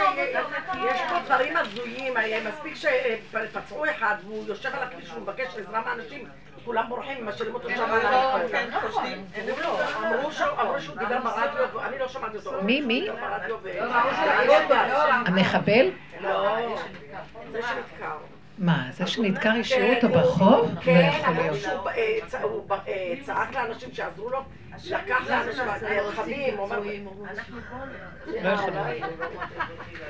יש פה דברים הזויים, מספיק שפצעו אחד והוא יושב על הכביש והוא מבקש עזרה מאנשים, כולם בורחים, משאירים אותו שם על הרחוב. אמרו שהוא דיבר ברדיו, אני לא שמעתי אותו. מי? מי? המחבל? לא, זה שנתקר. מה, זה שנתקר השאירו אותו ברחוב? לא יכול להיות. הוא צעק לאנשים שעזרו לו, לקח לאנשים רכבים, לא יכול להיות.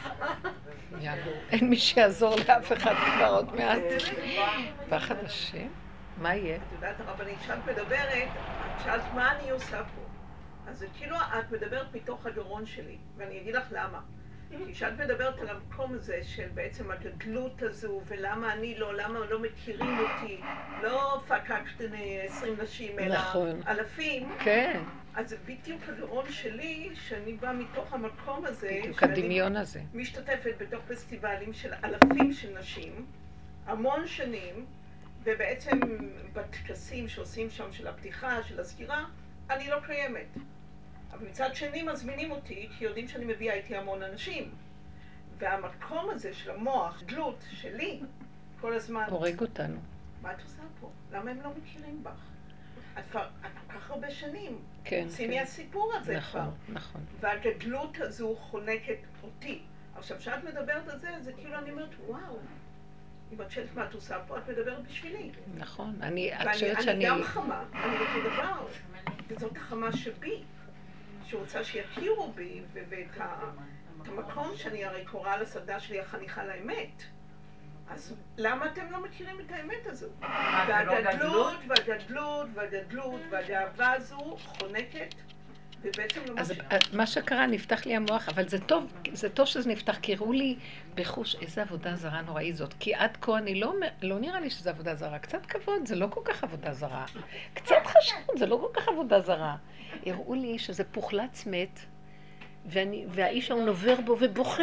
יאללה, אין מי שיעזור לאף אחד כבר עוד מעט. פחד השם? מה יהיה? את יודעת, הרבנית, כשאת מדברת, את שאלת מה אני עושה פה. אז זה כאילו את מדברת מתוך הגרון שלי, ואני אגיד לך למה. כי כשאת מדברת על המקום הזה של בעצם הגדלות הזו, ולמה אני לא, למה לא מכירים אותי, לא פקקתני עשרים נשים, אלא נכון. אלפים. כן. אז זה בדיוק הגרון שלי, שאני באה מתוך המקום הזה, בדיוק הדמיון הזה. משתתפת בתוך פסטיבלים של אלפים של נשים, המון שנים, ובעצם בטקסים שעושים שם של הפתיחה, של הסגירה, אני לא קיימת. אבל מצד שני מזמינים אותי, כי יודעים שאני מביאה איתי המון אנשים. והמקום הזה של המוח, דלות שלי, כל הזמן... הורג אותנו. מה את עושה פה? למה הם לא מכירים בך? את כבר כל כך הרבה שנים. כן, שימי כן. הסיפור הזה נכון, כבר. נכון. והגדלות הזו חונקת אותי. עכשיו, כשאת מדברת על זה, זה כאילו אני אומרת, וואו, אם את שואלת מה את עושה פה, את מדברת בשבילי. נכון, אני, את ואני חושבת אני שאני... גם חמה, אני אותו דבר, וזאת החמה שבי, שרוצה שיכירו בי, ו- ואת ה- את המקום שאני הרי קוראה לסדנה שלי החניכה לאמת. אז למה אתם לא מכירים את האמת הזו? והגדלות, והגדלות, והגדלות, והגאווה הזו חונקת, ובעצם לא אז משהו. מה שקרה, נפתח לי המוח, אבל זה טוב, זה טוב שזה נפתח, כי הראו לי בחוש איזה עבודה זרה נוראית זאת. כי עד כה אני לא, לא נראה לי שזה עבודה זרה. קצת כבוד, זה לא כל כך עבודה זרה. קצת חשבות, זה לא כל כך עבודה זרה. הראו לי שזה פוחלץ מת, ואני, והאיש הוא נובר בו ובוכה.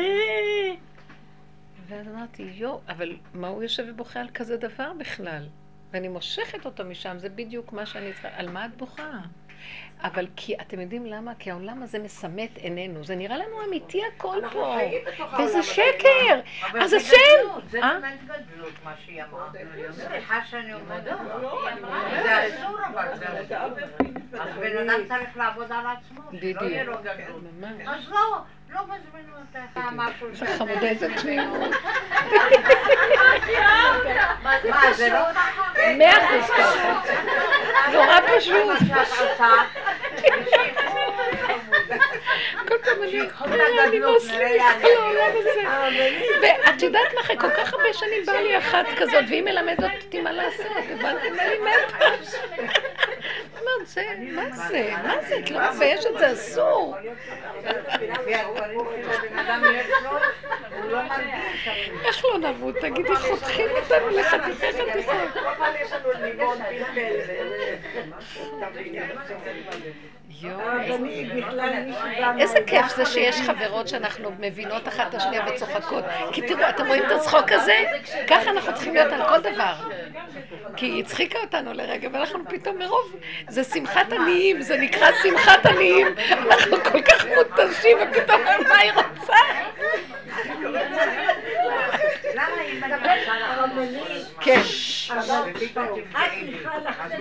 ואז אמרתי, יו, אבל מה הוא יושב ובוכה על כזה דבר בכלל? ואני מושכת אותו משם, זה בדיוק מה שאני צריכה, על מה את בוכה? אבל כי אתם יודעים למה? כי העולם הזה מסמת עינינו, זה נראה לנו אמיתי הכל פה, וזה שקר, אז השם! זה באמת גדלות מה שהיא אמרה. סליחה שאני אומרת, זה אסור אבל זה אסור. אז בן אדם צריך לעבוד על עצמו, שלא יהיה לו גדלות. אז לא, לא מזמינו אותך משהו. זה חמודה, איזה תמימות. מה, זה לא ככה? מאה אחוז ככה. נורא פשוט. כל פעם אני אני מסליחה לעולם הזה. ואת יודעת מה, אחרי כל כך הרבה שנים באה לי אחת כזאת, והיא מלמדת אותי מה לעשות, הבנתם מה לי מתה. אומרת, זה, מה זה? מה זה? את לא מביישת, זה אסור. איך לא נבוא? תגידי, חותכים אותנו לחתיכי חתיכות. יש לנו לימון פלפל. איזה כיף זה שיש חברות שאנחנו מבינות אחת את השנייה וצוחקות. כי תראו, אתם רואים את הצחוק הזה? ככה אנחנו צריכים להיות על כל דבר. כי היא הצחיקה אותנו לרגע, ואנחנו פתאום מרוב, זה שמחת עניים, זה נקרא שמחת עניים. אנחנו כל כך מותשים, ופתאום מה היא רוצה? למה היא מדברת על הרבנית? כן. את צריכה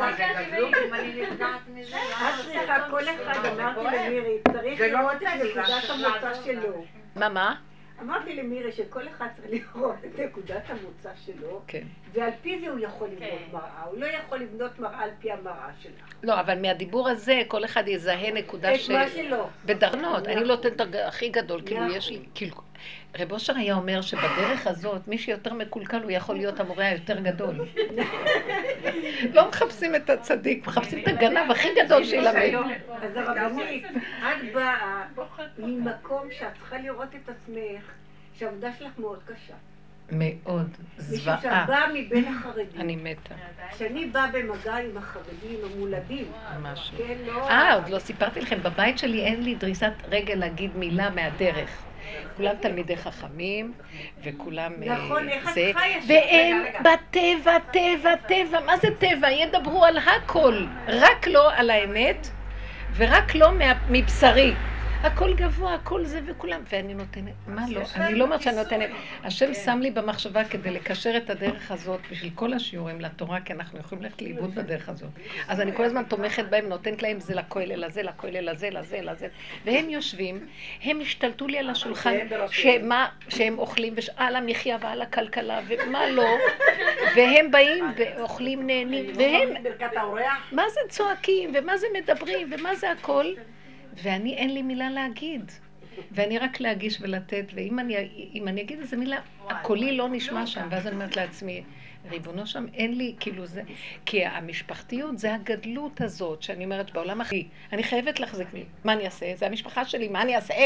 את צריכה, כל אחד, אמרתי למירי, צריך לראות את נקודת המוצא שלו. מה, מה? אמרתי למירי שכל אחד צריך לראות את נקודת המוצא שלו, כן. ועל פי זה הוא יכול לבנות מראה, הוא לא יכול לבנות מראה על פי המראה שלך. לא, אבל מהדיבור הזה כל אחד יזהה נקודה את מה שלו. בדרנות, אני לא נותנת הכי גדול, כאילו יש לי, כאילו, רב אושר היה אומר שבדרך הזאת, מי שיותר מקולקל הוא יכול להיות המורה היותר גדול. לא מחפשים את הצדיק, מחפשים את הגנב הכי גדול שילמד. אז הרבנית, את באה ממקום שאת צריכה לראות את עצמך, שהעבודה שלך מאוד קשה. מאוד, משום זוועה. שאת באה מבין החרדים. אני מתה. כשאני באה במגע עם החרדים המולדים, משהו. כן, לא... אה, עוד לא סיפרתי לכם, בבית שלי אין לי דריסת רגל להגיד מילה מהדרך. כולם תלמידי חכמים, וכולם נכון, איך את זה, חיה שם? והם בטבע, טבע, טבע, מה זה טבע? ידברו על הכל, רק לא על האמת, ורק לא מבשרי. הכל גבוה, הכל זה וכולם, ואני נותנת, מה לא? אני לא אומרת שאני נותנת. השם שם לי במחשבה כדי לקשר את הדרך הזאת בשביל כל השיעורים לתורה, כי אנחנו יכולים ללכת לאיבוד בדרך הזאת. אז אני כל הזמן תומכת בהם, נותנת להם זה לכולל הזה, לכולל הזה, לזה, לזה. והם יושבים, הם השתלטו לי על השולחן, שמה, שהם אוכלים, ועל המחיה ועל הכלכלה, ומה לא, והם באים ואוכלים, נהנים, והם, מה זה צועקים, ומה זה מדברים, ומה זה הכל. ואני אין לי מילה להגיד. ואני רק להגיש ולתת, ואם אני, אם אני אגיד איזה מילה, הקולי לא נשמע שם, ואז אני אומרת לעצמי, ריבונו שם, אין לי, כאילו זה, כי המשפחתיות זה הגדלות הזאת, שאני אומרת בעולם אחרי, אני חייבת להחזיק לי, מה אני אעשה? זה המשפחה שלי, מה אני אעשה?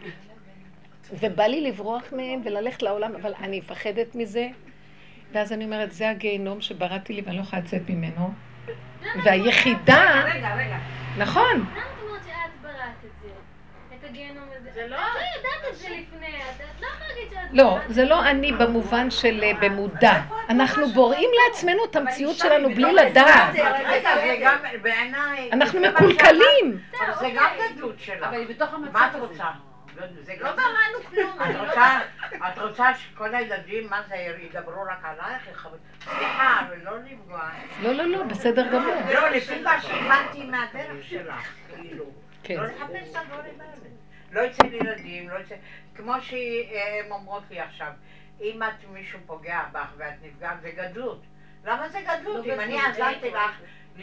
ובא לי לברוח מהם וללכת לעולם, אבל אני מפחדת מזה, ואז אני אומרת, זה הגיהנום שבראתי לי ואני לא יכולה לצאת ממנו, והיחידה... רגע, רגע. נכון. למה את אומרת שאת בראת את זה? את הגיהנום הזה? זה לא... את לא יודעת את זה לפני, את לא יכולה להגיד שאת... לא, זה לא אני במובן של במודע. אנחנו בוראים לעצמנו את המציאות שלנו בלי לדעת. רגע, זה גם בעיניי... אנחנו מקולקלים. זה גם גדלות שלך. אבל היא בתוך המצב מה את הזה. רוצה? זה לא בראנו כלום. את רוצה, את רוצה שכל הילדים, מה זה, ידברו רק עלייך? סליחה, ולא לפגוע. לא, לא, לא, בסדר גמור. לא, לפי מה שהבנתי מהדרך שלך, כאילו. כן. לא לחפש את הדברים האלה. לא אצל ילדים, לא אצל... כמו שהן אומרות לי עכשיו, אם את מישהו פוגע בך ואת נפגעת, זה גדלות. למה זה גדלות? אם אני עזרתי לך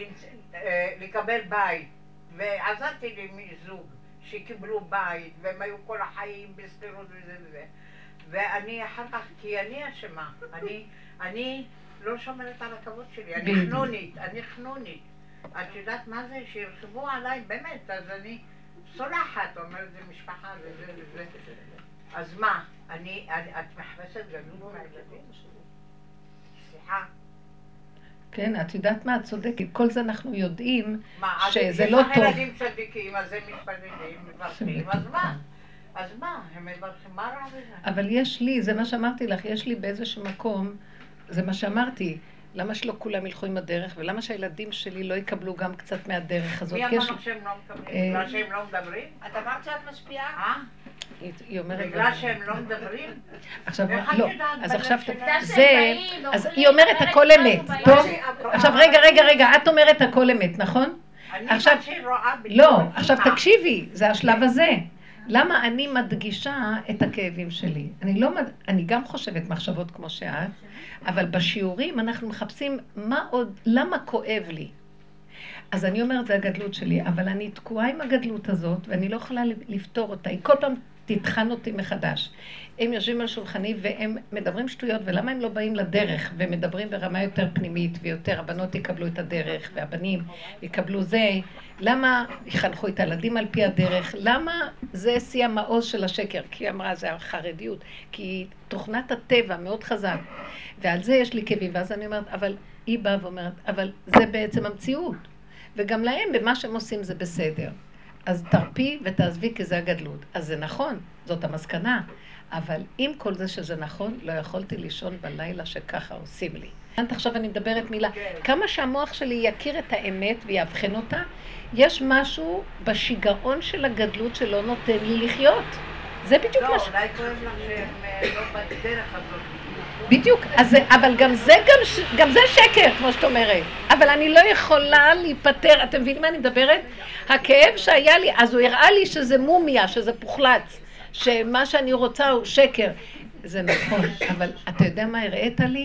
לקבל בית, ועזרתי לי מזוג, שקיבלו בית, והם היו כל החיים בסתירות וזה וזה. ואני אחר כך, כי אני אשמה, אני, אני לא שומרת על הכבוד שלי, אני חנונית, אני חנונית. את יודעת מה זה? שירחבו עליי, באמת, אז אני סולחת, אומרת, זה משפחה, זה זה זה. אז מה, אני, את מחפשת גדלות מהילדים? סליחה. כן, את יודעת מה, את צודקת. כל זה אנחנו יודעים שזה יש לא לך טוב. ילדים צדיקים, אז הם מתפללים, מברכים, אז מה? אז מה? הם מברכים, מה רע בזה? אבל יש לי, זה מה שאמרתי לך, יש לי באיזשהו מקום, זה מה שאמרתי, למה שלא כולם ילכו עם הדרך, ולמה שהילדים שלי לא יקבלו גם קצת מהדרך הזאת? מי כי יש- אמר לך שהם לא מקבלים? בגלל שהם לא מדברים? את אמרת שאת משפיעה? אה? היא- היא אומרת... בגלל שהם לא מדברים? עכשיו, איך את לא, יודעת אז בלב עכשיו, שלהם? שהם זה, באים, אז אוכלים, היא אומרת אבל הכל אצלנו אמת, באים. טוב? עכשיו, רגע, רגע, רגע, את אומרת הכל אמת, נכון? אני עכשיו- מה שהיא רואה בדיוק. לא, עכשיו אה, תקשיבי, זה השלב הזה. למה אני מדגישה את הכאבים שלי? אני לא, מד- אני גם חושבת מחשבות כמו שאת, אבל בשיעורים אנחנו מחפשים מה עוד, למה כואב לי? אז אני אומרת, זה הגדלות שלי, אבל אני תקועה עם הגדלות הזאת, ואני לא יכולה לפתור אותה. היא כל פעם תטחן אותי מחדש. הם יושבים על שולחני והם מדברים שטויות, ולמה הם לא באים לדרך ומדברים ברמה יותר פנימית ויותר, הבנות יקבלו את הדרך והבנים יקבלו זה, למה יחנכו את הילדים על פי הדרך, למה זה שיא המעוז של השקר, כי היא אמרה זה החרדיות, כי תוכנת הטבע מאוד חזק, ועל זה יש לי כאבים, ואז אני אומרת, אבל היא באה ואומרת, אבל זה בעצם המציאות, וגם להם במה שהם עושים זה בסדר. אז תרפי ותעזבי כי זה הגדלות. אז זה נכון, זאת המסקנה. אבל עם כל זה שזה נכון, לא יכולתי לישון בלילה שככה עושים לי. עכשיו אני מדברת מילה. כמה שהמוח שלי יכיר את האמת ויאבחן אותה, יש משהו בשיגעון של הגדלות שלא נותן לי לחיות. זה בדיוק לא, מה ש... אולי כואב לך שהם אה, לא בדרך הזאת. בדיוק, אז, זה- אבל גם זה, גם, ש- גם זה שקר, כמו שאת אומרת. אבל אני לא יכולה להיפטר, אתם מבינים מה אני מדברת? הכאב שהיה לי, אז הוא הראה לי שזה מומיה, שזה פוחלץ, שמה שאני רוצה הוא שקר. זה נכון, אבל אתה יודע מה הראית לי?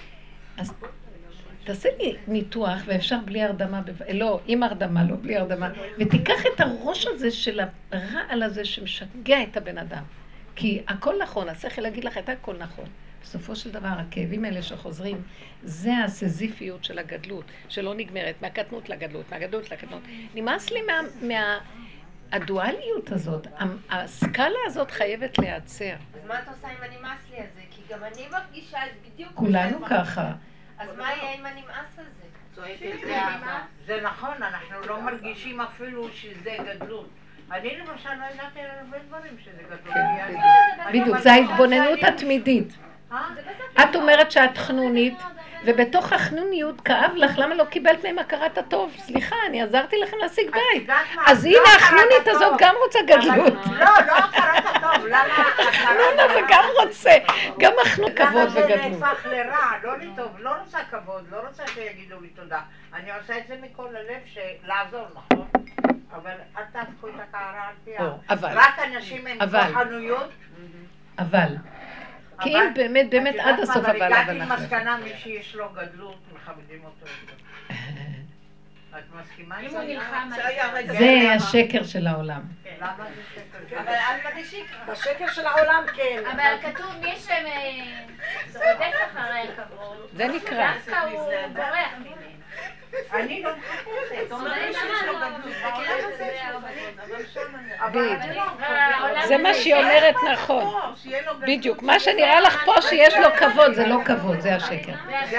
אז תעשה לי ניתוח, ואפשר בלי הרדמה, בב... לא, עם הרדמה, לא בלי הרדמה, ותיקח את הראש הזה של הרעל הזה שמשגע את הבן אדם. כי הכל נכון, השכל להגיד לך את הכל נכון. בסופו של דבר, הכאבים האלה שחוזרים, זה הסזיפיות של הגדלות, שלא נגמרת, מהקטנות לגדלות, מהגדלות לקטנות. נמאס לי מה... מה... הדואליות הזאת, הסקאלה הזאת חייבת להיעצר. אז מה את עושה עם הנמאס לי הזה? כי גם אני מרגישה בדיוק... כולנו ככה. אז מה יהיה עם הנמאס הזה? זה נכון, אנחנו לא מרגישים אפילו שזה גדלות. אני למשל לא ידעתי על הרבה דברים שזה גדלות. בדיוק, זה ההתבוננות התמידית. את אומרת שאת חנונית, ובתוך החנוניות כאב לך, למה לא קיבלת מהם הכרת הטוב? סליחה, אני עזרתי לכם להשיג בית. אז הנה החנונית הזאת גם רוצה גדלות. לא, לא הכרת הטוב, למה... חנונה זה גם רוצה, גם החנון כבוד למה זה וגדלות. נהפך לרע, לא לטוב, לא רוצה כבוד, לא רוצה שיגידו לי תודה. אני עושה את זה מכל הלב, לעזור, נכון? אבל אל תהפכו את הקערה על פיה. אבל, רק אנשים עם אבל. כוחנויות. אבל. כי אם באמת, באמת עד הסוף אבל... אבל הגעתי למסקנה, מי שיש לו גדלות, מכבדים אותו. את מסכימה? אם הוא נלחם על זה היה רגע. זה השקר של העולם. למה זה שקר? אבל על מה זה שקרה? בשקר של העולם כן. אבל כתוב מי שרודף אחרי הכבוד, זה נקרא. דווקא הוא בורח ממנו. אני לא מחפשת. זאת אומרת שיש לו גדלות. בעולם הזה יש לו גדלות, אבל שם אני... אבל אני לא... זה מה שהיא אומרת נכון. פה, שיהיה לו גדלות. בדיוק, מה שנראה לך פה שיש לו כבוד, זה לא כבוד, זה השקר.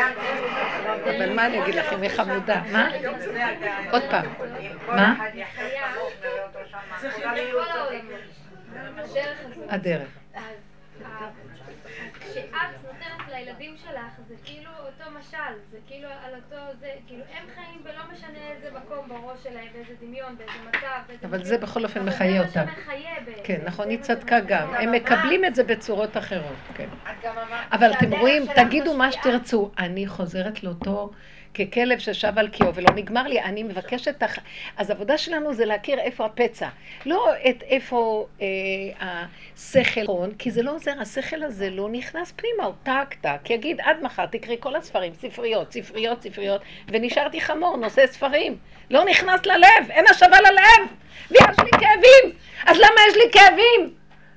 אבל מה אני אגיד לכם, היא חמודה, מה? זה הגאיה. עוד פעם, כל מה? אחד יחשוב כמוך נראה אותו שם. צריכים כולם יהיו כל אותו העולם. דבר. הדרך הזאת. הדרך. אז ה- כשאת נותנת לילדים שלך, זה כאילו אותו משל, זה כאילו על אותו, זה כאילו הם חיים ולא משנה איזה מקום בראש שלהם, באיזה דמיון, באיזה מצב, באיזה... אבל מקום. זה בכל אופן אבל מחיה זה אותם. מה שמחיה בעצם. כן, נכון, זה היא מה צדקה שמחיה. גם. הם מקבלים את זה בצורות אחרות, כן. את גם אמרת אבל אתם שהדרך רואים, שלך תגידו מה משפיעה. שתרצו. אני חוזרת לאותו ככלב ששב על קיאו ולא נגמר לי, אני מבקשת... הח... אז העבודה שלנו זה להכיר איפה הפצע. לא את איפה אה, השכל, כי זה לא עוזר, השכל הזה לא נכנס פנימה, הוא טק טק. יגיד, עד מחר תקראי כל הספרים, ספריות, ספריות, ספריות, ונשארתי חמור, נושא ספרים. לא נכנס ללב, אין השבה ללב, ויש לי כאבים. אז למה יש לי כאבים?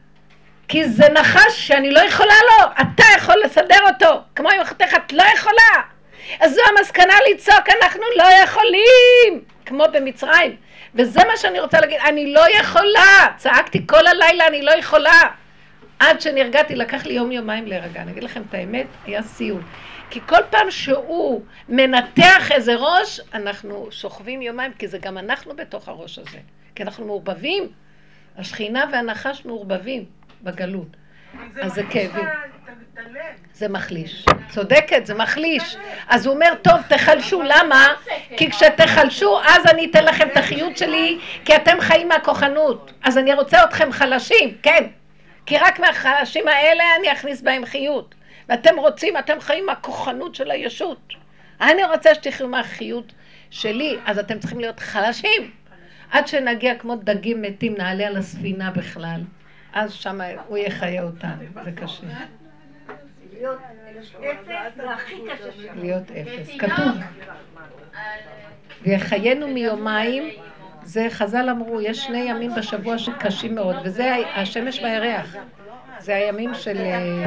כי זה נחש שאני לא יכולה לו, אתה יכול לסדר אותו, כמו עם אחותך, את לא יכולה. אז זו המסקנה לצעוק, אנחנו לא יכולים, כמו במצרים. וזה מה שאני רוצה להגיד, אני לא יכולה. צעקתי כל הלילה, אני לא יכולה. עד שנרגעתי, לקח לי יום יומיים להירגע. אני אגיד לכם את האמת, היה סיום. כי כל פעם שהוא מנתח איזה ראש, אנחנו שוכבים יומיים, כי זה גם אנחנו בתוך הראש הזה. כי אנחנו מעורבבים. השכינה והנחש מעורבבים בגלות. אז זה כאבים. זה מחליש. צודקת, זה מחליש. אז הוא אומר, טוב, תחלשו. למה? כי כשתחלשו, אז אני אתן לכם את החיות שלי, כי אתם חיים מהכוחנות. אז אני רוצה אתכם חלשים, כן. כי רק מהחלשים האלה אני אכניס בהם חיות. ואתם רוצים, אתם חיים מהכוחנות של הישות. אני רוצה שתחיו מהחיות שלי, אז אתם צריכים להיות חלשים. עד שנגיע כמו דגים מתים, נעלה על הספינה בכלל. אז שם הוא יחיה אותנו, זה קשה. להיות אפס זה הכי קשה שם. להיות אפס, כתוב. ויחיינו מיומיים, זה חז"ל אמרו, יש שני ימים בשבוע שקשים מאוד, וזה השמש והירח. זה הימים של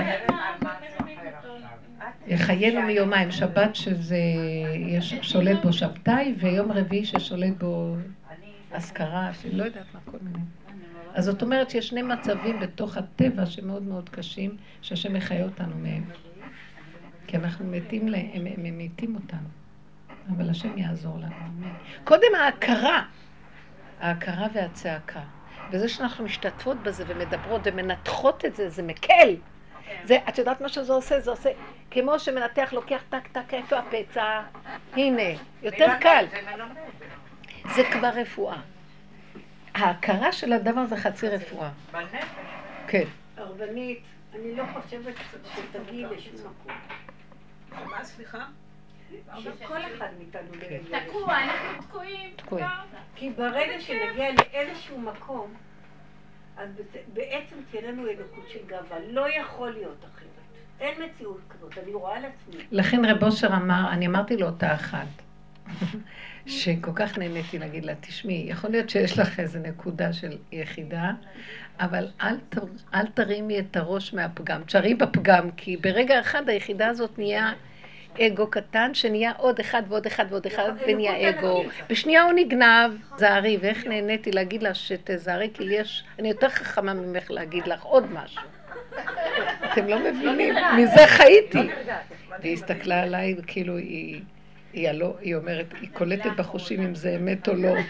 יחיינו מיומיים, שבת שזה שולט בו שבתאי, ויום רביעי ששולט בו אזכרה, שלא יודעת מה, כל מיני. אז זאת אומרת שיש שני מצבים בתוך הטבע שמאוד מאוד קשים, שהשם מחיה אותנו מהם. כי אנחנו מתים להם, הם, הם, הם מתים אותנו. אבל השם יעזור לנו. אמן. קודם ההכרה, ההכרה והצעקה. וזה שאנחנו משתתפות בזה ומדברות ומנתחות את זה, זה מקל. זה, את יודעת מה שזה עושה? זה עושה כמו שמנתח לוקח טק טק איפה הפצע. הנה, יותר קל. זה כבר רפואה. ההכרה של הדבר זה חצי רפואה. בנפש. כן. הרבנית, אני לא חושבת שתגיעי לשום מקום. מה, סליחה? שכל אחד מאיתנו לא יגיע לשום. תקוע, אנחנו תקועים. תקועים. כי ברגע שנגיע לאיזשהו מקום, אז בעצם תהיה לנו אלוקות של גאווה. לא יכול להיות אחרת. אין מציאות כזאת, אני רואה על עצמי. לכן רב אושר אמר, אני אמרתי לו אותה אחת, שכל כך נהניתי להגיד לה, תשמעי, יכול להיות שיש לך איזו נקודה של יחידה, אבל אל, ת, אל תרימי את הראש מהפגם, תשארי בפגם, כי ברגע אחד היחידה הזאת נהיה אגו קטן, שנהיה עוד אחד ועוד אחד ועוד אחד, ונהיה אגו. בשנייה הוא נגנב, זהרי, ואיך נהניתי להגיד לה שתזהרי, כי יש, אני יותר חכמה ממך להגיד לך עוד משהו. אתם לא מבינים, מזה חייתי. והיא הסתכלה עליי, וכאילו היא... היא, הלא, היא אומרת, היא קולטת בחושים אם זה אמת או לא.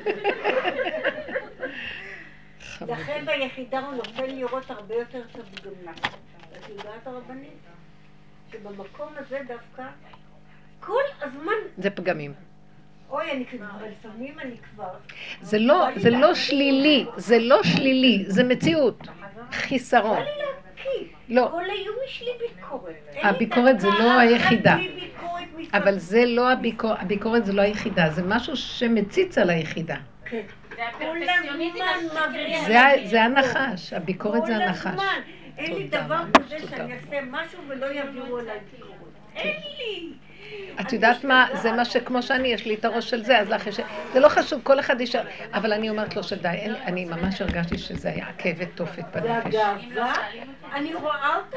לכן ביחידה הוא נופל לראות הרבה יותר את הפגמים. את יודעת הרבנית? שבמקום הזה דווקא כל הזמן... זה פגמים. אוי, אני כבר, לפעמים אני כבר... זה לא, זה לא שלילי, זה לא שלילי, זה מציאות. חיסרון. בא לי להקיא. לא. כל היום יש לי ביקורת. הביקורת זה לא היחידה. ביקורת אבל זה לא הביקורת, הביקורת זה לא היחידה, זה משהו שמציץ על היחידה. כן. זה הפרפקציוניזם השקרי. זה, זה הנחש, הביקורת זה הנחש. כל הזמן. אין לי תודה דבר רבה, כזה תודה. שאני אעשה משהו ולא יביאו עליי ביקורת. אין לי. את יודעת מה, זה מה שכמו שאני, יש לי את הראש של זה, אז לך יש... זה לא חשוב, כל אחד יישאר... אבל אני אומרת לו שדי, אני ממש הרגשתי שזה היה עקבת תופת בנפש. זה הגאווה, אני רואה אותה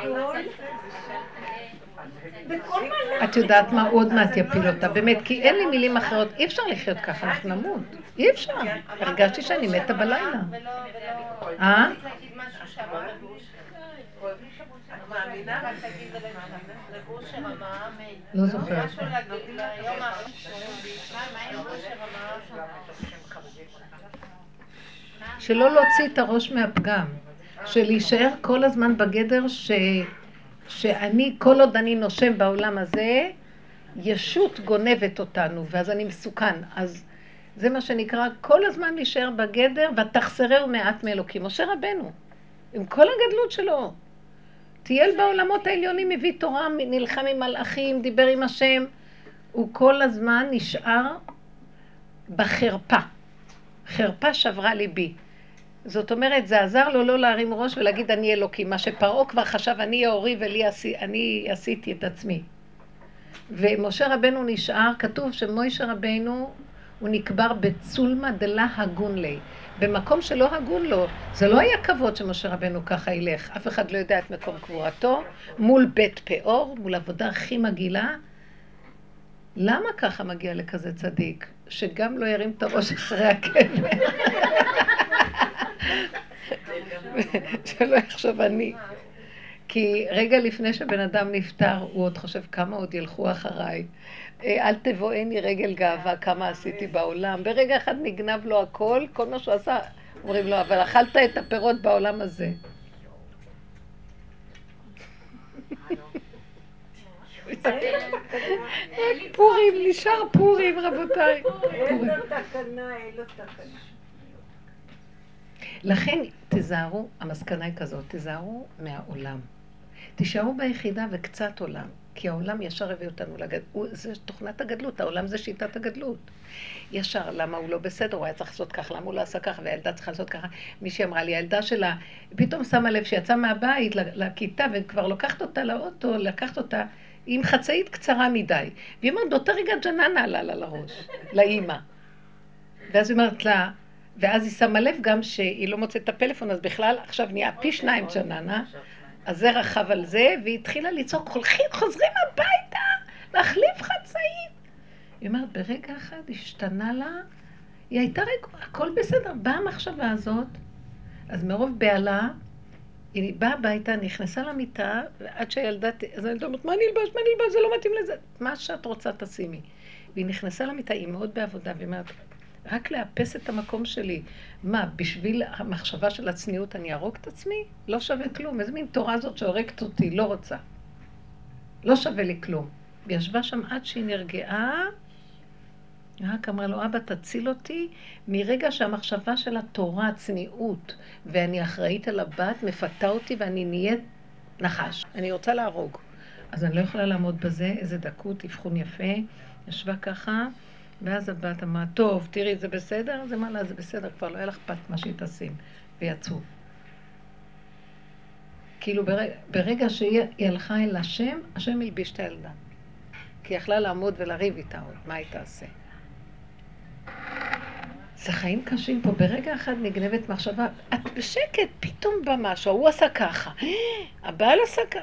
בכל מלא. את יודעת מה, עוד מעט יפיל אותה, באמת, כי אין לי מילים אחרות, אי אפשר לחיות ככה, אנחנו נמות. אי אפשר. הרגשתי שאני מתה בלילה. אה? לא זוכרת. שלא להוציא את הראש מהפגם, שלהישאר כל הזמן בגדר ש... שאני, כל עוד אני נושם בעולם הזה, ישות גונבת אותנו, ואז אני מסוכן. אז זה מה שנקרא, כל הזמן להישאר בגדר, ותחסרהו מעט מאלוקים. משה רבנו, עם כל הגדלות שלו, טייל בעולמות העליונים, מביא תורה, נלחם עם מלאכים, דיבר עם השם, הוא כל הזמן נשאר בחרפה. חרפה שברה ליבי. זאת אומרת, זה עזר לו לא להרים ראש ולהגיד אני אלוקים. מה שפרעה כבר חשב, אני אורי ולי עשי, אני עשיתי את עצמי. ומשה רבנו נשאר, כתוב שמשה רבנו הוא נקבר בצולמה דלה הגון לי. במקום שלא הגון לו, זה לא היה כבוד שמשה רבנו ככה ילך. אף אחד לא יודע את מקום קבורתו, מול בית פאור, מול עבודה הכי מגעילה. למה ככה מגיע לכזה צדיק? שגם לא ירים את הראש אחרי הקבר. שלא יחשוב אני. כי רגע לפני שבן אדם נפטר, הוא עוד חושב כמה עוד ילכו אחריי. אל תבואני רגל גאווה, כמה עשיתי בעולם. ברגע אחד נגנב לו הכל, כל מה שהוא עשה, אומרים לו, אבל אכלת את הפירות בעולם הזה. פורים, נשאר פורים, רבותיי. אין לו תקנה, אין לו תקנה. לכן תזהרו, המסקנה היא כזאת, תזהרו מהעולם. תישארו ביחידה וקצת עולם, כי העולם ישר הביא אותנו לגדלות, זה תוכנת הגדלות, העולם זה שיטת הגדלות. ישר, למה הוא לא בסדר, הוא היה צריך לעשות ככה, למה הוא לא עשה ככה, והילדה צריכה לעשות ככה. מישהי אמרה לי, הילדה שלה, פתאום שמה לב שיצאה מהבית לכיתה, וכבר לקחת אותה לאוטו, לקחת אותה עם חצאית קצרה מדי. והיא אומרת, באותה רגע ג'ננה עלה לה לראש, לאמא. ואז היא אומרת לה, ואז היא שמה לב גם שהיא לא מוצאת את הפלאפון, אז בכלל עכשיו נהיה פי שניים ג'ננה, אז זה רחב על זה, והיא התחילה לצעוק, הולכים, חוזרים הביתה, להחליף חצאית. היא אומרת, ברגע אחד השתנה לה, היא הייתה רגוע, הכל בסדר, באה המחשבה הזאת, אז מרוב בעלה, היא באה הביתה, נכנסה למיטה, ועד שהילדה, אז אני אומרת, מה נלבש, מה נלבש, זה לא מתאים לזה, מה שאת רוצה תשימי. והיא נכנסה למיטה, היא מאוד בעבודה, והיא אומרת, רק לאפס את המקום שלי. מה, בשביל המחשבה של הצניעות אני ארוג את עצמי? לא שווה כלום. איזה מין תורה הזאת שהורגת אותי, לא רוצה. לא שווה לי כלום. היא ישבה שם עד שהיא נרגעה, רק אמרה לו, אבא תציל אותי, מרגע שהמחשבה של התורה, הצניעות, ואני אחראית על הבת, מפתה אותי ואני נהיית נחש. אני רוצה להרוג. אז אני לא יכולה לעמוד בזה, איזה דקות, אבחון יפה, ישבה ככה, ואז הבת אמרה, טוב, תראי, זה בסדר? זה מה לה, זה בסדר, כבר לא היה לך פת מה שהיא תשים. ויצאו. כאילו ברגע, ברגע שהיא הלכה אל השם, השם ילביש את הילדה. כי היא יכלה לעמוד ולריב איתה עוד, מה היא תעשה? זה חיים קשים פה, ברגע אחד נגנבת מחשבה, את בשקט, פתאום בא משהו, הוא עשה ככה, הבעל עשה ככה.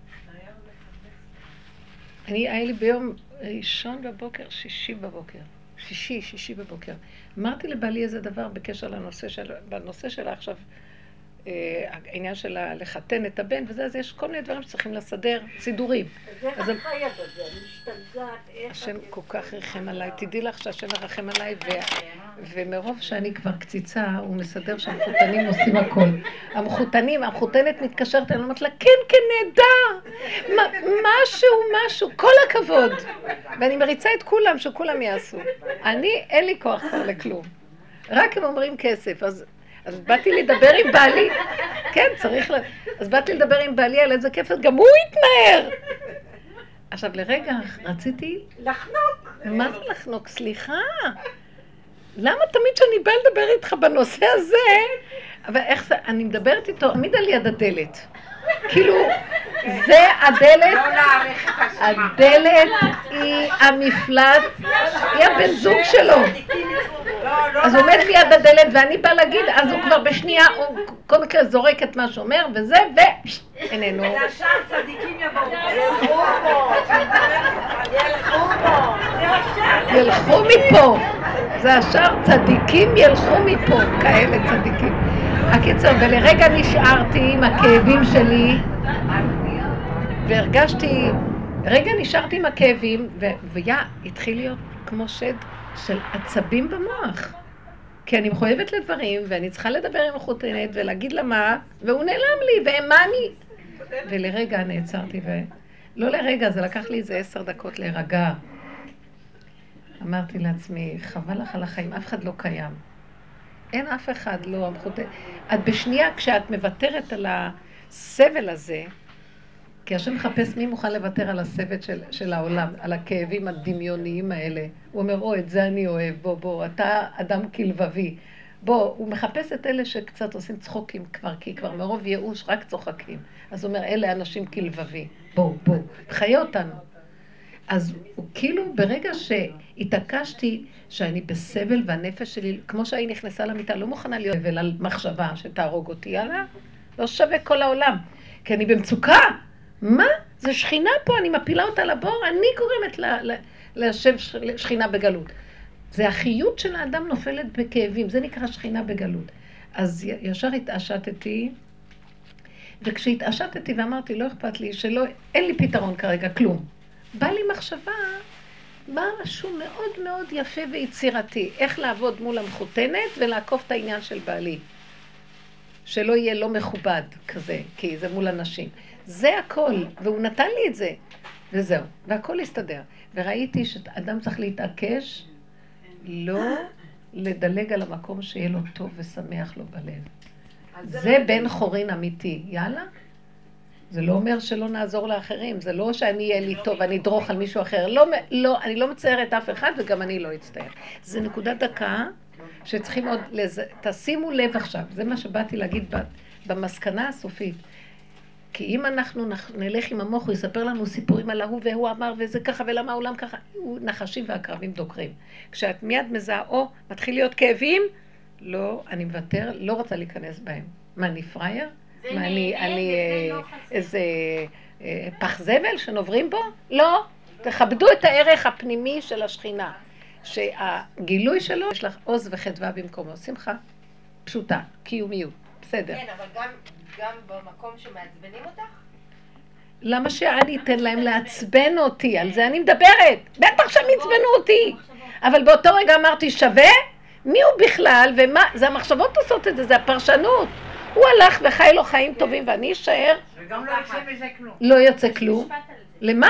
אני, היה לי ביום ראשון בבוקר, שישי בבוקר, שישי, שישי בבוקר. אמרתי לבעלי איזה דבר בקשר לנושא של, בנושא שלה עכשיו, העניין שלה לחתן את הבן וזה, אז יש כל מיני דברים שצריכים לסדר, סידורים. זה החיה בזה, משתגעת, איך... השם כל כך רחם עליי, תדעי לך שהשם מרחם עליי, ומרוב שאני כבר קציצה, הוא מסדר שהמחותנים עושים הכל. המחותנים, המחותנת מתקשרת, אני אומרת לה, כן, כן, נהדר, משהו, משהו, כל הכבוד. ואני מריצה את כולם, שכולם יעשו. אני, אין לי כוח כבר לכלום. רק הם אומרים כסף, אז... אז באתי לדבר עם בעלי, כן, צריך ל... אז באתי לדבר עם בעלי על איזה כיף, גם הוא התנער. עכשיו, לרגע רציתי... לחנוק. מה זה לחנוק? סליחה. למה תמיד שאני באה לדבר איתך בנושא הזה, אבל איך זה, אני מדברת איתו, עמיד על יד הדלת. כאילו, זה הדלת, הדלת היא המפלט, היא הבן זוג שלו. אז הוא עומד ליד הדלת ואני באה להגיד, אז הוא כבר בשנייה, הוא קודם כל זורק את מה שאומר וזה, ואיננו. זה השאר צדיקים יבואו. ילכו בו. ילכו בו. זה השאר. ילכו מפה. זה השאר צדיקים ילכו מפה, כאלה צדיקים. הקיצור, ולרגע נשארתי עם הכאבים שלי, והרגשתי, רגע נשארתי עם הכאבים, ויה, התחיל להיות כמו שד של עצבים במוח. כי אני מחויבת לדברים, ואני צריכה לדבר עם החותנת, ולהגיד לה מה, והוא נעלם לי, ומה אני? ולרגע נעצרתי, ולא לרגע, זה לקח לי איזה עשר דקות להירגע. אמרתי לעצמי, חבל לך על החיים, אף אחד לא קיים. אין אף אחד, לא המחותנת. את בשנייה, כשאת מוותרת על הסבל הזה, כי השם מחפש מי מוכן לוותר על הסבל של, של העולם, על הכאבים הדמיוניים האלה. הוא אומר, או, את זה אני אוהב, בוא, בוא, אתה אדם כלבבי. בוא, הוא מחפש את אלה שקצת עושים צחוקים כבר, כי כבר מרוב ייאוש רק צוחקים. אז הוא אומר, אלה אנשים כלבבי. בוא, בוא, חיה אותנו. אז הוא כאילו, ברגע שהתעקשתי שאני בסבל והנפש שלי, כמו שהיא נכנסה למיטה, לא מוכנה להיות סבל על מחשבה שתהרוג אותי, יאללה, לא שווה כל העולם. כי אני במצוקה. מה? זה שכינה פה, אני מפילה אותה לבור, אני גורמת לשם שכינה בגלות. זה החיות של האדם נופלת בכאבים, זה נקרא שכינה בגלות. אז ישר התעשתתי, וכשהתעשתתי ואמרתי, לא אכפת לי, שלא, אין לי פתרון כרגע, כלום. בא לי מחשבה, משהו מאוד מאוד יפה ויצירתי, איך לעבוד מול המחותנת ולעקוף את העניין של בעלי. שלא יהיה לא מכובד כזה, כי זה מול אנשים. זה הכל, והוא נתן לי את זה, וזהו, והכל הסתדר. וראיתי שאדם צריך להתעקש, לא לדלג על המקום שיהיה לו טוב ושמח לו בלב. זה בן חורין אמיתי, יאללה? זה לא אומר שלא נעזור לאחרים, זה לא שאני אהיה לי טוב, אני אדרוך על מישהו אחר. לא, לא, אני לא מציירת אף אחד וגם אני לא אצטייר. זה נקודת דקה שצריכים עוד, לז... תשימו לב עכשיו, זה מה שבאתי להגיד במסקנה הסופית. כי אם אנחנו נלך עם המוח, הוא יספר לנו סיפורים על ההוא והוא אמר וזה ככה ולמה העולם ככה, הוא נחשים והקרבים דוקרים. כשאת מיד מזהה, או מתחיל להיות כאבים, לא, אני מוותר, לא רוצה להיכנס בהם. מה, אני פרייר? מה, אני, אני איזה פח זבל שנוברים בו? לא, תכבדו את הערך הפנימי של השכינה. שהגילוי שלו, יש לך עוז וחדווה במקומו. שמחה, פשוטה, קיומיות, בסדר. כן, אבל גם, גם במקום שמעצבנים אותך? למה שאני אתן להם לעצבן אותי? על זה אני מדברת. בטח שהם יצבנו אותי. אבל באותו רגע אמרתי, שווה? מי הוא בכלל? ומה? זה המחשבות עושות את זה, זה הפרשנות. הוא הלך וחי לו חיים טובים ואני אשאר. וגם לא יצא מזה כלום. לא יוצא כלום. למה?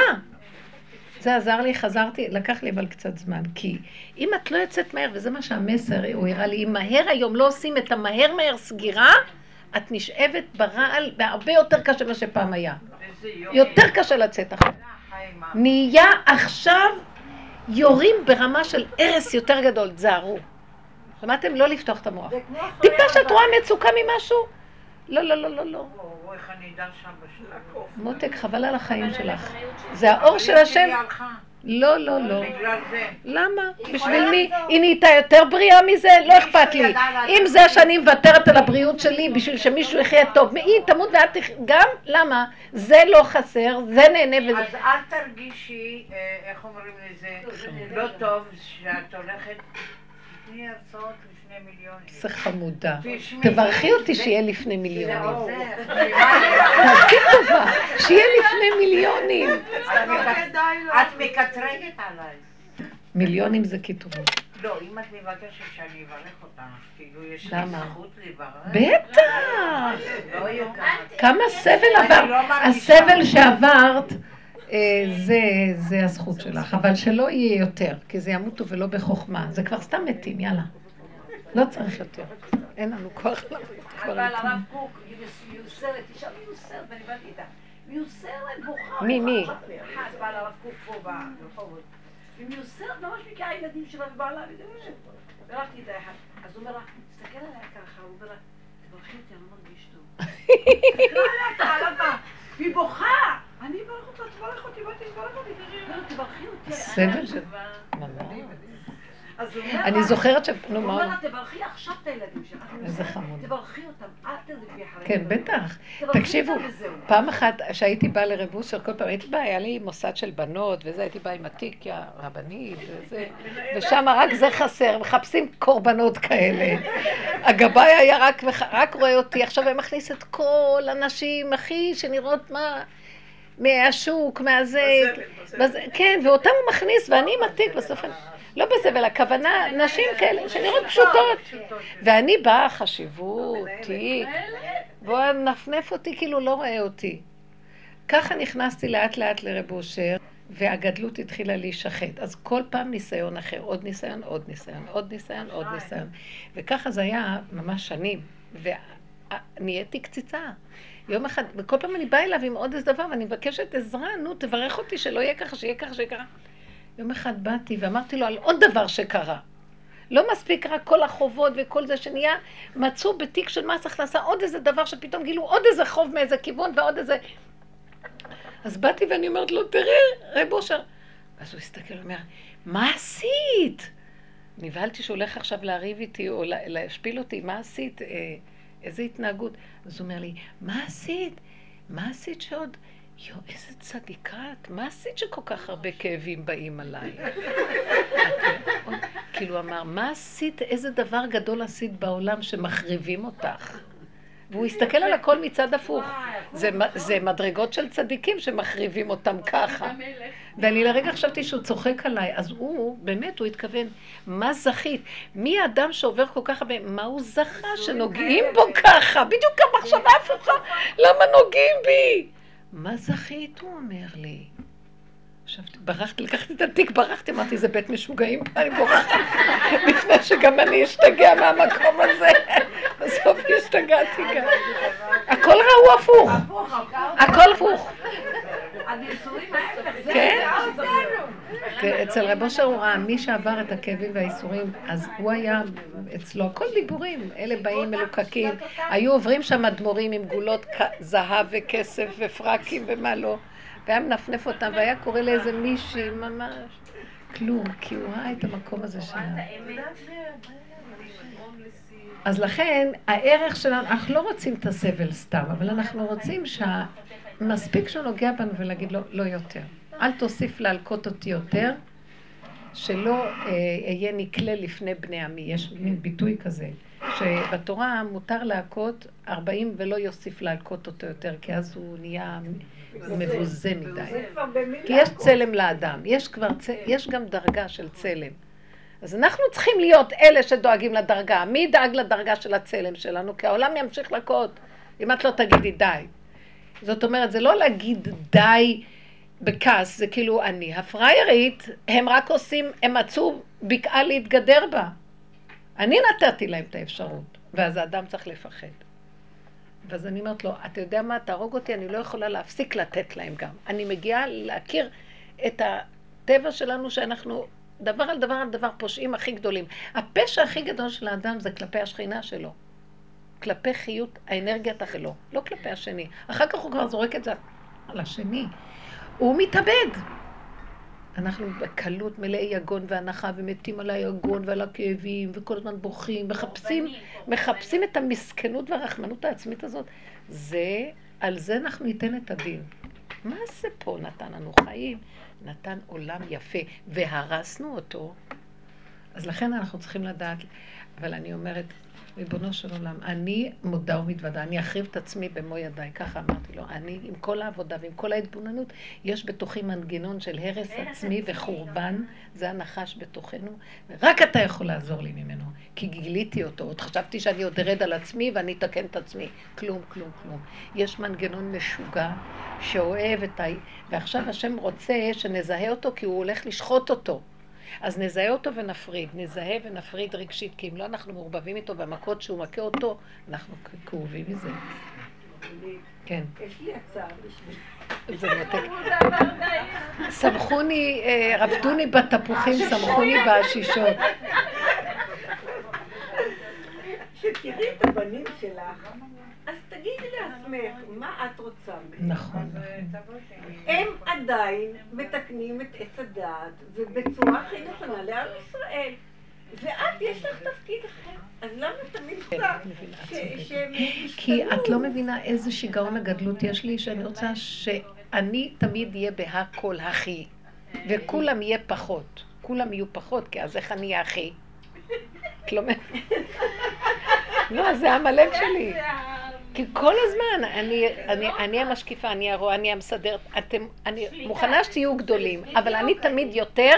זה עזר לי, חזרתי, לקח לי אבל קצת זמן, כי אם את לא יוצאת מהר, וזה מה שהמסר, הוא הראה לי, אם מהר היום לא עושים את המהר מהר סגירה, את נשאבת ברעל, והרבה יותר קשה מה שפעם היה. יותר קשה לצאת אחר. נהיה עכשיו יורים ברמה של ערס יותר גדול, תזהרו. שמעתם? לא לפתוח את המוח. טיפה שאת רואה מצוקה ממשהו? לא, לא, לא, לא, לא. איך אני אדע שם בשלקוף. מותק, חבל על החיים שלך. זה האור של השם. לא, לא, לא. בגלל זה. למה? בשביל מי? היא נהייתה יותר בריאה מזה? לא אכפת לי. אם זה שאני מוותרת על הבריאות שלי בשביל שמישהו יחיה טוב, היא תמות ואת גם? למה? זה לא חסר, זה נהנה וזה. אז אל תרגישי, איך אומרים לזה, לא טוב שאת הולכת, תתני הרצאות לפני מיליונים. זה חמודה. תברכי אותי שיהיה לפני מיליונים. תעשי טובה, שיהיה לפני מיליונים. את מקטרגת עליי. מיליונים זה כיתובות. לא, אם את מבקשת שאני אברך אותך, כאילו יש לי זכות לברך. בטח! כמה סבל עבר, הסבל שעברת, זה הזכות שלך, אבל שלא יהיה יותר, כי זה ימותו ולא בחוכמה, זה כבר סתם מתים, יאללה. לא צריך יותר, אין לנו כוח למות. אבל הרב קוק, היא מיוסרת, אישה מיוסרת, ואני באתי איתה. מיוסרת בוכה. מי, מי? אחת באה לרב קוק פה ברחובות. היא מיוסרת ממש מכי הילדים שלה ובעלה, וזה לא יושב. והלכתי איתה אחד. אז הוא אומר לה, תסתכל עליה ככה, הוא אומר לה, תברכי אותי, אני לא מרגיש טוב. תסתכל עליה ככה, למה? והיא בוכה. אני אברך אותה, תברך אותי, באתי לברך אותי, תברכי אותי. סבל של... אני זוכרת ש... נו, מה? הוא אומר לה, תברכי עכשיו את הילדים שלך. איזה חמוד. תברכי אותם, אל תדפי אחרי. כן, בטח. תקשיבו, פעם אחת שהייתי באה לרב אושר, כל פעם הייתי באה, היה לי מוסד של בנות, וזה הייתי באה עם התיקיה הרבנית, וזה, ושם רק זה חסר, מחפשים קורבנות כאלה. הגבאי היה רק, רק רואה אותי, עכשיו הם מכניס את כל הנשים, אחי, שנראות מה... מהשוק, מהזה, כן, ואותם הוא מכניס, ואני עם התיק בסוף, לא בזבל, הכוונה, נשים כאלה, שנראות פשוטות. ואני באה חשיבות, תיק, בוא נפנף אותי כאילו לא רואה אותי. ככה נכנסתי לאט לאט לרב אושר, והגדלות התחילה להישחט. אז כל פעם ניסיון אחר, עוד ניסיון, עוד ניסיון, עוד ניסיון, עוד ניסיון. וככה זה היה ממש שנים, ונהייתי קציצה. יום אחד, וכל פעם אני באה אליו עם עוד איזה דבר, ואני מבקשת עזרה, נו, תברך אותי שלא יהיה ככה, שיהיה ככה, שיהיה ככה. יום אחד באתי ואמרתי לו על עוד דבר שקרה. לא מספיק רק כל החובות וכל זה שנהיה, מצאו בתיק של מס הכנסה עוד איזה דבר שפתאום גילו עוד איזה חוב מאיזה כיוון ועוד איזה... אז באתי ואני אומרת לו, תראה, רב אושר. אז הוא הסתכל ואומר, מה עשית? נבהלתי שהוא הולך עכשיו להריב איתי או להשפיל אותי, מה עשית? איזה התנהגות? אז הוא אומר לי, מה עשית? מה עשית שעוד? יו, איזה צדיקה את, מה עשית שכל כך הרבה כאבים באים עליי? כאילו אמר, מה עשית, איזה דבר גדול עשית בעולם שמחריבים אותך? והוא הסתכל על הכל מצד הפוך. זה, זה מדרגות של צדיקים שמחריבים אותם ככה. ואני לרגע חשבתי שהוא צוחק עליי, אז הוא, באמת, הוא התכוון, מה זכית? מי האדם שעובר כל כך הרבה, מה הוא זכה שנוגעים בו ככה? בדיוק המחשבה הפוכה, למה נוגעים בי? מה זכית? הוא אומר לי. עכשיו, ברחתי, לקחתי את התיק, ברחתי, אמרתי, זה בית משוגעים, אני בורחתי, לפני שגם אני אשתגע מהמקום הזה. בסוף השתגעתי גם. הכל ראו הפוך. הכל הפוך. כן? ואצל רב אושר הוא ראה, מי שעבר את הכאבים והאיסורים, אז הוא היה אצלו, הכל דיבורים, אלה באים מלוקקים, היו עוברים שם אדמו"רים עם גולות זהב וכסף ופרקים ומה לא. והיה מנפנף אותם, והיה קורא לאיזה מישהי, ממש כלום, כי הוא ראה את המקום הזה שלנו. אז לכן, הערך שלנו, אנחנו לא רוצים את הסבל סתם, אבל אנחנו רוצים שמספיק שהוא נוגע בנו ולהגיד לו, לא יותר. אל תוסיף להלקות אותי יותר, שלא אהיה נקלה לפני בני עמי. יש מין ביטוי כזה, שבתורה מותר להלקות ארבעים ולא יוסיף להלקות אותו יותר, כי אז הוא נהיה... הוא מבוזה מדי. כי יש צלם לאדם, יש כבר, יש גם דרגה של צלם. אז אנחנו צריכים להיות אלה שדואגים לדרגה. מי דאג לדרגה של הצלם שלנו? כי העולם ימשיך לקות, אם את לא תגידי די. זאת אומרת, זה לא להגיד די בכעס, זה כאילו אני. הפריירית, הם רק עושים, הם מצאו בקעה להתגדר בה. אני נתתי להם את האפשרות, ואז האדם צריך לפחד. ואז אני אומרת לו, אתה יודע מה, תהרוג אותי, אני לא יכולה להפסיק לתת להם גם. אני מגיעה להכיר את הטבע שלנו שאנחנו דבר על דבר על דבר פושעים הכי גדולים. הפשע הכי גדול של האדם זה כלפי השכינה שלו. כלפי חיות האנרגיית החלו, לא כלפי השני. אחר כך הוא כבר זורק את זה על השני. הוא מתאבד. אנחנו בקלות מלאי יגון והנחה ומתים על היגון ועל הכאבים וכל הזמן בוכים, מחפשים, מחפשים את המסכנות והרחמנות העצמית הזאת. זה, על זה אנחנו ניתן את הדין. מה זה פה נתן לנו חיים? נתן עולם יפה והרסנו אותו. אז לכן אנחנו צריכים לדעת, אבל אני אומרת, ריבונו של עולם, אני מודה ומתוודה, אני אחריב את עצמי במו ידיי, ככה אמרתי לו, אני עם כל העבודה ועם כל ההתבוננות, יש בתוכי מנגנון של הרס עצמי וחורבן, זה הנחש בתוכנו, ורק אתה יכול לעזור לי ממנו, כי גיליתי אותו, עוד חשבתי שאני עוד ארד על עצמי ואני אתקן את עצמי, כלום, כלום, כלום. יש מנגנון משוגע שאוהב את ה... ועכשיו השם רוצה שנזהה אותו כי הוא הולך לשחוט אותו. אז נזהה אותו ונפריד, נזהה ונפריד רגשית, כי אם לא אנחנו מעורבבים איתו במכות שהוא מכה אותו, אנחנו כאובים מזה. כן. יש לי הצעה בשביל. זה מותק. סמכוני, רבדוני בתפוחים, סמכוני בעשישות. שתראי את הבנים שלך, אז תגידי תגידי לעצמך, מה את רוצה מהם? נכון. הם עדיין מתקנים את עץ הדעת, ובצורה הכי נכונה לעם ישראל. ואת יש לך תפקיד אחר, אז למה תמיד רוצה שהם ישתנו? כי את לא מבינה איזה שיגעון הגדלות יש לי, שאני רוצה שאני תמיד אהיה בהכל הכי, וכולם יהיה פחות. כולם יהיו פחות, כי אז איך אני אהיה הכי? כלומר, לא, זה המלב שלי. כי כל הזמן, אני, אני, אני המשקיפה, אני הרואה, אני המסדרת, אתם, אני מוכנה שתהיו גדולים, אבל אני תמיד יותר,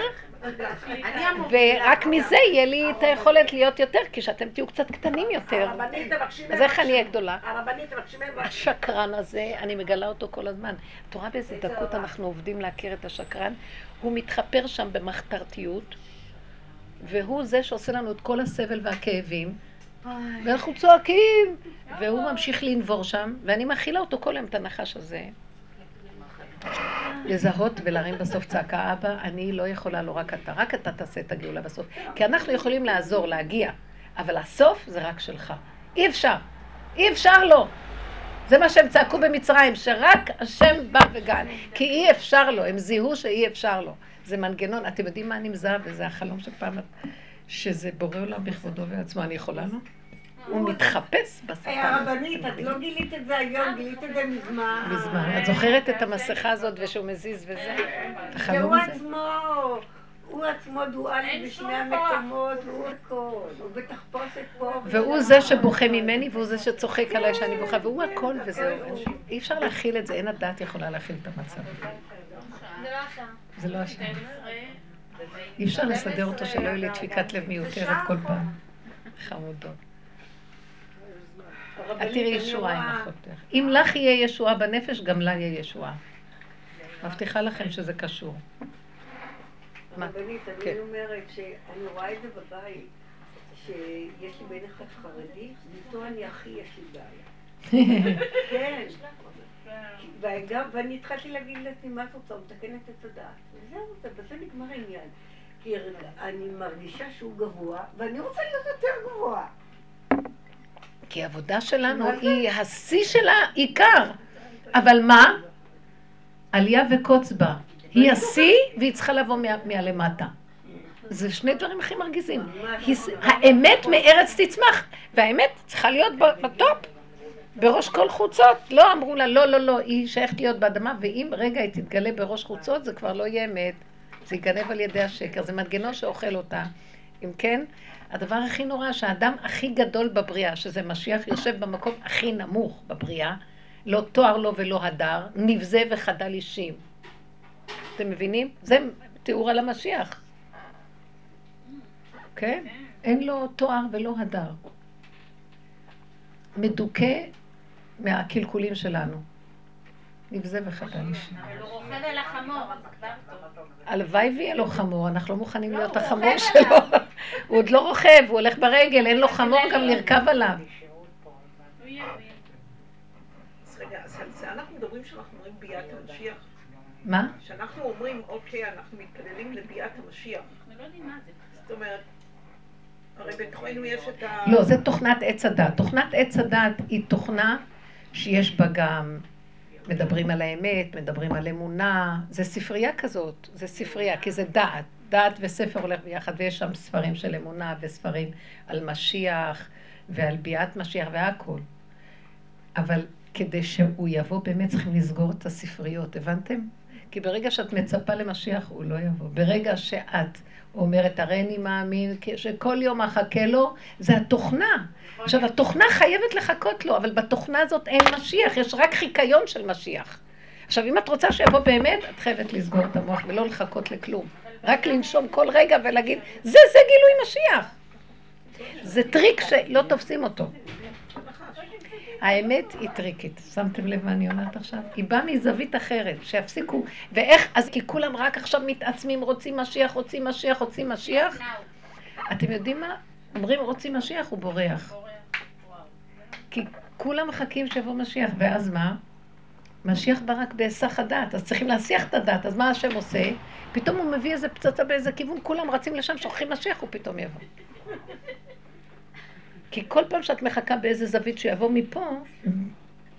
ורק מזה יהיה לי את היכולת להיות יותר, כי שאתם תהיו קצת קטנים יותר. אז איך אני אהיה גדולה? השקרן הזה, אני מגלה אותו כל הזמן. את רואה באיזה דקות אנחנו עובדים להכיר את השקרן, הוא מתחפר שם במחתרתיות, והוא זה שעושה לנו את כל הסבל והכאבים, ואנחנו צועקים, והוא ממשיך לנבור שם, ואני מכילה אותו כל יום את הנחש הזה. לזהות ולהרים בסוף צעקה, אבא, אני לא יכולה, לא רק אתה, רק אתה תעשה את הגאולה בסוף. כי אנחנו יכולים לעזור, להגיע, אבל הסוף זה רק שלך. אי אפשר, אי אפשר לו. זה מה שהם צעקו במצרים, שרק השם בא וגן, כי אי אפשר לו, הם זיהו שאי אפשר לו. זה מנגנון, אתם יודעים מה אני מזהה, וזה החלום של פעם, שזה בורא עולם בכבודו ועצמו, אני יכולה לו? הוא מתחפש בשפה. הרבנית, את לא גילית את זה היום, גילית את זה מזמן. מזמן. את זוכרת את המסכה הזאת ושהוא מזיז וזה? החלום והוא הזה? עצמו, הוא עצמו דואלי בשני המקומות, הוא הכל. הוא בתחפושת פה. והוא זה שבוכה ממני והוא זה שצוחק עליי שאני בוכה, והוא הכל וזהו. אי אפשר להכיל את זה, אין הדעת יכולה להכיל את המצב. זה לא השם. זה לא השם. אי אפשר לסדר אותו שלא יהיה לי דפיקת לב מיותרת כל פעם. חמודות. את תראי ישועה עם אחותך. אם לך יהיה ישועה בנפש, גם לה יהיה ישועה. מבטיחה לכם שזה קשור. רבנית, אני אומרת שאני רואה את זה בבית, שיש לי בן אחד חרדי, ואיתו אני הכי יש לי בעיה. כן. ואני התחלתי להגיד לעצמי, מה את רוצה? הוא מתקן את הדעת. וזהו, בזה נגמר העניין. כי אני מרגישה שהוא גבוה, ואני רוצה להיות יותר גבוה. כי העבודה שלנו היא השיא שלה עיקר. אבל מה? עלייה וקוץ בה. היא השיא והיא צריכה לבוא מהלמטה. זה שני דברים הכי מרגיזים. האמת מארץ תצמח, והאמת צריכה להיות בטופ. בראש כל חוצות. לא אמרו לה, לא, לא, לא, היא שייכת להיות באדמה, ואם רגע היא תתגלה בראש חוצות, זה כבר לא יהיה אמת. זה ייגנב על ידי השקר. זה מנגנון שאוכל אותה. אם כן, הדבר הכי נורא, שהאדם הכי גדול בבריאה, שזה משיח, יושב במקום הכי נמוך בבריאה, לא תואר לו ולא הדר, נבזה וחדל אישים. אתם מבינים? זה תיאור על המשיח. כן? אין לו תואר ולא הדר. מדוכא מהקלקולים שלנו. נבזה וחדל אישים. אבל הוא רוכב על החמור, אז כבר טוב. הלוואי ויהיה לו חמור, אנחנו לא מוכנים להיות החמור שלו. הוא עוד לא רוכב, הוא הולך ברגל, אין לו חמור גם לרכב עליו. אז רגע, אז על זה אנחנו מדברים שאנחנו אומרים ביאת המשיח. מה? שאנחנו אומרים, אוקיי, אנחנו מתפללים לביאת המשיח. אנחנו לא יודעים מה זה. זאת אומרת, הרי בתוכנו יש את ה... לא, זה תוכנת עץ הדת. תוכנת עץ הדת היא תוכנה שיש בה גם... מדברים על האמת, מדברים על אמונה, זה ספרייה כזאת, זה ספרייה, כי זה דעת, דעת וספר הולך ביחד, ויש שם ספרים של אמונה וספרים על משיח ועל ביאת משיח והכל. אבל כדי שהוא יבוא באמת צריכים לסגור את הספריות, הבנתם? כי ברגע שאת מצפה למשיח הוא לא יבוא, ברגע שאת אומרת הרי אני מאמין שכל יום אחכה לו, זה התוכנה. עכשיו התוכנה חייבת לחכות לו, אבל בתוכנה הזאת אין משיח, יש רק חיקיון של משיח. עכשיו אם את רוצה שיבוא באמת, את חייבת לסגור את המוח ולא לחכות לכלום. רק לנשום כל רגע ולהגיד, זה זה גילוי משיח. זה טריק שלא תופסים אותו. האמת היא טריקית. שמתם לב מה אני אומרת עכשיו? היא באה מזווית אחרת, שיפסיקו. ואיך? אז כי כולם רק עכשיו מתעצמים, רוצים משיח, רוצים משיח, רוצים משיח. אתם יודעים מה? אומרים רוצים משיח, הוא בורח. כי כולם מחכים שיבוא משיח, ואז מה? משיח בא רק בהיסח הדעת, אז צריכים להסיח את הדעת, אז מה השם עושה? פתאום הוא מביא איזה פצצה באיזה כיוון, כולם רצים לשם, שוכחים משיח, הוא פתאום יבוא. כי כל פעם שאת מחכה באיזה זווית שיבוא מפה,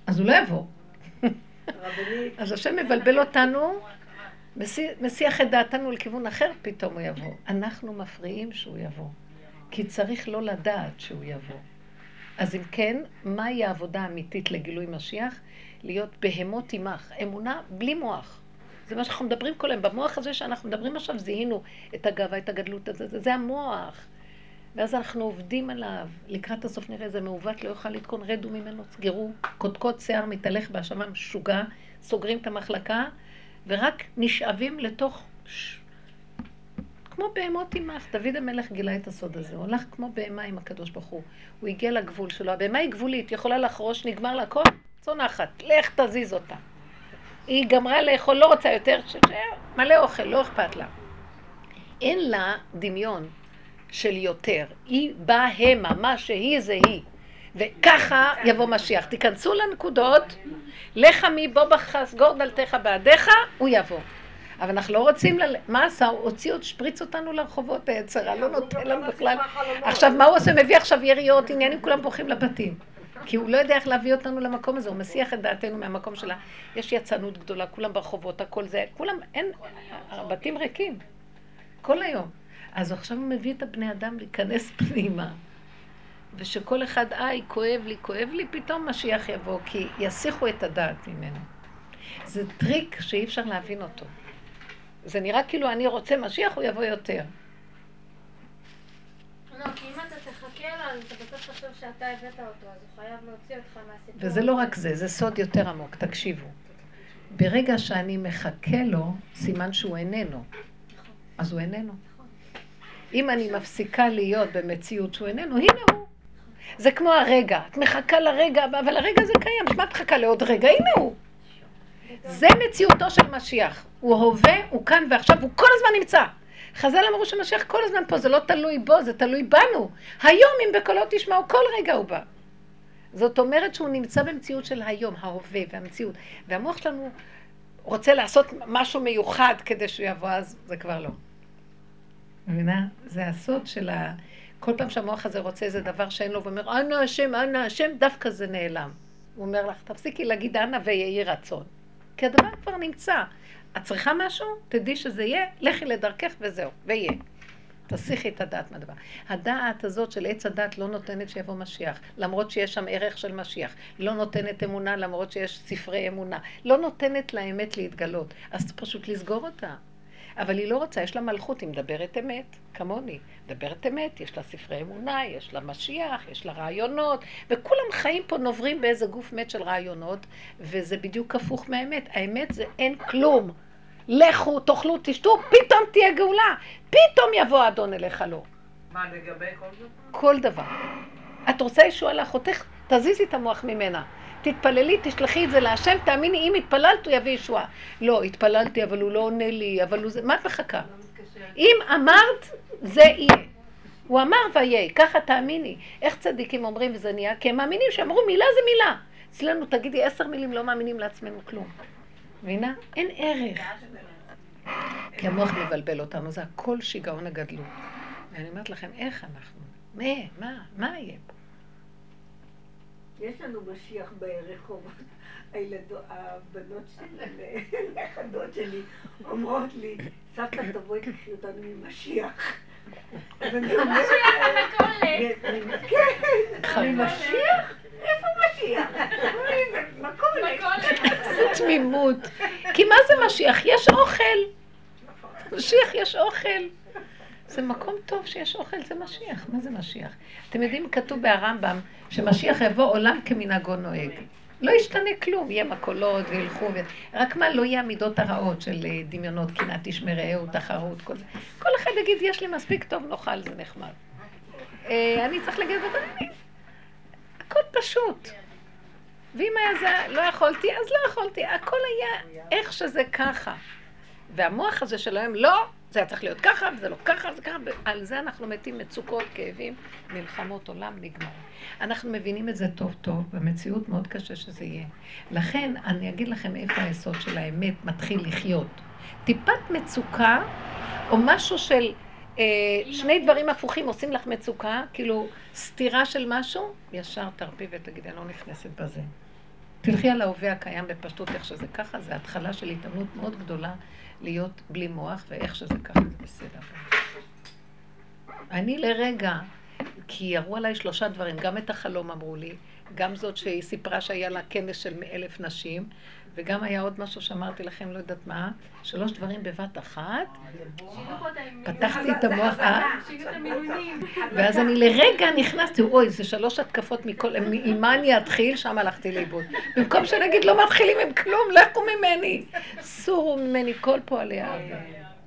אז הוא לא יבוא. אז השם מבלבל אותנו, מסיח את דעתנו לכיוון אחר, פתאום הוא יבוא. אנחנו מפריעים שהוא יבוא, כי צריך לא לדעת שהוא יבוא. אז אם כן, מהי העבודה האמיתית לגילוי משיח? להיות בהמות עמך, אמונה בלי מוח. זה מה שאנחנו מדברים כל היום. במוח הזה שאנחנו מדברים עכשיו, זיהינו את הגאווה, את הגדלות הזה, זה, זה המוח. ואז אנחנו עובדים עליו. לקראת הסוף נראה, זה מעוות, לא יוכל לתקון, רדו ממנו, סגרו, קודקוד שיער, מתהלך בהשמה משוגע, סוגרים את המחלקה, ורק נשאבים לתוך... ש... כמו בהמות עמך. דוד המלך גילה את הסוד הזה. הוא הולך כמו בהמה עם הקדוש ברוך הוא. הוא הגיע לגבול שלו. הבהמה היא גבולית, יכולה לחרוש, נגמר לה הכל, צונחת, לך תזיז אותה. היא גמרה לאכול, לא רוצה יותר, מלא אוכל, לא אכפת לה. אין לה דמיון של יותר. היא בהמה, מה שהיא זה היא. וככה יבוא משיח. תיכנסו לנקודות, לך מי בוא בחסגור דלתך בעדיך, הוא יבוא. אבל אנחנו לא רוצים, ל... מה עשה? הוא הוציא עוד שפריץ אותנו לרחובות היצרה, לא נותן לנו בכלל. עכשיו, מה הוא עושה? מביא עכשיו יריות, עניינים, כולם בורחים לבתים. כי הוא לא יודע איך להביא אותנו למקום הזה, הוא מסיח את דעתנו מהמקום שלה. יש יצנות גדולה, כולם ברחובות, הכל זה, כולם, אין, הבתים ריקים. כל היום. אז עכשיו הוא מביא את הבני אדם להיכנס פנימה. ושכל אחד, איי, כואב לי, כואב לי, פתאום משיח יבוא, כי יסיחו את הדעת ממנו. זה טריק שאי אפשר להבין אותו. זה נראה כאילו אני רוצה משיח, הוא יבוא יותר. לא, כי אם אתה תחכה לו, אז אתה בסוף תחשוב שאתה הבאת אותו, אז הוא חייב להוציא אותך מהסיפור. וזה לא רק זה, זה סוד יותר עמוק, תקשיבו. ברגע שאני מחכה לו, סימן שהוא איננו. אז הוא איננו. אם אני מפסיקה להיות במציאות שהוא איננו, הנה הוא. זה כמו הרגע, את מחכה לרגע, אבל הרגע זה קיים, מה את מחכה לעוד רגע? הנה הוא. זה מציאותו של משיח. הוא הווה, הוא כאן ועכשיו, הוא כל הזמן נמצא. חז"ל אמרו שמשיח כל הזמן פה, זה לא תלוי בו, זה תלוי בנו. היום אם בקולות תשמעו, כל רגע הוא בא. זאת אומרת שהוא נמצא במציאות של היום, ההווה והמציאות. והמוח שלנו רוצה לעשות משהו מיוחד כדי שהוא יבוא, אז זה כבר לא. מבינה? זה הסוד של ה... כל פעם שהמוח הזה רוצה איזה דבר שאין לו, ואומר, אנא השם, אנא השם, דווקא זה נעלם. הוא אומר לך, תפסיקי להגיד אנא ויהי רצון. כי הדבר כבר נמצא. את צריכה משהו? תדעי שזה יהיה, לכי לדרכך וזהו, ויהיה. תסיכי את הדעת מהדבר. הדעת הזאת של עץ הדעת לא נותנת שיבוא משיח, למרות שיש שם ערך של משיח. לא נותנת אמונה, למרות שיש ספרי אמונה. לא נותנת לאמת להתגלות. אז פשוט לסגור אותה. אבל היא לא רוצה, יש לה מלכות, היא מדברת אמת, כמוני. מדברת אמת, יש לה ספרי אמונה, יש לה משיח, יש לה רעיונות, וכולם חיים פה נוברים באיזה גוף מת של רעיונות, וזה בדיוק הפוך מהאמת. האמת זה אין כלום. לכו, תאכלו, תשתו, פתאום תהיה גאולה. פתאום יבוא האדון אליך לא. מה, לגבי כל דבר? כל דבר. את רוצה ישועה לאחותך, תזיזי את המוח ממנה. תתפללי, תשלחי את זה להשם, תאמיני, אם התפללת הוא יביא ישועה. לא, התפללתי, אבל הוא לא עונה לי, אבל הוא זה, מה את מחכה? אם אמרת, זה יהיה. הוא אמר ויהיה, ככה תאמיני. איך צדיקים אומרים וזה נהיה? כי הם מאמינים שאמרו מילה זה מילה. אצלנו תגידי עשר מילים, לא מאמינים לעצמנו כלום. מבינה? אין ערך. כי המוח מבלבל אותנו, זה הכל שיגעון הגדלות. ואני אומרת לכם, איך אנחנו? מה? מה? מה יהיה פה? יש לנו משיח ברחובות. הבנות שלי, הנכדות שלי, אומרות לי, סבתא תבואי תקחי אותנו ממשיח. משיח המכולת. כן, ממשיח? איפה משיח? מכולת. זה תמימות. כי מה זה משיח? יש אוכל. משיח יש אוכל. זה מקום טוב שיש אוכל, זה משיח. מה זה משיח? אתם יודעים, כתוב ברמב"ם, שמשיח יבוא עולם כמנהגו נוהג. לא ישתנה כלום, יהיה מקולות וילכו, ו... רק מה, לא יהיה המידות הרעות של דמיונות, קנאת תשמרהו, תחרות, כל זה. כל אחד יגיד, יש לי מספיק טוב, נאכל, זה נחמד. אני צריך להגיד, אבל הכל פשוט. ואם היה זה, לא יכולתי, אז לא יכולתי. הכל היה איך שזה ככה. והמוח הזה שלהם, לא, זה היה צריך להיות ככה, וזה לא ככה, זה ככה. על זה אנחנו מתים מצוקות, כאבים, מלחמות עולם נגמר. אנחנו מבינים את זה טוב טוב, במציאות מאוד קשה שזה יהיה. לכן אני אגיד לכם איפה היסוד של האמת מתחיל לחיות. טיפת מצוקה, או משהו של אה, שני דברים הפוכים עושים לך מצוקה, כאילו סתירה של משהו, ישר תרפי ותגיד, אני לא נכנסת בזה. תלכי על ההווה הקיים בפשטות איך שזה ככה, זה התחלה של התאמנות מאוד גדולה להיות בלי מוח, ואיך שזה ככה זה בסדר. אני לרגע, כי יראו עליי שלושה דברים, גם את החלום אמרו לי, גם זאת שהיא סיפרה שהיה לה כנס של אלף נשים, וגם היה עוד משהו שאמרתי לכם, לא יודעת מה, שלוש דברים בבת אחת, פתחתי את המוח, ואז אני לרגע נכנסתי, אוי, זה שלוש התקפות מכל, עם מה אני אתחיל, שם הלכתי לאיבוד. במקום שנגיד, לא מתחילים עם כלום, לכו ממני, סורו ממני כל פועלי האוויר.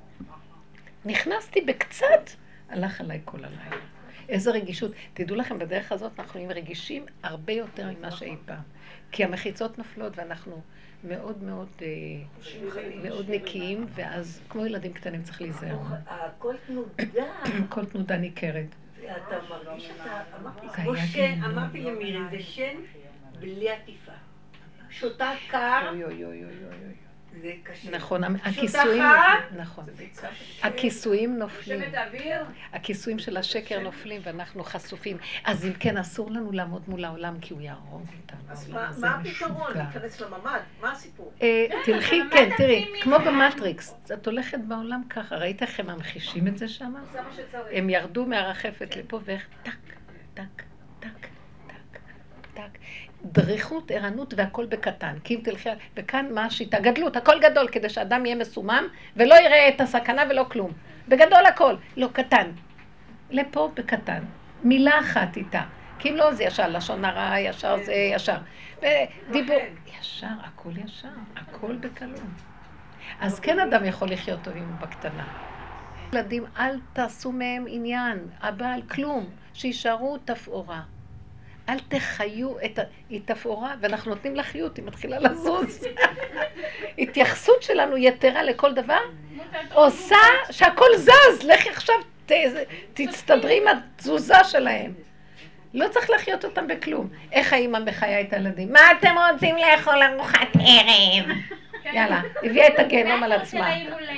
נכנסתי בקצת, הלך עליי כל הלילה. איזה רגישות. תדעו לכם, בדרך הזאת אנחנו נהיים רגישים הרבה יותר ממה שאי פעם. כי המחיצות נופלות ואנחנו מאוד מאוד מאוד נקיים, ואז כמו ילדים קטנים צריך להיזהר. הכל תנודה. הכל תנודה ניכרת. ואתה מרגיש שאתה, אמרתי, כמו שן, אמרתי למירי, זה שן בלי עטיפה. שותה קר. אוי אוי אוי אוי אוי. זה קשה. נכון, הכיסויים נופלים, נכון. הכיסויים נופלים. הכיסויים של השקר נופלים ואנחנו חשופים. אז אם כן, אסור לנו לעמוד מול העולם כי הוא יהרוג אותנו. אז מה הפתרון? להיכנס לממד? מה הסיפור? תלכי, כן, תראי, כמו במטריקס. את הולכת בעולם ככה, ראית איך הם ממחישים את זה שם? הם ירדו מהרחפת לפה ואיך טק, טק, טק, טק, טק. דריכות, ערנות והכל בקטן. כי אם תלכי, וכאן מה השיטה? גדלות, הכל גדול, כדי שאדם יהיה מסומם ולא יראה את הסכנה ולא כלום. בגדול הכל, לא קטן. לפה בקטן. מילה אחת איתה. כי אם לא זה ישר, לשון הרע, ישר זה ישר. ודיבור, ישר, הכל ישר, הכל בקלות. אז כן אדם יכול לחיות טוב אם הוא בקטנה. ילדים, אל תעשו מהם עניין, הבעל כלום, שישארו תפאורה. אל תחיו את ה... היא תפאורה, ואנחנו נותנים לה חיות, היא מתחילה לזוז. התייחסות שלנו יתרה לכל דבר, עושה שהכל זז, לכי עכשיו ת... תצטדרי עם התזוזה שלהם. לא צריך לחיות אותם בכלום. איך האמא מחיה את הילדים? מה אתם רוצים לאכול ארוחת ערב? יאללה, הביאה את הגהנום על עצמה.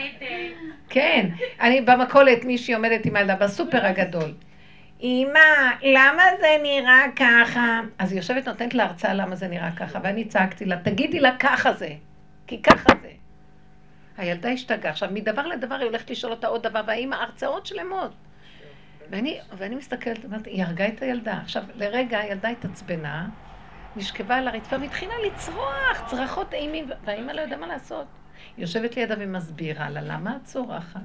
כן, אני במכולת, מישהי עומדת עם הילדה בסופר הגדול. אמא, למה זה נראה ככה? אז היא יושבת נותנת לה הרצאה למה זה נראה ככה, ואני צעקתי לה, תגידי לה ככה זה, כי ככה זה. הילדה השתגעה. עכשיו, מדבר לדבר היא הולכת לשאול אותה עוד דבר, והאמא הרצאות שלמות. ואני, ואני מסתכלת, אומרת, היא הרגה את הילדה. עכשיו, לרגע הילדה התעצבנה, נשכבה על הרצפה, והתחילה לצרוח, צרחות אימים, והאמא לא יודע מה לעשות. היא יושבת לידה ומסבירה לה, למה את צורחת?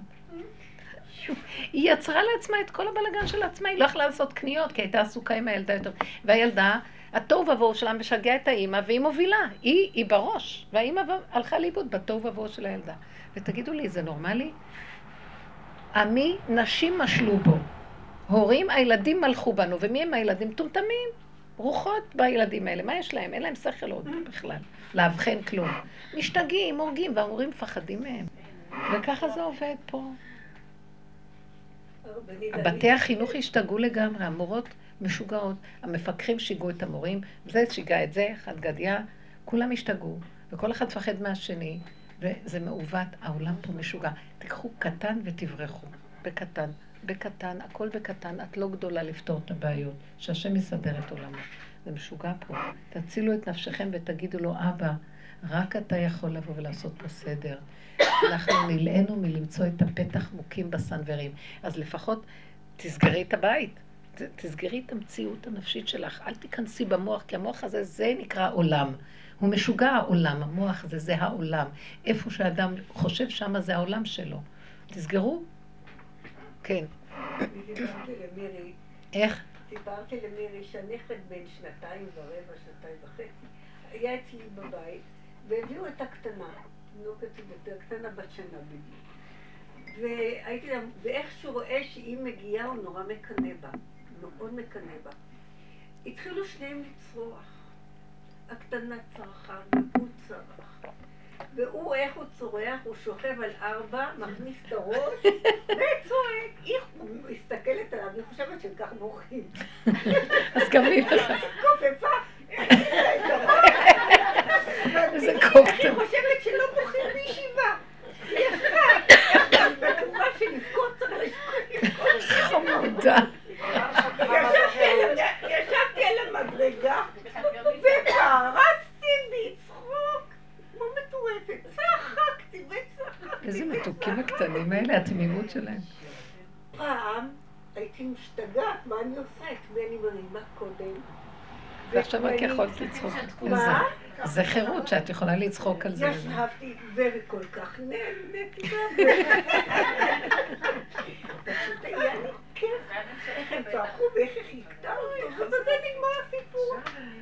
היא יצרה לעצמה את כל הבלגן של עצמה, היא לא יכלה לעשות קניות, כי הייתה עסוקה עם הילדה יותר. והילדה, התוהו ובוהו שלה משגע את האמא, והיא מובילה, היא, היא בראש, והאמא הלכה לאיבוד בתוהו ובוהו של הילדה. ותגידו לי, זה נורמלי? עמי, נשים משלו בו. הורים, הילדים מלכו בנו, ומי הם הילדים? טומטמים, רוחות בילדים האלה, מה יש להם? אין להם שכל עוד בכלל, להבחן כלום. משתגעים, הורגים, והמורים מפחדים מהם. וככה זה עובד פה. בתי החינוך השתגעו לגמרי, המורות משוגעות, המפקחים שיגעו את המורים, זה שיגע את זה, אחד גדיה, כולם השתגעו, וכל אחד פחד מהשני, וזה מעוות, העולם פה משוגע. תיקחו קטן ותברחו, בקטן, בקטן, הכל בקטן, את לא גדולה לפתור את הבעיות, שהשם יסדר את עולמו. זה משוגע פה. תצילו את נפשכם ותגידו לו, אבא, רק אתה יכול לבוא ולעשות פה סדר. אנחנו נלאנו מלמצוא את הפתח מוקים בסנוורים. אז לפחות תסגרי את הבית, תסגרי את המציאות הנפשית שלך, אל תיכנסי במוח, כי המוח הזה זה נקרא עולם. הוא משוגע העולם, המוח הזה זה העולם. איפה שאדם חושב שמה זה העולם שלו. תסגרו? כן. סיפרתי למירי, איך? סיפרתי למירי שהנכד בן שנתיים ורבע, שנתיים וחצי, היה אצלי בבית, והביאו את הקטנה. תינוקת יותר קטנה בת שנה בדיוק. והייתי לה, ואיך שהוא רואה שהיא מגיעה הוא נורא מקנה בה, מאוד מקנה בה. התחילו שניהם לצרוח. הקטנה צרחה והוא צרח. והוא, איך הוא צורח, הוא שוכב על ארבע, מכניס את הראש וצועק. היא מסתכלת עליו, היא חושבת שכך בורחים. אז גם היא בכלל. קופפה. איזה קופטר. היא חושבת שלא בוחרים בישיבה. היא ישבה. בתורה שלבכות צריך לבכות. חמודה. ישבתי על המדרגה ופרסתי בזכות שלהם. פעם הייתי משתגעת, מה אני עושה? את מי אני מרימה קודם? ועכשיו רק יכולת לצחוק. מה? זה חירות שאת יכולה לצחוק על זה. ישבתי וכל כך נהניתי. פשוט היה לי כיף. איך הם צחקו ואיך היא חיכתה אותו, ובזה נגמר הסיפור.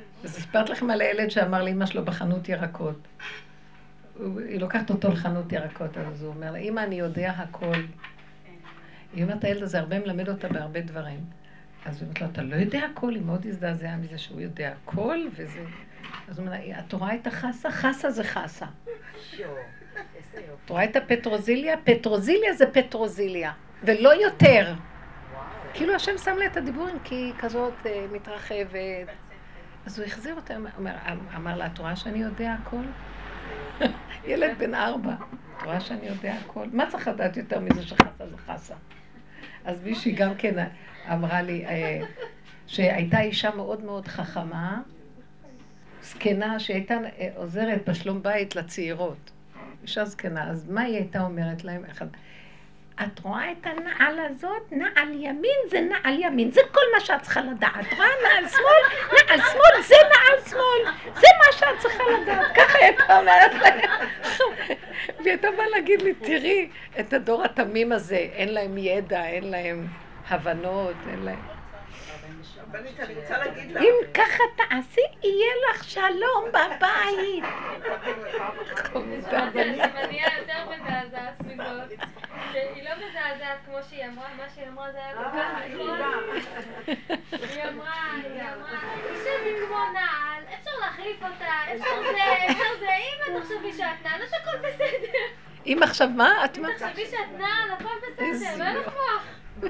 אני יותר מזעזעת מזאת, שהיא לא מזעזעת כמו שהיא אמרה, מה שהיא אמרה זה היה כל כך נכון. היא אמרה, היא אמרה, תשבי כמו נעל, אפשר להחליף אותה, אפשר זה, אפשר זה, אם את תחשבי שאת נעל, אז הכל בסדר. אם עכשיו מה? אם תחשבי שאת נעל, הכל בסדר, לא לך מוח.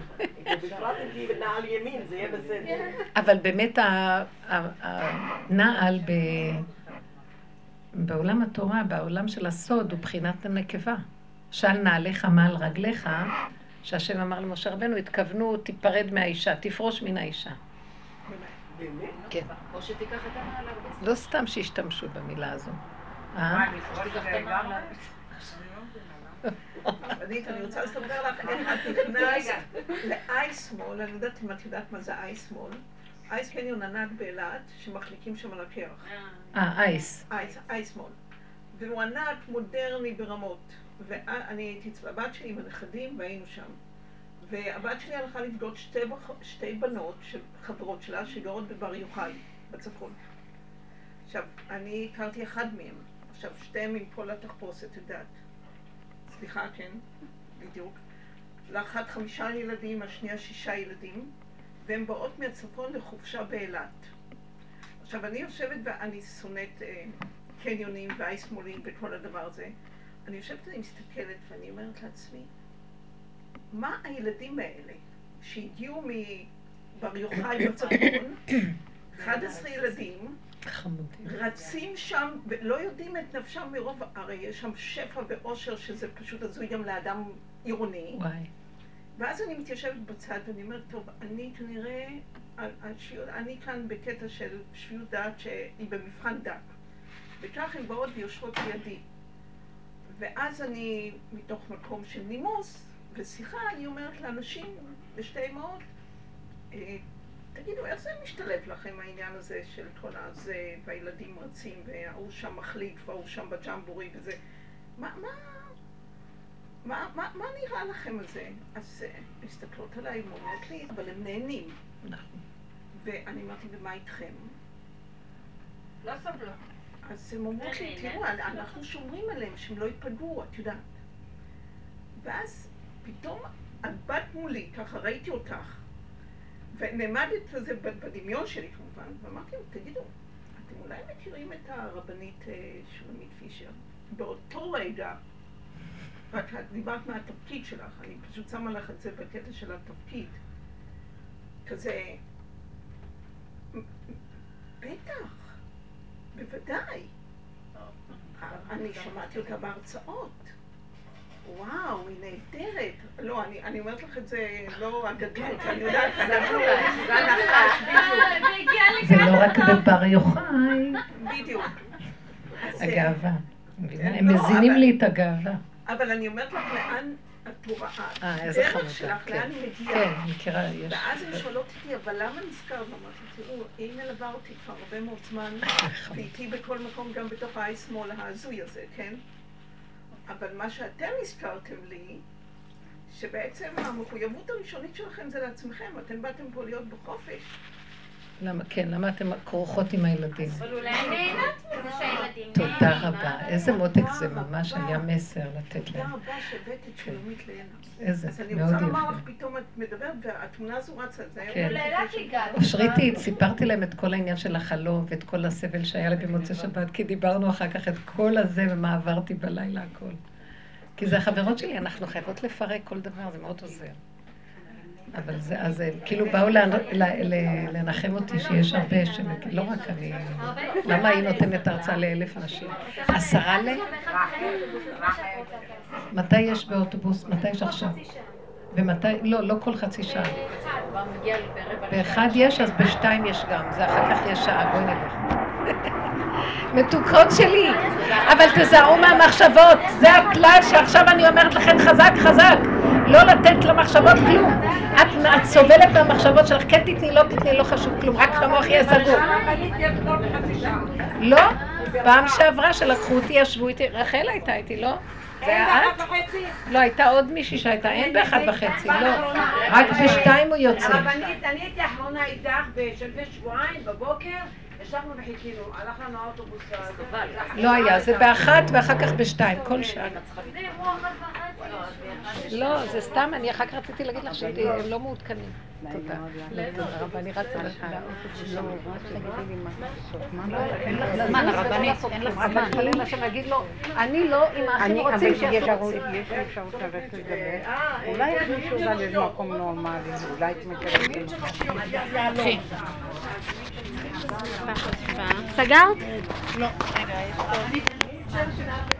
נעל ימין, זה יהיה בסדר. אבל באמת הנעל בעולם התורה, בעולם של הסוד, הוא בחינת הנקבה. של נעליך מעל רגליך, שהשם אמר למשה רבנו, התכוונו, תיפרד מהאישה, תפרוש מן האישה. באמת? כן. או שתיקח את הנעל הרבה. לא סתם שהשתמשו במילה הזו. מה, לפרוש לגמרי? עדית, אני רוצה לספר לך איך את נכנסת לאייס מול, אני יודעת אם את יודעת מה זה אייס מול. אייס קניון ענק באילת, שמחליקים שם על הקרח. אה, אייס. אייס, אייס מול. והוא ענק מודרני ברמות. ואני הייתי אצל הבת שלי עם הנכדים והיינו שם. והבת שלי הלכה לבדות שתי, שתי בנות, חברות שלה, שגרות בבר יוחאי, בצפון. עכשיו, אני הכרתי אחד מהם. עכשיו, שתיהם עם כל התחפושת, יודעת. סליחה, כן, בדיוק. לאחת חמישה ילדים, השנייה שישה ילדים, והן באות מהצפון לחופשה באילת. עכשיו, אני יושבת ואני שונאת אה, קניונים ואייסמולים וכל הדבר הזה. אני יושבת ואני מסתכלת ואני אומרת לעצמי, מה הילדים האלה שהגיעו מבר יוחאי בצפון, אחד עשר ילדים, רצים שם ולא יודעים את נפשם מרוב, הרי יש שם שפע ואושר שזה פשוט הזוי גם לאדם עירוני. ואז אני מתיישבת בצד ואני אומרת, טוב, אני כנראה, אני כאן בקטע של שפיות דעת שהיא במבחן דק. וכך הן באות ויושבות לידי. ואז אני, מתוך מקום של נימוס ושיחה, אני אומרת לאנשים, לשתי אמהות, תגידו, איך זה משתלב לכם העניין הזה של כל הזה, והילדים רצים, והוא שם מחליק, והוא שם בג'מבורי וזה? מה, מה, מה, מה, מה נראה לכם על זה? אז מסתכלות עליי, אומרות לי, אבל הם נהנים. ואני אמרתי, ומה איתכם? לא סבלו. אז הם אומרות לי, תראו, אנחנו שומרים עליהם שהם לא ייפגעו, את יודעת. ואז פתאום את בת מולי, ככה ראיתי אותך, ונעמדת לזה בדמיון שלי כמובן, ואמרתי, תגידו, אתם אולי מכירים את הרבנית שולמית פישר? באותו רגע, רק את דיברת מהתפקיד שלך, אני פשוט שמה לך את זה בקטע של התפקיד. כזה, בטח. בוודאי. אני שמעתי אותה בהרצאות. וואו, היא נהדרת. לא, אני אומרת לך את זה לא אגדות, אני יודעת, זה הנחש, בדיוק. זה לא רק בבר יוחאי. בדיוק. הגאווה. הם מזינים לי את הגאווה. אבל אני אומרת לך, לאן אה, איזה חמודה. הדרך שלך, לאן היא מגיעה. כן, מכירה, יש. ואז הן שואלות אותי, אבל למה נזכרת? אמרתי, תראו, היא מלווה אותי כבר הרבה מאוד זמן, ואיתי בכל מקום, גם בתוך האי-שמאל ההזוי הזה, כן? אבל מה שאתם הזכרתם לי, שבעצם המחויבות הראשונית שלכם זה לעצמכם, אתם באתם פה להיות בחופש. למה, כן, למה אתם כרוכות עם הילדים? אבל אולי נהנת מזה שהילדים נהנים. תודה רבה, איזה מותק זה ממש היה מסר לתת תודה להם. רבה שהבאת את שולמית לעינה. איזה, אז אני מאוד רוצה לומר לך, יפה. פתאום את מדברת והתמונה הזו רצה, זה היה... כן. לאילת הגעת. אושריתי, סיפרתי להם את כל העניין של החלום ואת כל הסבל שהיה לי במוצאי שבת, כי דיברנו אחר כך את כל הזה ומה עברתי בלילה הכל. כי זה החברות שלי, אנחנו חייבות לפרק כל דבר, זה מאוד עוזר. אבל זה, אז כאילו באו לנחם אותי שיש הרבה, לא רק אני, למה היא נותנת הרצאה לאלף נשים? עשרה ל... מתי יש באוטובוס? מתי יש עכשיו? ומתי? לא, לא כל חצי שעה. באחד יש, אז בשתיים יש גם, זה אחר כך יש שעה, בואי נלך. מתוקות שלי, אבל תזהרו מהמחשבות, זה הכלל שעכשיו אני אומרת לכם חזק חזק, לא לתת למחשבות כלום. את, את סובלת מהמחשבות שלך, כן תתני, לא תתני, לא חשוב כלום, רק המוח יהיה סגור. לא, פעם שעברה שלקחו אותי, ישבו איתי, רחל הייתה איתי, לא? זה היה את? לא, הייתה עוד מישהי שהייתה, אין באחד וחצי, לא. רק בשתיים הוא יוצא. הרבנית, אני הייתי האחרונה איתך בשלפי שבועיים בבוקר, ישבנו וחיכינו, הלך לנו האוטובוס. לא היה, זה באחת ואחר כך בשתיים, כל שעה. לא, זה סתם, אני אחר כך רציתי להגיד לך שהם לא מעודכנים. תודה. אבל אני רצה לשאלה. זמן, הרבנית, אין לך זמן. אבל חלילה שנגיד לו, אני לא, אם האחים רוצים שיעשו רוצים. יש לי אפשרות ללכת לדבר. אולי יש מישהו בא לאיזה מקום נורמלי, אולי את מתקרבים. סגרת? לא, רגע, יש פה...